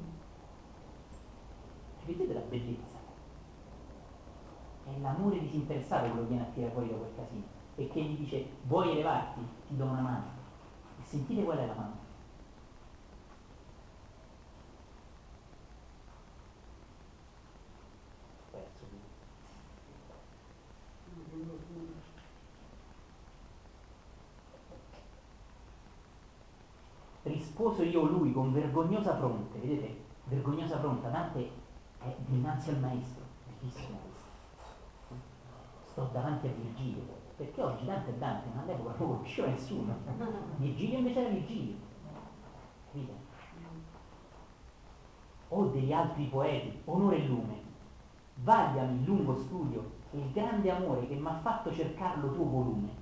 Vedete la bellezza? È l'amore disinteressato quello che viene a tirare fuori da quel casino e che gli dice vuoi elevarti? Ti do una mano. E sentite qual è la mano. Perso. Risposo io lui con vergognosa fronte, vedete? Vergognosa fronte, Dante è dinanzi al maestro, bellissimo questo. Sto davanti a Virgilio, perché oggi Dante è Dante, ma all'epoca non lo conosceva nessuno. Virgilio invece era Virgilio, capite? O degli altri poeti, onore e lume, vagliami il lungo studio e il grande amore che mi ha fatto cercarlo tuo volume.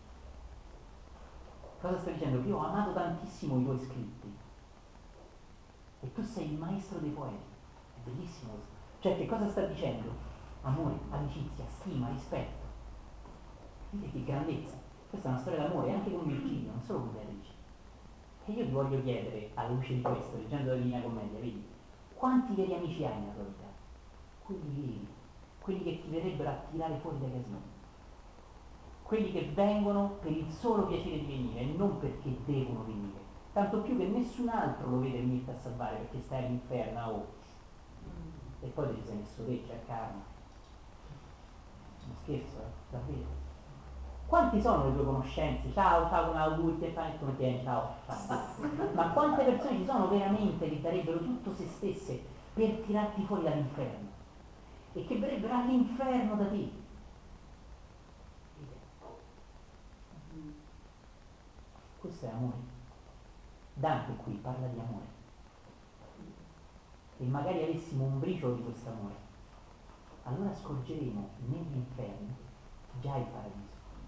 Cosa sta dicendo? Che io ho amato tantissimo i tuoi scritti e tu sei il maestro dei poeti. È bellissimo questo. Cioè, che cosa sta dicendo? Amore, amicizia, stima, rispetto. Vedete che grandezza. Questa è una storia d'amore anche con Virgilio, non solo con Beatrice. E io ti voglio chiedere, alla luce di questo, leggendo la Divina Commedia, vedi, quanti veri amici hai nella tua vita? Quelli veri, quelli che ti verrebbero a tirare fuori dai casini, quelli che vengono per il solo piacere di venire e non perché devono venire, tanto più che nessun altro lo vede venirti a salvare perché stai all'inferno, oh. E poi ti sei messo te, c'è karma. Non scherzo, davvero. Quanti sono le tue conoscenze? Ciao, ciao, come auguri, te fai, come tieni, ciao, ciao. Ma quante persone ci sono veramente che darebbero tutto se stesse per tirarti fuori dall'inferno? E che verrebbero all'inferno da te? Questo è amore. Dante qui parla di amore. E magari avessimo un briciolo di questo amore, allora scorgeremo nell'inferno già il paradiso.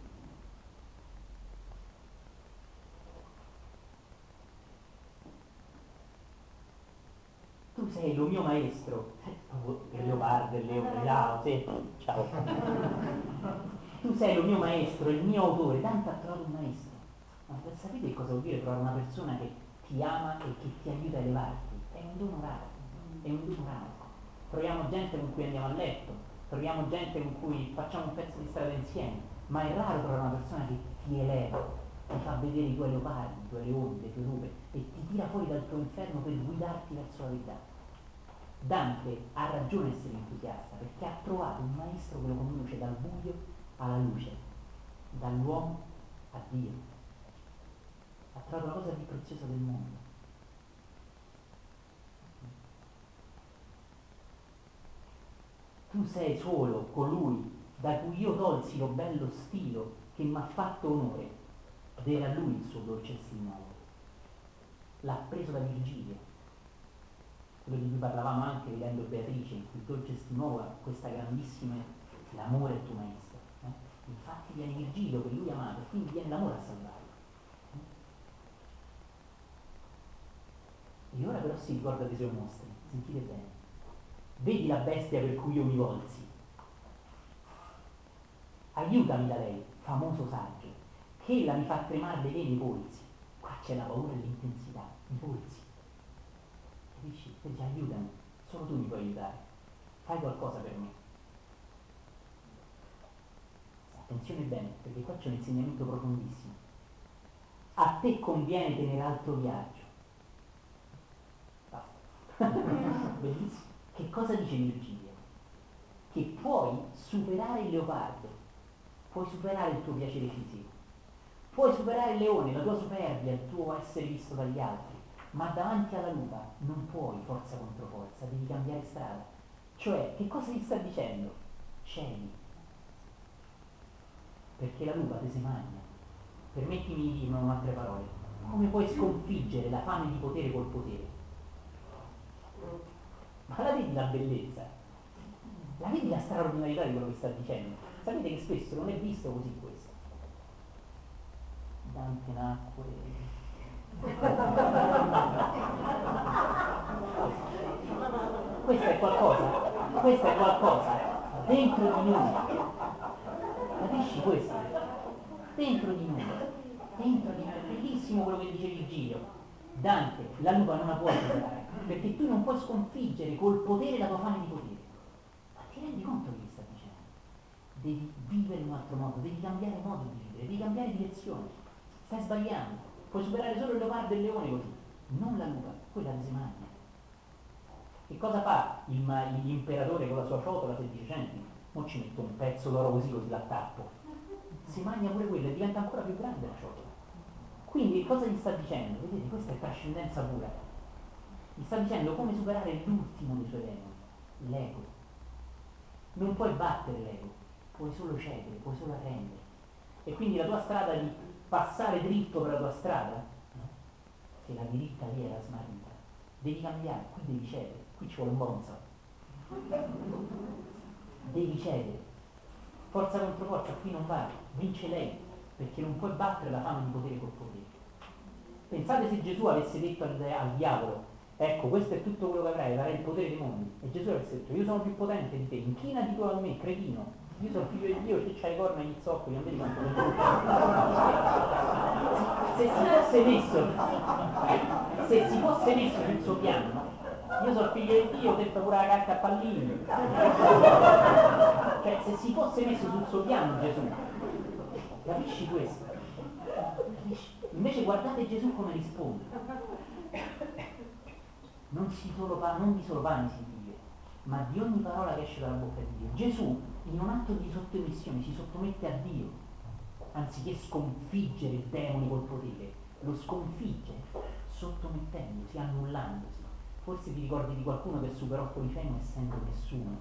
Tu sei lo mio maestro. Il leopardo, il leone, ciao, sì, ciao. Tu sei lo mio maestro, il mio autore. Dante ha trovato un maestro. Ma sapete cosa vuol dire trovare una persona che ti ama e che ti aiuta a elevarti? È un dono raro, è un dono raro. Troviamo gente con cui andiamo a letto, troviamo gente con cui facciamo un pezzo di strada insieme, ma è raro trovare una persona che ti eleva, ti fa vedere i tuoi leopardi, i tuoi leoni, le tue rupe e ti tira fuori dal tuo inferno per guidarti verso la verità. Dante ha ragione a essere entusiasta perché ha trovato un maestro che lo conduce dal buio alla luce, dall'uomo a Dio. Ha trovato la cosa più preziosa del mondo. Tu sei solo colui da cui io tolsi lo bello stilo che mi ha fatto onore ed era lui il suo dolce stimato. L'ha preso da Virgilio, quello di cui parlavamo anche vedendo Beatrice, in cui il dolce stimò questa grandissima l'amore è tuo maestro. Infatti viene Virgilio che lui ha amato, quindi viene l'amore a salvarlo. E ora però si ricorda dei suoi mostri, sentite bene. Vedi la bestia per cui io mi volsi. Aiutami da lei, famoso saggio, che ella mi fa tremare le vene i polsi. Qua c'è la paura e l'intensità, i polsi. Capisci? E dice aiutami, solo tu mi puoi aiutare. Fai qualcosa per me. Attenzione bene, perché qua c'è un insegnamento profondissimo. A te conviene tenere alto viaggio. Basta. Bellissimo. Che cosa dice Virgilio? Che puoi superare il leopardo, puoi superare il tuo piacere fisico, puoi superare il leone, la tua superbia, il tuo essere visto dagli altri, ma davanti alla lupa non puoi forza contro forza, devi cambiare strada. Cioè, che cosa ti sta dicendo? Scegli, perché la lupa ti si mangia. permettimi di dirlo in altre parole, come puoi sconfiggere la fame di potere col potere? Ma la vedi la bellezza? La vedi la straordinarietà di quello che sta dicendo? Sapete che spesso non è visto così questo. Dante nacque. Questo è qualcosa dentro di noi. Capisci questo? Dentro di noi. È bellissimo quello che dice Virgilio. Dante, la lupa non la puoi superare, perché tu non puoi sconfiggere col potere la tua fame di potere. Ma ti rendi conto che sta dicendo? Devi vivere in un altro modo, devi cambiare modo di vivere, devi cambiare direzione. Stai sbagliando, puoi superare solo il leopardo e il leone così, non la lupa, quella si mangia. Che cosa fa l'imperatore con la sua ciotola se dice, senti, mo ci metto un pezzo d'oro così la tappo? Si mangia pure quella e diventa ancora più grande la ciotola. Quindi cosa gli sta dicendo? Vedete, questa è trascendenza pura. Gli sta dicendo come superare l'ultimo dei suoi demoni, l'ego. Non puoi battere l'ego, puoi solo cedere, puoi solo arrendere. E quindi la tua strada di passare dritto per la tua strada, no? Che la diritta lì è la smarrita. Devi cambiare, qui devi cedere, qui ci vuole un bonzo. Devi cedere. Forza contro forza, qui non va, vince lei, perché non puoi battere la fame di potere col potere. Pensate se Gesù avesse detto al diavolo, ecco, questo è tutto quello che avrai il potere dei mondi, e Gesù avesse detto, io sono più potente di te, inchinati tu a me, cretino, io sono figlio di Dio, se c'hai le corna e gli zoccoli, non vedi quanto se si fosse messo nel suo piano, io sono figlio di Dio, te fai pure la cacca a pallini. Cioè, se si fosse messo sul suo piano Gesù, capisci questo? Invece guardate Gesù come risponde. Non di solo pane si vive, ma di ogni parola che esce dalla bocca di Dio. Gesù, in un atto di sottomissione, si sottomette a Dio, anziché sconfiggere il demone col potere, lo sconfigge sottomettendosi, annullandosi. Forse vi ricordi di qualcuno che superò Polifemo essendo nessuno.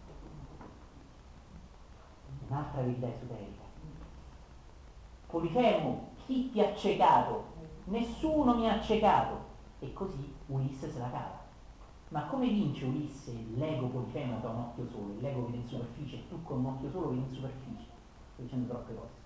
Un'altra verità esoterica. Polifemo, chi ti ha ciecato? Nessuno mi ha ciecato. E così Ulisse se la cava. Ma come vince Ulisse l'ego Polifemo che ha un occhio solo? L'ego vede in superficie e tu con un occhio solo vedi in superficie. Sto dicendo troppe cose,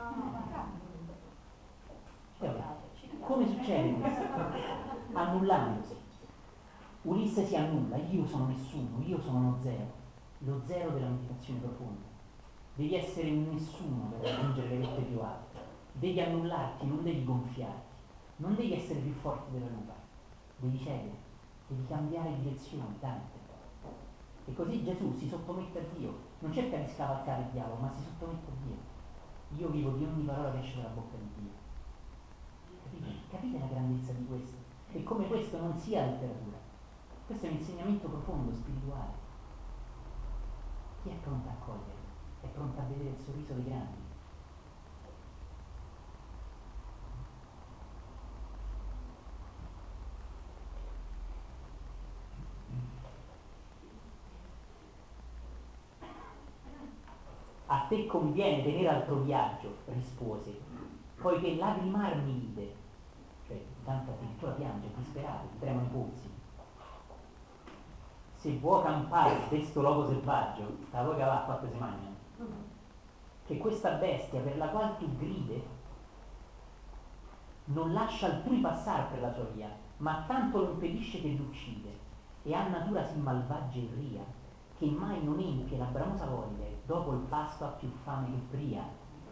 scusate. Come succede questo? Annullandosi. Ulisse si annulla, io sono nessuno, io sono lo zero della meditazione profonda. Devi essere un nessuno per raggiungere le vette più alte. Devi annullarti, non devi gonfiarti, non devi essere più forte della lupa, devi cedere, devi cambiare direzione, Dante. E così Gesù si sottomette a Dio, non cerca di scavalcare il diavolo, ma si sottomette a Dio. Io vivo di ogni parola che esce dalla bocca di Dio. Capite la grandezza di questo? E come questo non sia letteratura. Questo è un insegnamento profondo, spirituale. Chi è pronto a cogliere? È pronto a vedere il sorriso dei grandi? A te conviene tenere altro viaggio, rispose, poiché lagrimar mi vide. Cioè, tanto addirittura piange, disperato, gli tremano i polsi. Se vuoi campare questo loco selvaggio, la vuoi cavare, quattro si mangia. Che questa bestia per la quale tu gride non lascia altrui passare per la sua via, ma tanto lo impedisce che l'uccide, e ha natura sì malvagia e ria, che mai non empie la bramosa voglia, dopo il pasto ha più fame che bria.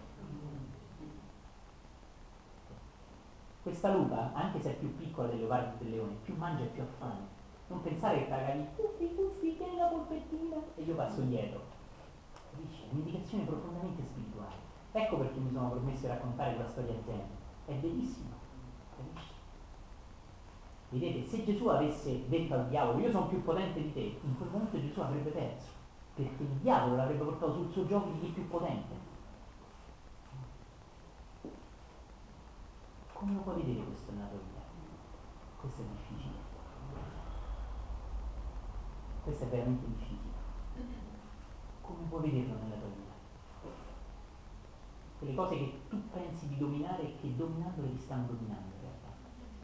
Questa lupa, anche se è più piccola del leopardo e del leone, più mangia e più ha fame. Non pensare che paghi puffi, tieni la polpettina e io passo dietro. Capisci? Un'indicazione profondamente spirituale. Ecco perché mi sono permesso di raccontare quella storia zen. È bellissima. Capisci? Vedete, se Gesù avesse detto al diavolo io sono più potente di te, in quel momento Gesù avrebbe perso, perché il diavolo l'avrebbe portato sul suo gioco di chi è più potente. Come lo puoi vedere questo nella tua vita? Questo è difficile. Questo è veramente difficile. Come puoi vederlo nella tua vita? quelle cose che tu pensi di dominare e che dominandole ti stanno dominando in realtà.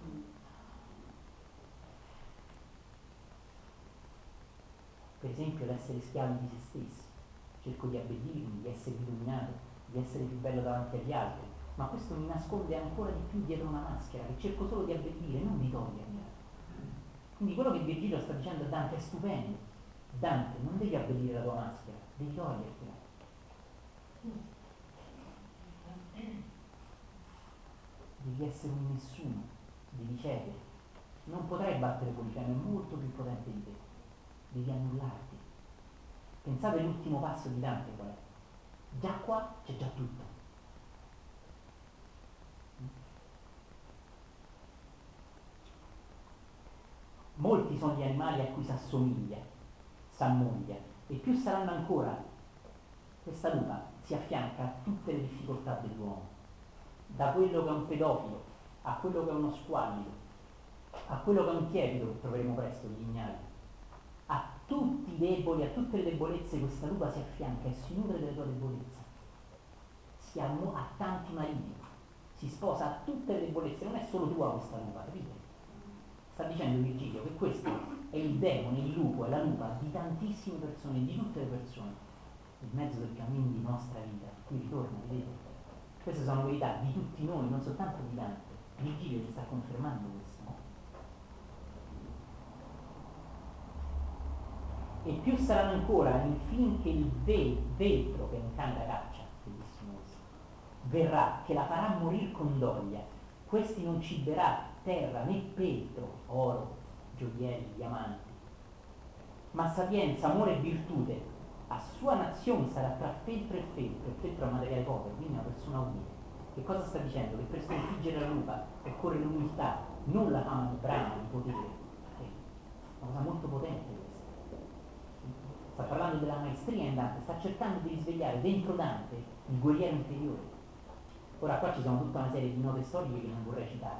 Per esempio l'essere schiavi di se stessi, cerco di abbellirmi, di essere dominato, di essere più bello davanti agli altri, ma questo mi nasconde ancora di più dietro una maschera che cerco solo di abbellire, non di togliermi. Quindi quello che Virgilio sta dicendo a Dante è stupendo. Dante, non devi abbellire la tua maschera, devi togliertela. Devi essere un nessuno, devi cedere. Non potrai battere Polifemo, è molto più potente di te. Devi annullarti. Pensate all'ultimo passo di Dante qual è? Già qua c'è già tutto. Molti sono gli animali a cui s'ammuglia, e più saranno ancora. Questa lupa si affianca a tutte le difficoltà dell'uomo, da quello che è un pedofilo, a quello che è uno squallido, a quello che è un tiepido, che troveremo presto, gli ignari. A tutti i deboli, a tutte le debolezze questa lupa si affianca e si nutre delle tue debolezze. Ha tanti mariti, si sposa a tutte le debolezze, non è solo tua questa lupa, capite? Sta dicendo Virgilio che questo è il demone, il lupo, è la lupa di tantissime persone, di tutte le persone, in mezzo del cammino di nostra vita. Qui ritorna, vedete? Queste sono verità di tutti noi, non soltanto di Dante. Virgilio ci sta confermando questo. E più saranno ancora, infine il vetro che un cane da caccia, bellissimo questo, verrà, che la farà morire con doglia. Questi non ciberà terra né petro, oro, gioielli, diamanti, ma sapienza, amore e virtute. A sua nazione sarà tra feltro e feltro. Il feltro è un materiale povero, quindi è una persona umile. Che cosa sta dicendo? Che per sconfiggere la lupa occorre l'umiltà, non la fama di brama, di potere. È una cosa molto potente questa. Sta parlando della maestria in Dante, sta cercando di risvegliare dentro Dante il guerriero interiore. Ora qua ci sono tutta una serie di note storiche che non vorrei citare.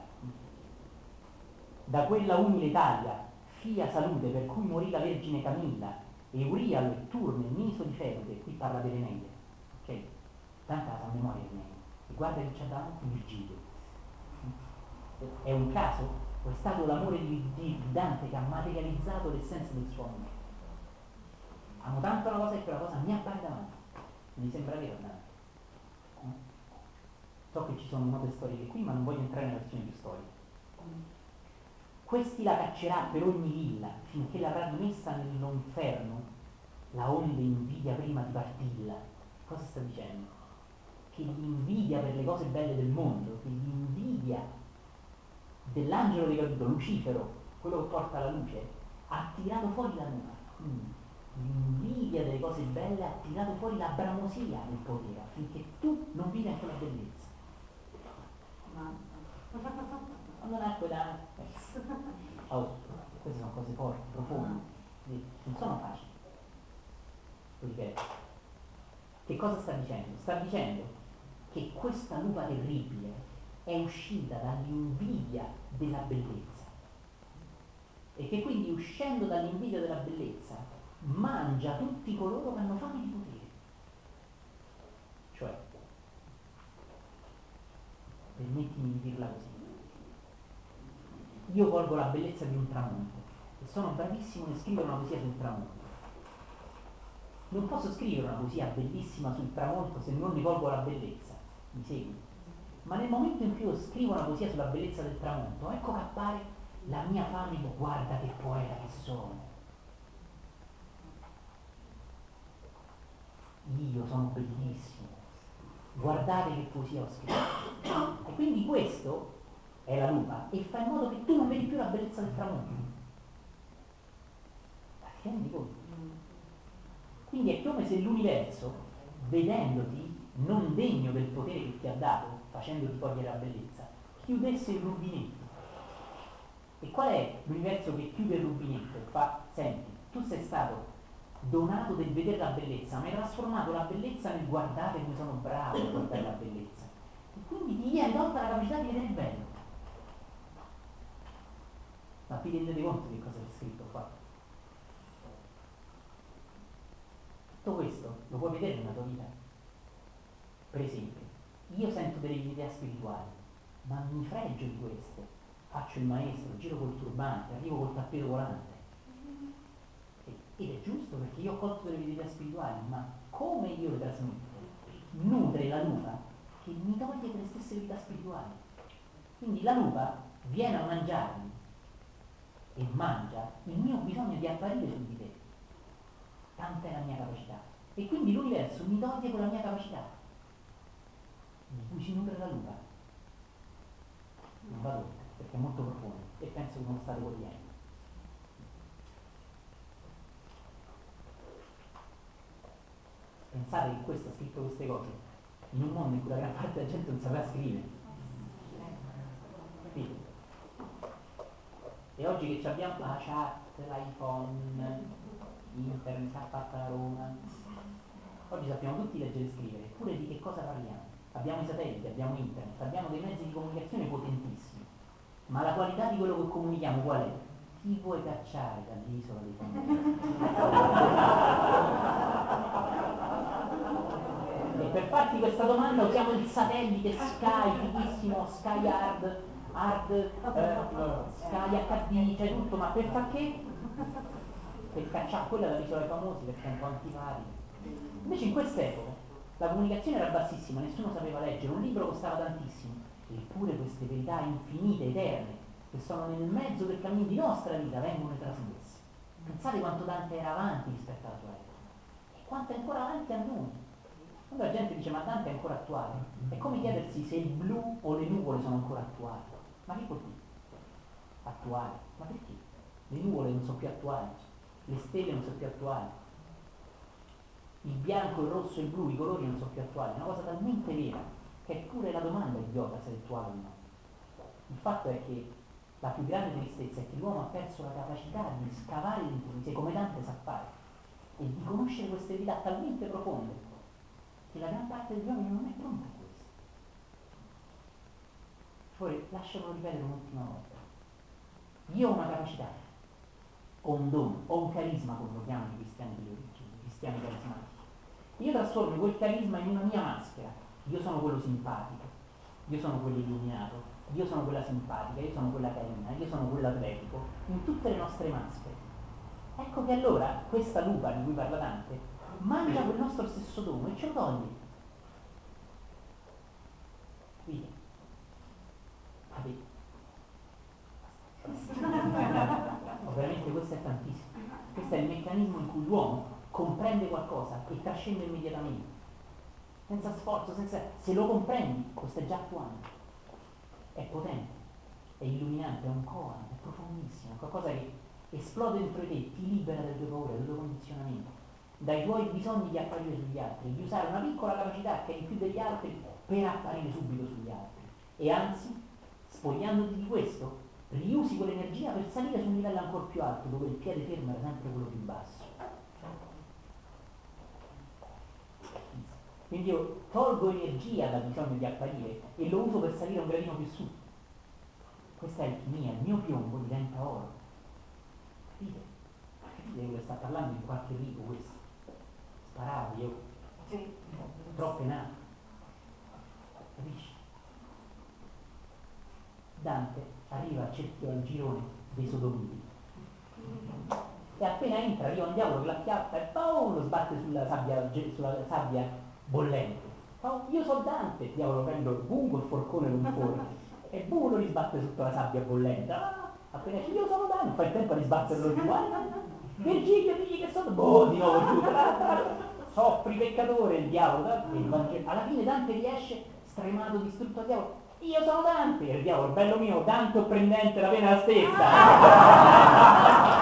Da quella umile taglia, fia salute per cui morì la Vergine Camilla, Eurialo e Turno e Niso di Feude, qui parla dell'Eneide, ok? Tanta la sa memoria Eneide, e guarda che c'è davanti Virgilio. È un caso? O è stato l'amore di Dante che ha materializzato l'essenza del suo amore? Amo tanto una cosa che quella cosa mi appare davanti. Mi sembra vero Dante. So che ci sono note storiche qui, ma non voglio entrare nella versione più storica. Questi la caccerà per ogni villa, finché l'avrà messa nell'inferno, la onde invidia prima di partilla. Cosa sta dicendo? Che l'invidia per le cose belle del mondo, che l'invidia dell'angelo decaduto, Lucifero, quello che porta la luce, ha tirato fuori la lupa. L'invidia delle cose belle ha tirato fuori la bramosia del potere, affinché tu non vivi anche la bellezza. Quando nacque da... Oh, queste sono cose forti, profonde, non sono facili. Lo ripeto. Che cosa sta dicendo? Sta dicendo che questa lupa terribile è uscita dall'invidia della bellezza e che quindi uscendo dall'invidia della bellezza mangia tutti coloro che hanno fame di potere. Cioè, permettimi di dirla così, io colgo la bellezza di un tramonto e sono bravissimo nel scrivere una poesia sul tramonto. Non posso scrivere una poesia bellissima sul tramonto se non ne colgo la bellezza, mi segui? Ma nel momento in cui io scrivo una poesia sulla bellezza del tramonto, ecco che appare la mia fame di guarda che poeta che sono. Io sono bellissimo, guardate che poesia ho scritto. E quindi questo è la lupa e fa in modo che tu non vedi più la bellezza del tramonto. Ma ti rendi conto? Quindi è come se l'universo, vedendoti non degno del potere che ti ha dato, facendoti cogliere la bellezza, chiudesse il rubinetto. E qual è l'universo che chiude il rubinetto? Fa, senti, tu sei stato donato del vedere la bellezza, ma hai trasformato la bellezza nel guardare come sono bravo a guardare la bellezza. E quindi ti viene tolta la capacità di vedere il bello. Ma vi rendete conto di cosa c'è scritto qua? Tutto questo lo puoi vedere nella tua vita. Per esempio, io sento delle idee spirituali, ma mi fregio di queste, faccio il maestro, giro col turbante, arrivo col tappeto volante. Ed è giusto perché io ho colto delle idee spirituali, ma come io le trasmetto? Nutre la lupa che mi toglie quelle stesse verità spirituali. Quindi la lupa viene a mangiarmi e mangia il mio bisogno di apparire su di te. Tanta è la mia capacità. E quindi l'universo mi toglie quella mia capacità, di cui si nutre la lupa. Non vado oltre, perché è molto profondo e penso che non state cogliendo. Pensate che questo ha scritto queste cose in un mondo in cui la gran parte della gente non sapeva scrivere. Capito? E oggi che abbiamo la chat, l'iPhone, internet, fatta la Roma, oggi sappiamo tutti leggere e scrivere, eppure di che cosa parliamo? Abbiamo i satelliti, abbiamo internet, abbiamo dei mezzi di comunicazione potentissimi, ma la qualità di quello che comunichiamo qual è? Chi vuoi cacciare dall'isola dei famosi? E per farti questa domanda usiamo il satellite Sky, fighissimo, Sky Hard, Sky HD, cioè tutto, ma per far che? Per cacciare quella dall'isola dei famosi, perché è un po' antipatico. Invece in quest'epoca la comunicazione era bassissima, nessuno sapeva leggere, un libro costava tantissimo, eppure queste verità infinite, eterne, che sono nel mezzo del cammino di nostra vita, vengono trasmesse. Pensate quanto Dante era avanti rispetto alla sua epoca e quanto è ancora avanti a noi. Quando la gente dice ma Dante è ancora attuale, è come chiedersi se il blu o le nuvole sono ancora attuali. Ma che vuol dire? Attuali? Ma perché? Le nuvole non sono più attuali, le stelle non sono più attuali, il bianco, il rosso e il blu, i colori non sono più attuali. È una cosa talmente vera che è pure la domanda idiota se è attuale o no. Il fatto è che la più grande tristezza è che l'uomo ha perso la capacità di scavare dentro di sé, come Dante sa fare, e di conoscere queste verità talmente profonde che la gran parte degli uomini non è pronta a questo. Poi lasciamelo ripetere un'ultima volta. Io ho una capacità, ho un dono, ho un carisma, come lo chiamano i cristiani di origine, i cristiani carismatici. Io trasformo quel carisma in una mia maschera. Io sono quello simpatico, io sono quello illuminato, io sono quella simpatica, io sono quella carina, io sono quello atletico, in tutte le nostre maschere. Ecco che allora questa lupa di cui parla Dante mangia quel nostro stesso dono e ce lo toglie. Capite? Capite? Veramente questo è tantissimo. Questo è il meccanismo in cui l'uomo comprende qualcosa e trascende immediatamente. Senza sforzo, se lo comprendi, lo stai già attuando. È potente, è illuminante, è un koan, è profondissimo, è qualcosa che esplode dentro di te, ti libera dalle tue paure, dal tuo condizionamento, dai tuoi bisogni di apparire sugli altri, di usare una piccola capacità che hai in più degli altri per apparire subito sugli altri. E anzi, spogliandoti di questo, riusi quell'energia per salire su un livello ancora più alto, dove il piede fermo era sempre quello più basso. Quindi io tolgo energia dal bisogno di apparire e lo uso per salire un gradino più su. Questa è alchimia, il mio piombo diventa oro. Capite? Capite di quello che sta parlando in qualche rito questo? Sparavo io. Sì. Troppo in alto. Capisci? Dante arriva al girone dei sodomiti. E appena entra arriva un diavolo che la chiappa e lo sbatte sulla sabbia bollente. Io so Dante, il diavolo prende il bungo, il forcone lo inforna e lo risbatte sotto la sabbia bollente. Appena dice io sono Dante, fa il tempo a risbatterlo giù. Virgilio, digli che sono, di nuovo giù. Soffri peccatore, il diavolo. Alla fine Dante riesce, stremato, distrutto al diavolo. Io sono Dante, e il diavolo, bello mio, Dante o prendente, la pena è la stessa.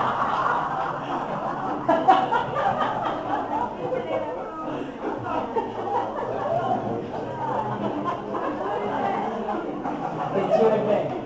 Attenzione bene.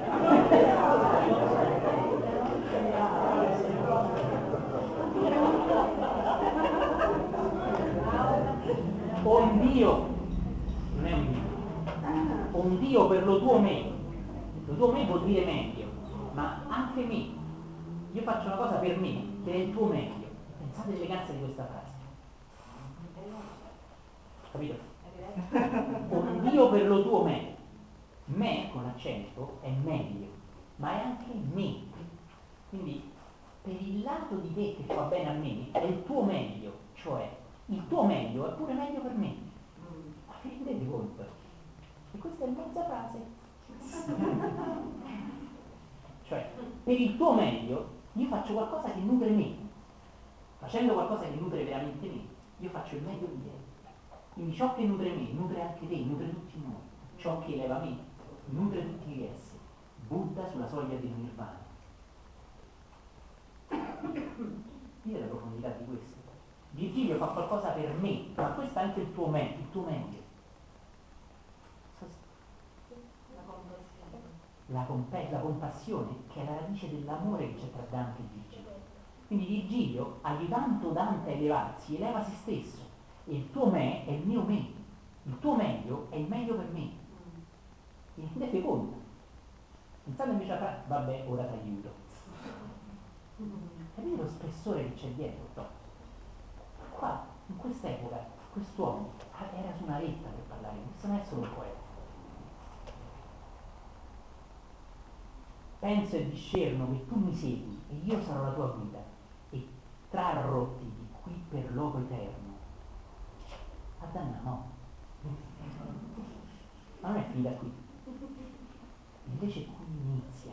Un Dio, non è un Dio, un Dio per lo tuo me. Lo tuo me vuol dire meglio, ma anche me. Io faccio una cosa per me, per il tuo meglio. Pensate all'eleganza di questa frase. Capito? Un Dio per lo tuo me. Me, con accento, è meglio, ma è anche me. Quindi, per il lato di te che fa bene a me, è il tuo meglio, cioè il tuo meglio è pure meglio per me. Ma vi rendete conto? E questa è mezza frase. Cioè, per il tuo meglio, io faccio qualcosa che nutre me. Facendo qualcosa che nutre veramente me, io faccio il meglio di te. Quindi ciò che nutre me, nutre anche te, nutre tutti noi. Ciò che eleva me, nutre tutti gli esseri. Buddha sulla soglia del nirvana. Dite la profondità di questo. Virgilio fa qualcosa per me, ma questo è anche il tuo meglio. La compassione, che è la radice dell'amore che c'è tra Dante e Virgilio. Quindi Virgilio, aiutando Dante a elevarsi, eleva se stesso. E il tuo me è il mio me. Il tuo meglio è il meglio per me. Vi rendete conto? Pensate invece a vabbè, ora ti aiuto. Capite lo spessore che c'è dietro? No. Qua, in quest'epoca, quest'uomo era su una vetta per parlare, questo non è solo un poeta. Penso e discerno che tu mi segui e io sarò la tua guida e trarroti di qui per loco eterno. Addanna no. Ma non è finita qui. Invece qui inizia.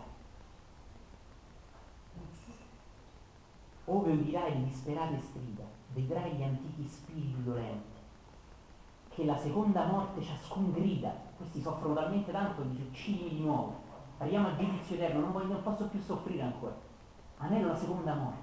Ove udirai le disperate strida, vedrai gli antichi spiriti dolenti, che la seconda morte ciascun grida. Questi soffrono talmente tanto che dice uccidimi di nuovo. Arriviamo al giudizio eterno, non posso più soffrire ancora. Anello la seconda morte.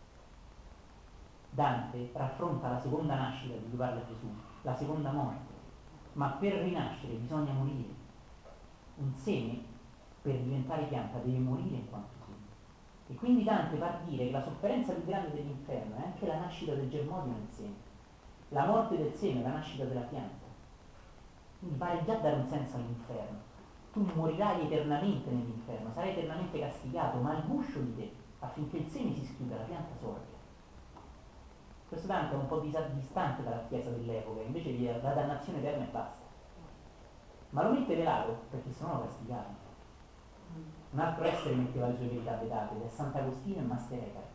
Dante raffronta la seconda nascita di cui parla Gesù, la seconda morte. Ma per rinascere bisogna morire. Un seme, per diventare pianta, deve morire in quanto seme. E quindi Dante va a dire che la sofferenza più grande dell'inferno è anche la nascita del germoglio nel seme. La morte del seme è la nascita della pianta. Quindi pare già dare un senso all'inferno. Tu morirai eternamente nell'inferno, sarai eternamente castigato, ma al guscio di te, affinché il seme si schiuda, la pianta sorga. Questo Dante è un po' distante dalla Chiesa dell'epoca, invece di la dannazione eterna e basta. Ma lo mette velato perché sennò lo castigavano. Un altro essere metteva le sue verità vedate, ed è Sant'Agostino e Master Eckhart.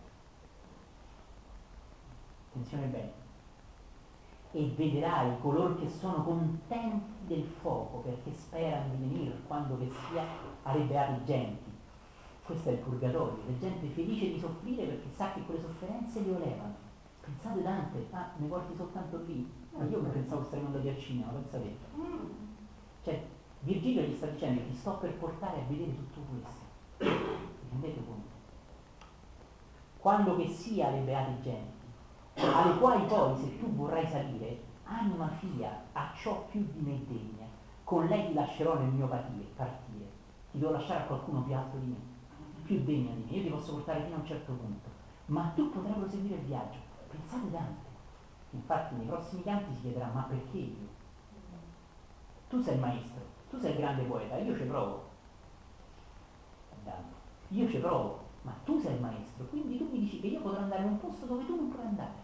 Attenzione bene. E vedrai coloro che sono contenti del fuoco perché sperano di venire quando che sia alle beate genti. Questo è il purgatorio, la gente felice di soffrire perché sa che quelle sofferenze le elevano. Pensate Dante, mi porti soltanto lì? Ma io pensavo saremmo andati al cinema, pensate. Cioè, Virgilio gli sta dicendo ti sto per portare a vedere tutto questo. Vi rendete conto? Quando che sia le beate genti, alle quali poi se tu vorrai salire, anima fia, a ciò più di me degna, con lei ti lascerò nel mio partire, ti devo lasciare a qualcuno più alto di me, più degna di me, io ti posso portare fino a un certo punto, ma tu potrai proseguire il viaggio. Pensate Dante, infatti nei prossimi canti si chiederà ma perché io? Tu sei il maestro, tu sei il grande poeta, io ci provo, Dante, io ci provo, ma tu sei il maestro, quindi tu mi dici che io potrò andare in un posto dove tu non puoi andare.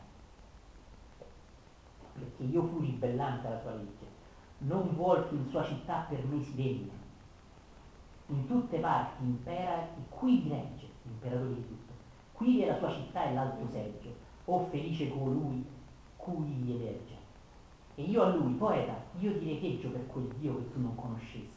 Perché io fui ribellante alla sua legge, non vuol che in sua città per me si regna. In tutte parti impera e qui vi regge, l'imperatore di tutto. Qui è la sua città e l'alto seggio, o felice colui cui gli elegge. E io a lui, poeta, io ti richeggio per quel Dio che tu non conoscesti.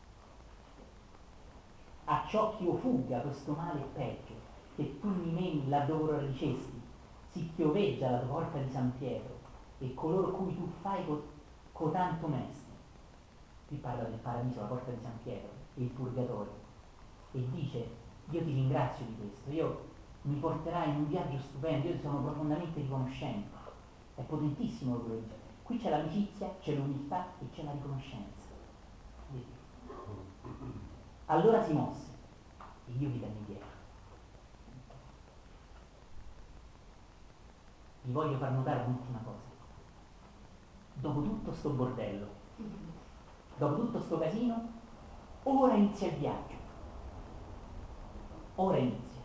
A ciò che io fugga questo male peggio, che tu mi meni laddove lo dicesti, sicchioveggia la tua porta di San Pietro, e coloro cui tu fai cotanto mesti. Qui parla del paradiso, la porta di San Pietro, e il purgatorio, e dice, io ti ringrazio di questo, io mi porterai in un viaggio stupendo, io ti sono profondamente riconoscente. È potentissimo quello che dice. Qui c'è l'amicizia, c'è l'umiltà e c'è la riconoscenza. Allora si mosse e io vi danni dietro. Vi voglio far notare un'ultima cosa. Dopo tutto sto bordello, dopo tutto sto casino, ora inizia il viaggio. Ora inizia.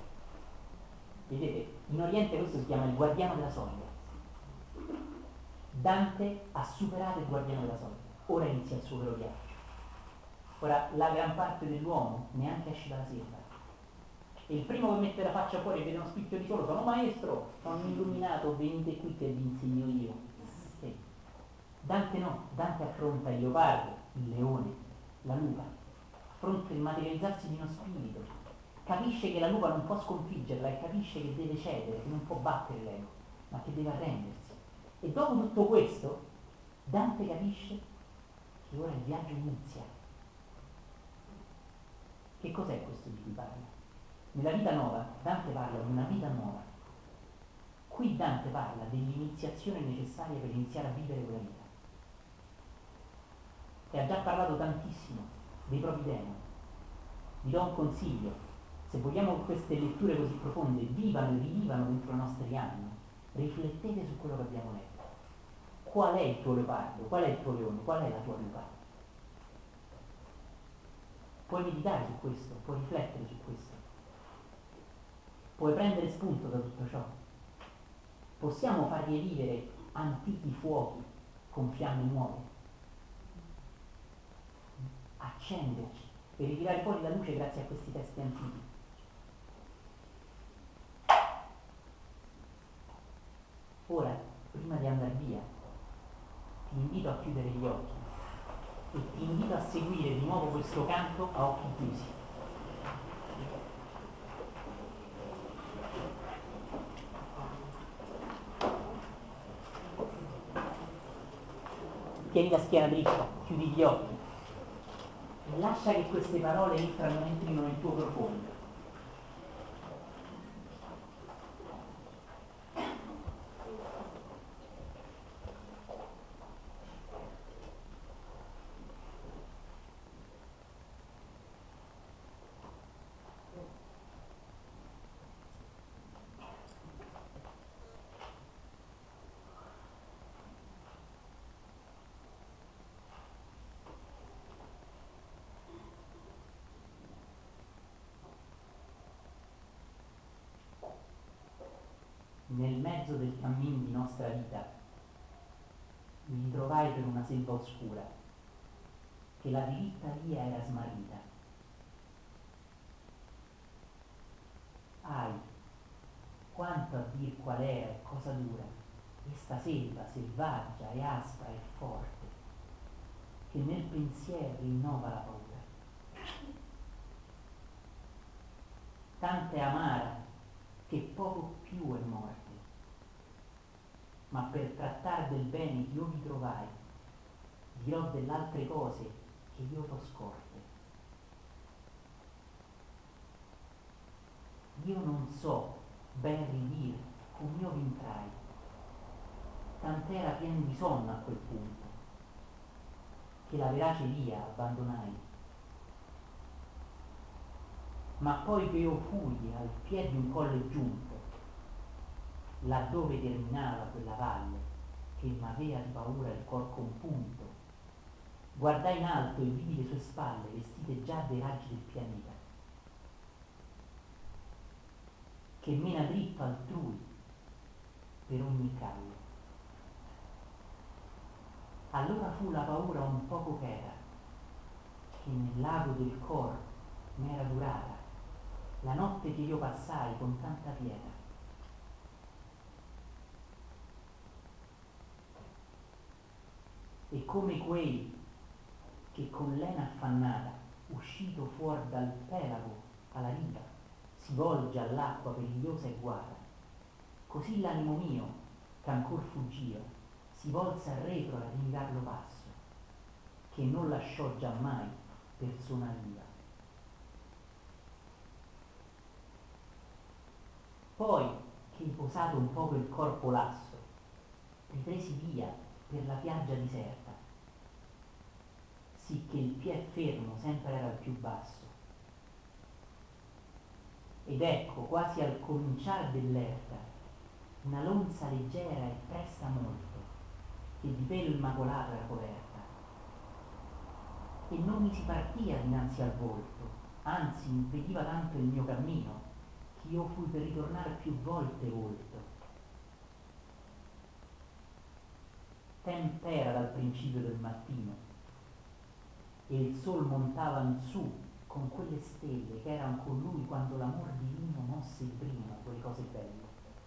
Vedete, in Oriente questo si chiama il guardiano della soglia. Dante ha superato il guardiano della sorte, ora inizia il suo vero viaggio. Ora la gran parte dell'uomo neanche esce dalla selva. E il primo che mette la faccia fuori e vede uno spicchio di sole, sono maestro, sono illuminato, venite qui che vi insegno io. Sì. Dante no, Dante affronta il leopardo, il leone, la lupa, affronta il materializzarsi di uno spirito, capisce che la lupa non può sconfiggerla e capisce che deve cedere, che non può battere l'ego, ma che deve arrendersi. E dopo tutto questo, Dante capisce che ora il viaggio inizia. Che cos'è questo di cui parla? Nella vita nuova, Dante parla di una vita nuova. Qui Dante parla dell'iniziazione necessaria per iniziare a vivere quella vita. E ha già parlato tantissimo dei propri demoni. Vi do un consiglio: se vogliamo che queste letture così profonde vivano e rivivano dentro i nostri anni, riflettete su quello che abbiamo letto. Qual è il tuo leopardo? Qual è il tuo leone? Qual è la tua lupa? Puoi meditare su questo, puoi riflettere su questo, puoi prendere spunto da tutto ciò. Possiamo far rivivere antichi fuochi con fiamme nuove, accenderci e ritirare fuori la luce grazie a questi testi antichi. Ora, prima di andare via, ti invito a chiudere gli occhi e ti invito a seguire di nuovo questo canto a occhi chiusi. Tieni la schiena dritta, chiudi gli occhi e lascia che queste parole entrino nel tuo profondo. Nel mezzo del cammino di nostra vita mi ritrovai per una selva oscura, che la diritta via era smarrita. Ahi, quanto a dir qual era e cosa dura, questa selva selvaggia e aspra e forte, che nel pensiero rinnova la paura. Tanta è amara che poco più è morte, ma per trattar del bene che io vi trovai, dirò delle altre cose che io t'ho scorte. Io non so ben ridir come io v'intrai, tant'era pien di sonno a quel punto, che la verace via abbandonai. Ma poi che io fui al piede di un colle giunto, laddove terminava quella valle che m'avea di paura il cor compunto, guardai in alto e vidi le sue spalle vestite già dei raggi del pianeta, che mena dritto altrui per ogni calle. Allora fu la paura un poco chera, che nel lago del cor m'era durata la notte che io passai con tanta pietà. E come quei che con lena affannata, uscito fuor dal pelago alla riva, si volge all'acqua perigliosa e guata, così l'animo mio, ch'ancor fuggia, si volse al retro a ringar lo passo, che non lasciò giammai persona viva. Poi, che riposato un poco il corpo lasso, ripresi via per la piaggia diserta, sì che il piè fermo sempre era al più basso. Ed ecco, quasi al cominciar dell'erta, una lonza leggera e presta molto, che di pelo immacolato era coperta, e non mi si partia dinanzi al volto, anzi impediva tanto il mio cammino, che io fui per ritornare più volte volto. tempera dal principio del mattino e il sol montava in su con quelle stelle che erano con lui quando l'amor divino mosse il primo quelle cose belle.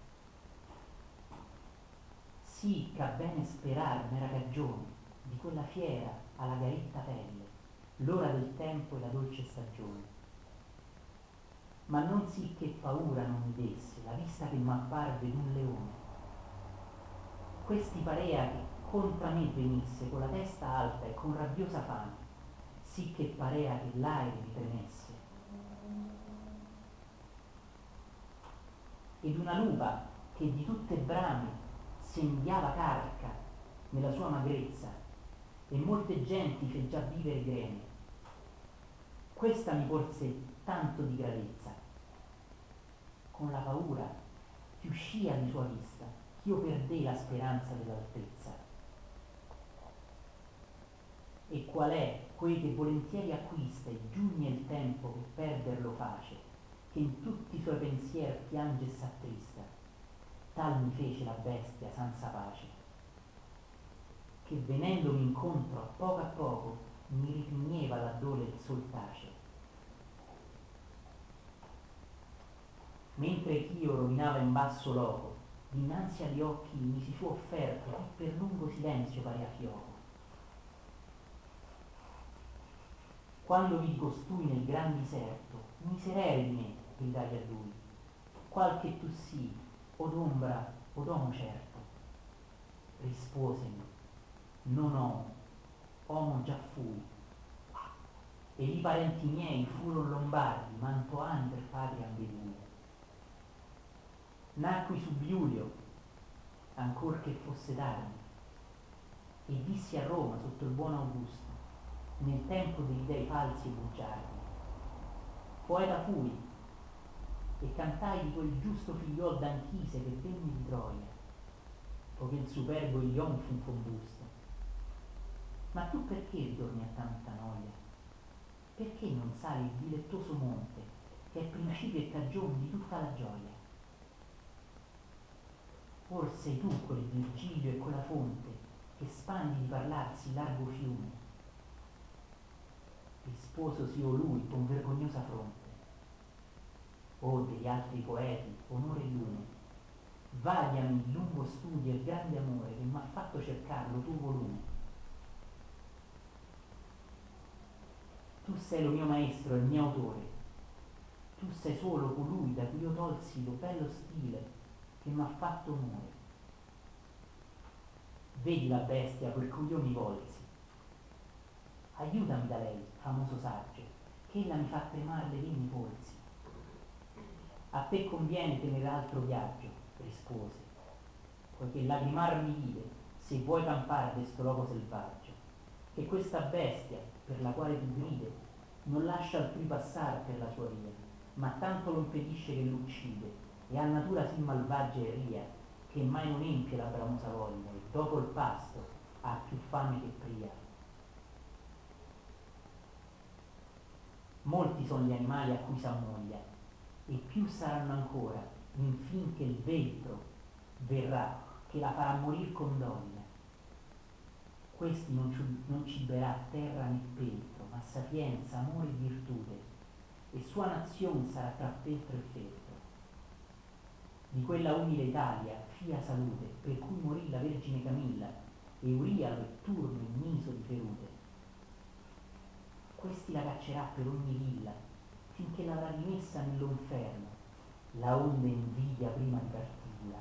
Sì, che a bene sperar n'era cagione di quella fiera alla garetta pelle, l'ora del tempo e la dolce stagione. Ma non sì che paura non mi desse la vista che m'apparve d'un leone. Questi parea che contra me venisse con la testa alta e con rabbiosa fame, sì che parea che l'aere mi premesse. Ed una lupa che di tutte brame sembiava carca nella sua magrezza e molte genti fe già vivere greme. Questa mi porse tanto di gradezza, con la paura che uscia di sua vista, ch'io perdei la speranza dell'altezza. E qual è quei che volentieri acquista e giugne il tempo che perderlo face, che in tutti i suoi pensier piange e s'attrista, tal mi fece la bestia senza pace, che venendomi incontro a poco mi ripigneva laddove il sol tace. Mentre ch'io rovinava in basso loco, dinanzi agli occhi mi si fu offerto che per lungo silenzio parea fioco. Quando vidi costui nel gran diserto, miserere di me, gridai a lui, qual che tu sii, od ombra, od uomo certo. Risposemi, non homo già fui, e i parenti miei furono lombardi, mantoani per patria ambedue. Nacqui su Biulio, ancor che fosse tardi, e vissi a Roma sotto il buon Augusto, nel tempo degli dei falsi e bugiardi. Poeta fui e cantai di quel giusto figliol d'Anchise che venne di Troia, poiché il superbo Ilion fu combusto. Ma tu perché ritorni a tanta noia? Perché non sali il dilettoso monte, che è principio e cagione di tutta la gioia? Or sei tu quel Virgilio e quella fonte che spandi di parlarsi il largo fiume. Rispososi o lui con vergognosa fronte: o degli altri poeti, onore e lume, vagliami il lungo studio e il grande amore che m'ha fatto cercar lo tuo volume. Tu sei lo mio maestro e il mio autore, tu sei solo colui da cui io tolsi lo bello stile che m'ha fatto onore. Vedi la bestia per cui io mi volsi, aiutami da lei, famoso saggio, che ella mi fa tremar le vene i polsi. A te conviene tenere altro viaggio, rispose, poiché lagrimar mi vide, se vuoi campar d'esto loco selvaggio, che questa bestia, per la quale tu gride, non lascia altrui passar per la sua via, ma tanto lo impedisce che l'uccide, e ha natura sì malvagia e ria, che mai non empie la bramosa voglia, e dopo il pasto ha più fame che pria. Molti sono gli animali a cui s'ammoglia, e più saranno ancora, infin che il veltro verrà, che la farà morir con doglia. Questi non ciberà terra né peltro, ma sapienza, amore e virtute, e sua nazione sarà tra peltro e feltro. Di quella umile Italia fia salute, per cui morì la Vergine Camilla, e Urialo e Turno il miso di ferute. Questi la caccerà per ogni villa, finché l'avrà rimessa nello inferno, la onde invidia prima di partirla.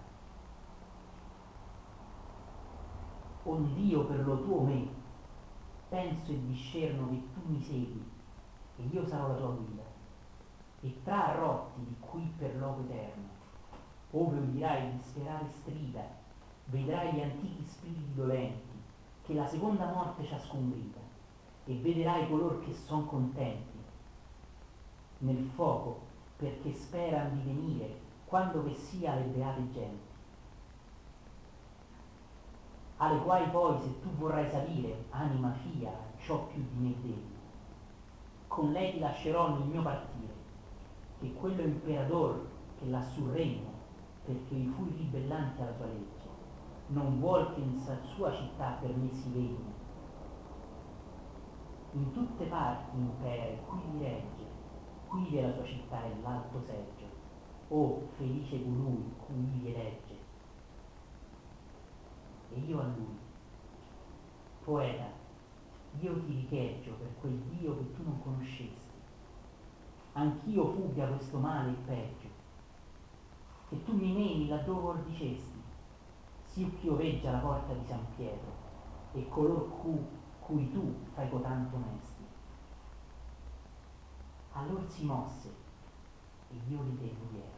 Ond'io per lo tuo me penso e discerno che tu mi segui, e io sarò la tua guida, e tra arrotti di qui per loco eterno, ove udirai disperare strida, vedrai gli antichi spiriti dolenti, che la seconda morte ciascun grida, e vederai color che son contenti nel fuoco, perché speran di venire quando che sia le beate genti, alle quali poi se tu vorrai salire, anima fia, ciò più di me devi. Con lei ti lascerò nel mio partire, che quello imperador che lassù regna, perché i fui ribellanti alla sua legge, non vuol che in sua città per me si regni. In tutte parti impera e qui vi regge, qui della sua città è l'alto seggio. Oh, felice colui cui vi elegge. E io a lui, poeta, io ti richeggio per quel Dio che tu non conoscesti. Anch'io fubbi a questo male il peggio, che tu mi meni laddove or dicesti, sì ch'io veggia la porta di San Pietro, e color cui tu fai cotanto onesti. Allor si mosse, e io li tengo dietro.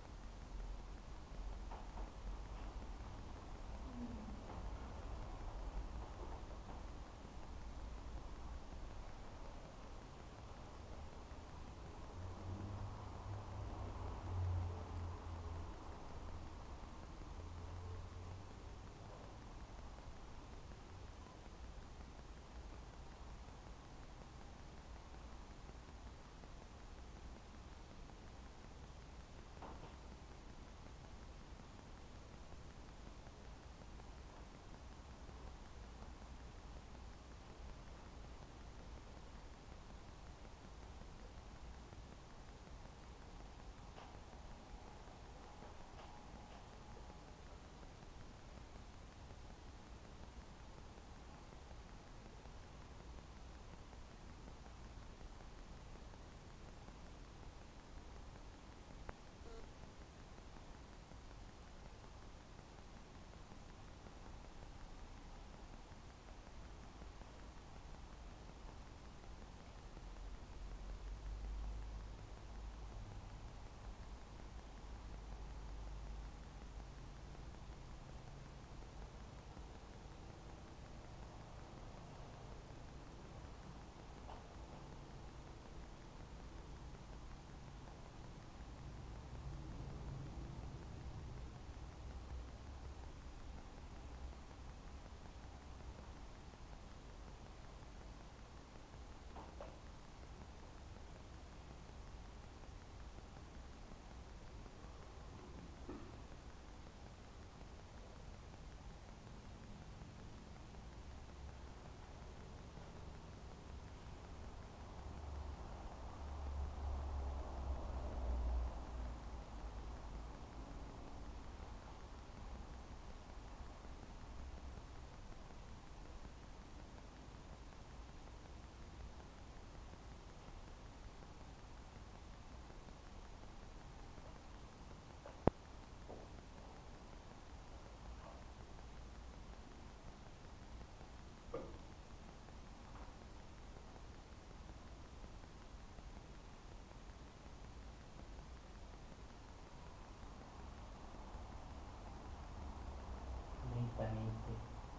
Lentamente,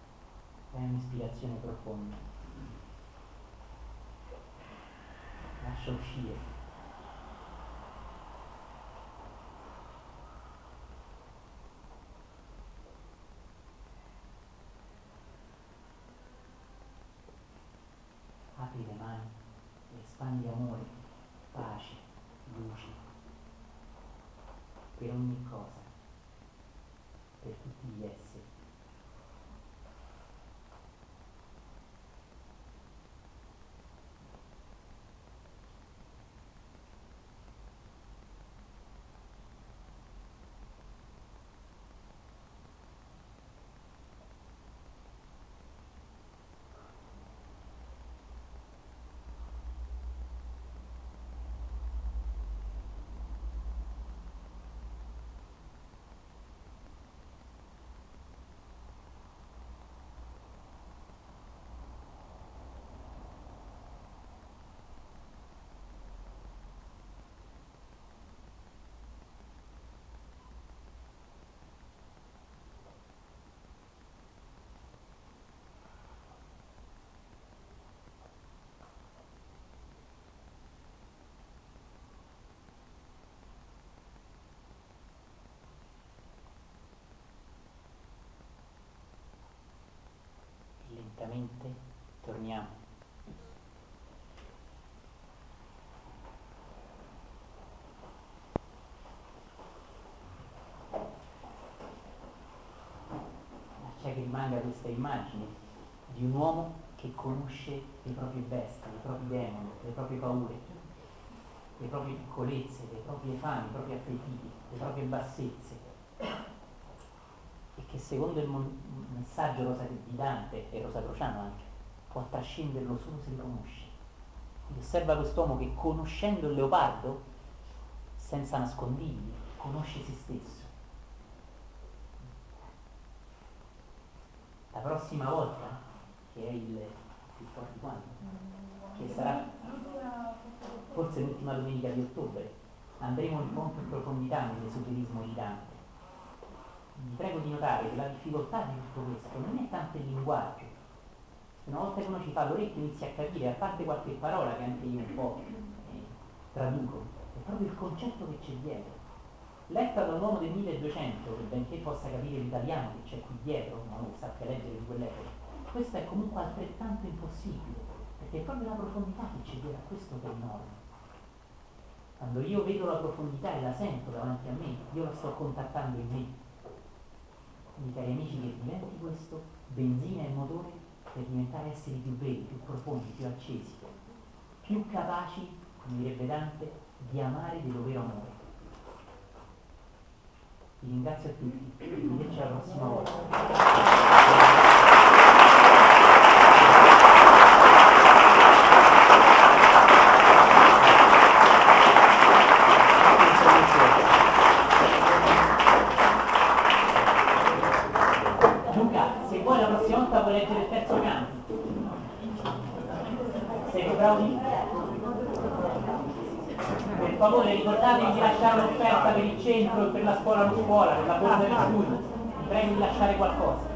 è un'ispirazione profonda. Lascia uscire. Apri le mani e espandi amore, pace, luce per ogni cosa, per tutti gli esseri. Lentamente torniamo. rimanga questa immagine di un uomo che conosce le proprie bestie, i propri demoni, le proprie paure, le proprie piccolezze, le proprie fami, i propri appetiti, le proprie bassezze, e che secondo il messaggio di Dante e Rosacrociano anche può trascenderlo solo se li conosce. Quindi osserva quest'uomo che, conoscendo il leopardo, senza nascondigli, conosce se stesso. La prossima volta, che è il ricordi quando? Che sarà forse l'ultima domenica di ottobre, andremo un po' più in profondità nell'esoterismo di Dante. Vi prego di notare che la difficoltà di tutto questo non è tanto il linguaggio. Una volta che uno ci fa l'orecchio inizia a capire, a parte qualche parola che anche io un po' traduco, è proprio il concetto che c'è dietro. Letta da un uomo del 1200, che benché possa capire l'italiano che c'è qui dietro, ma non sappia leggere di quell'epoca, questo è comunque altrettanto impossibile, perché è proprio la profondità che c'è dietro a questo che è enorme. Quando io vedo la profondità e la sento davanti a me, io la sto contattando in me. Quindi, cari amici, che diventi questo benzina e motore per diventare esseri più veri, più profondi, più accesi, più capaci, come direbbe Dante, di amare del vero amore. Vi ringrazio a tutti, arrivederci la prossima volta. Puoi leggere il terzo canto. Sei più bravo di me? Per favore ricordatevi di lasciare un'offerta per il centro e per la scuola non scuola, per la borsa del studio. Vi prego di lasciare qualcosa.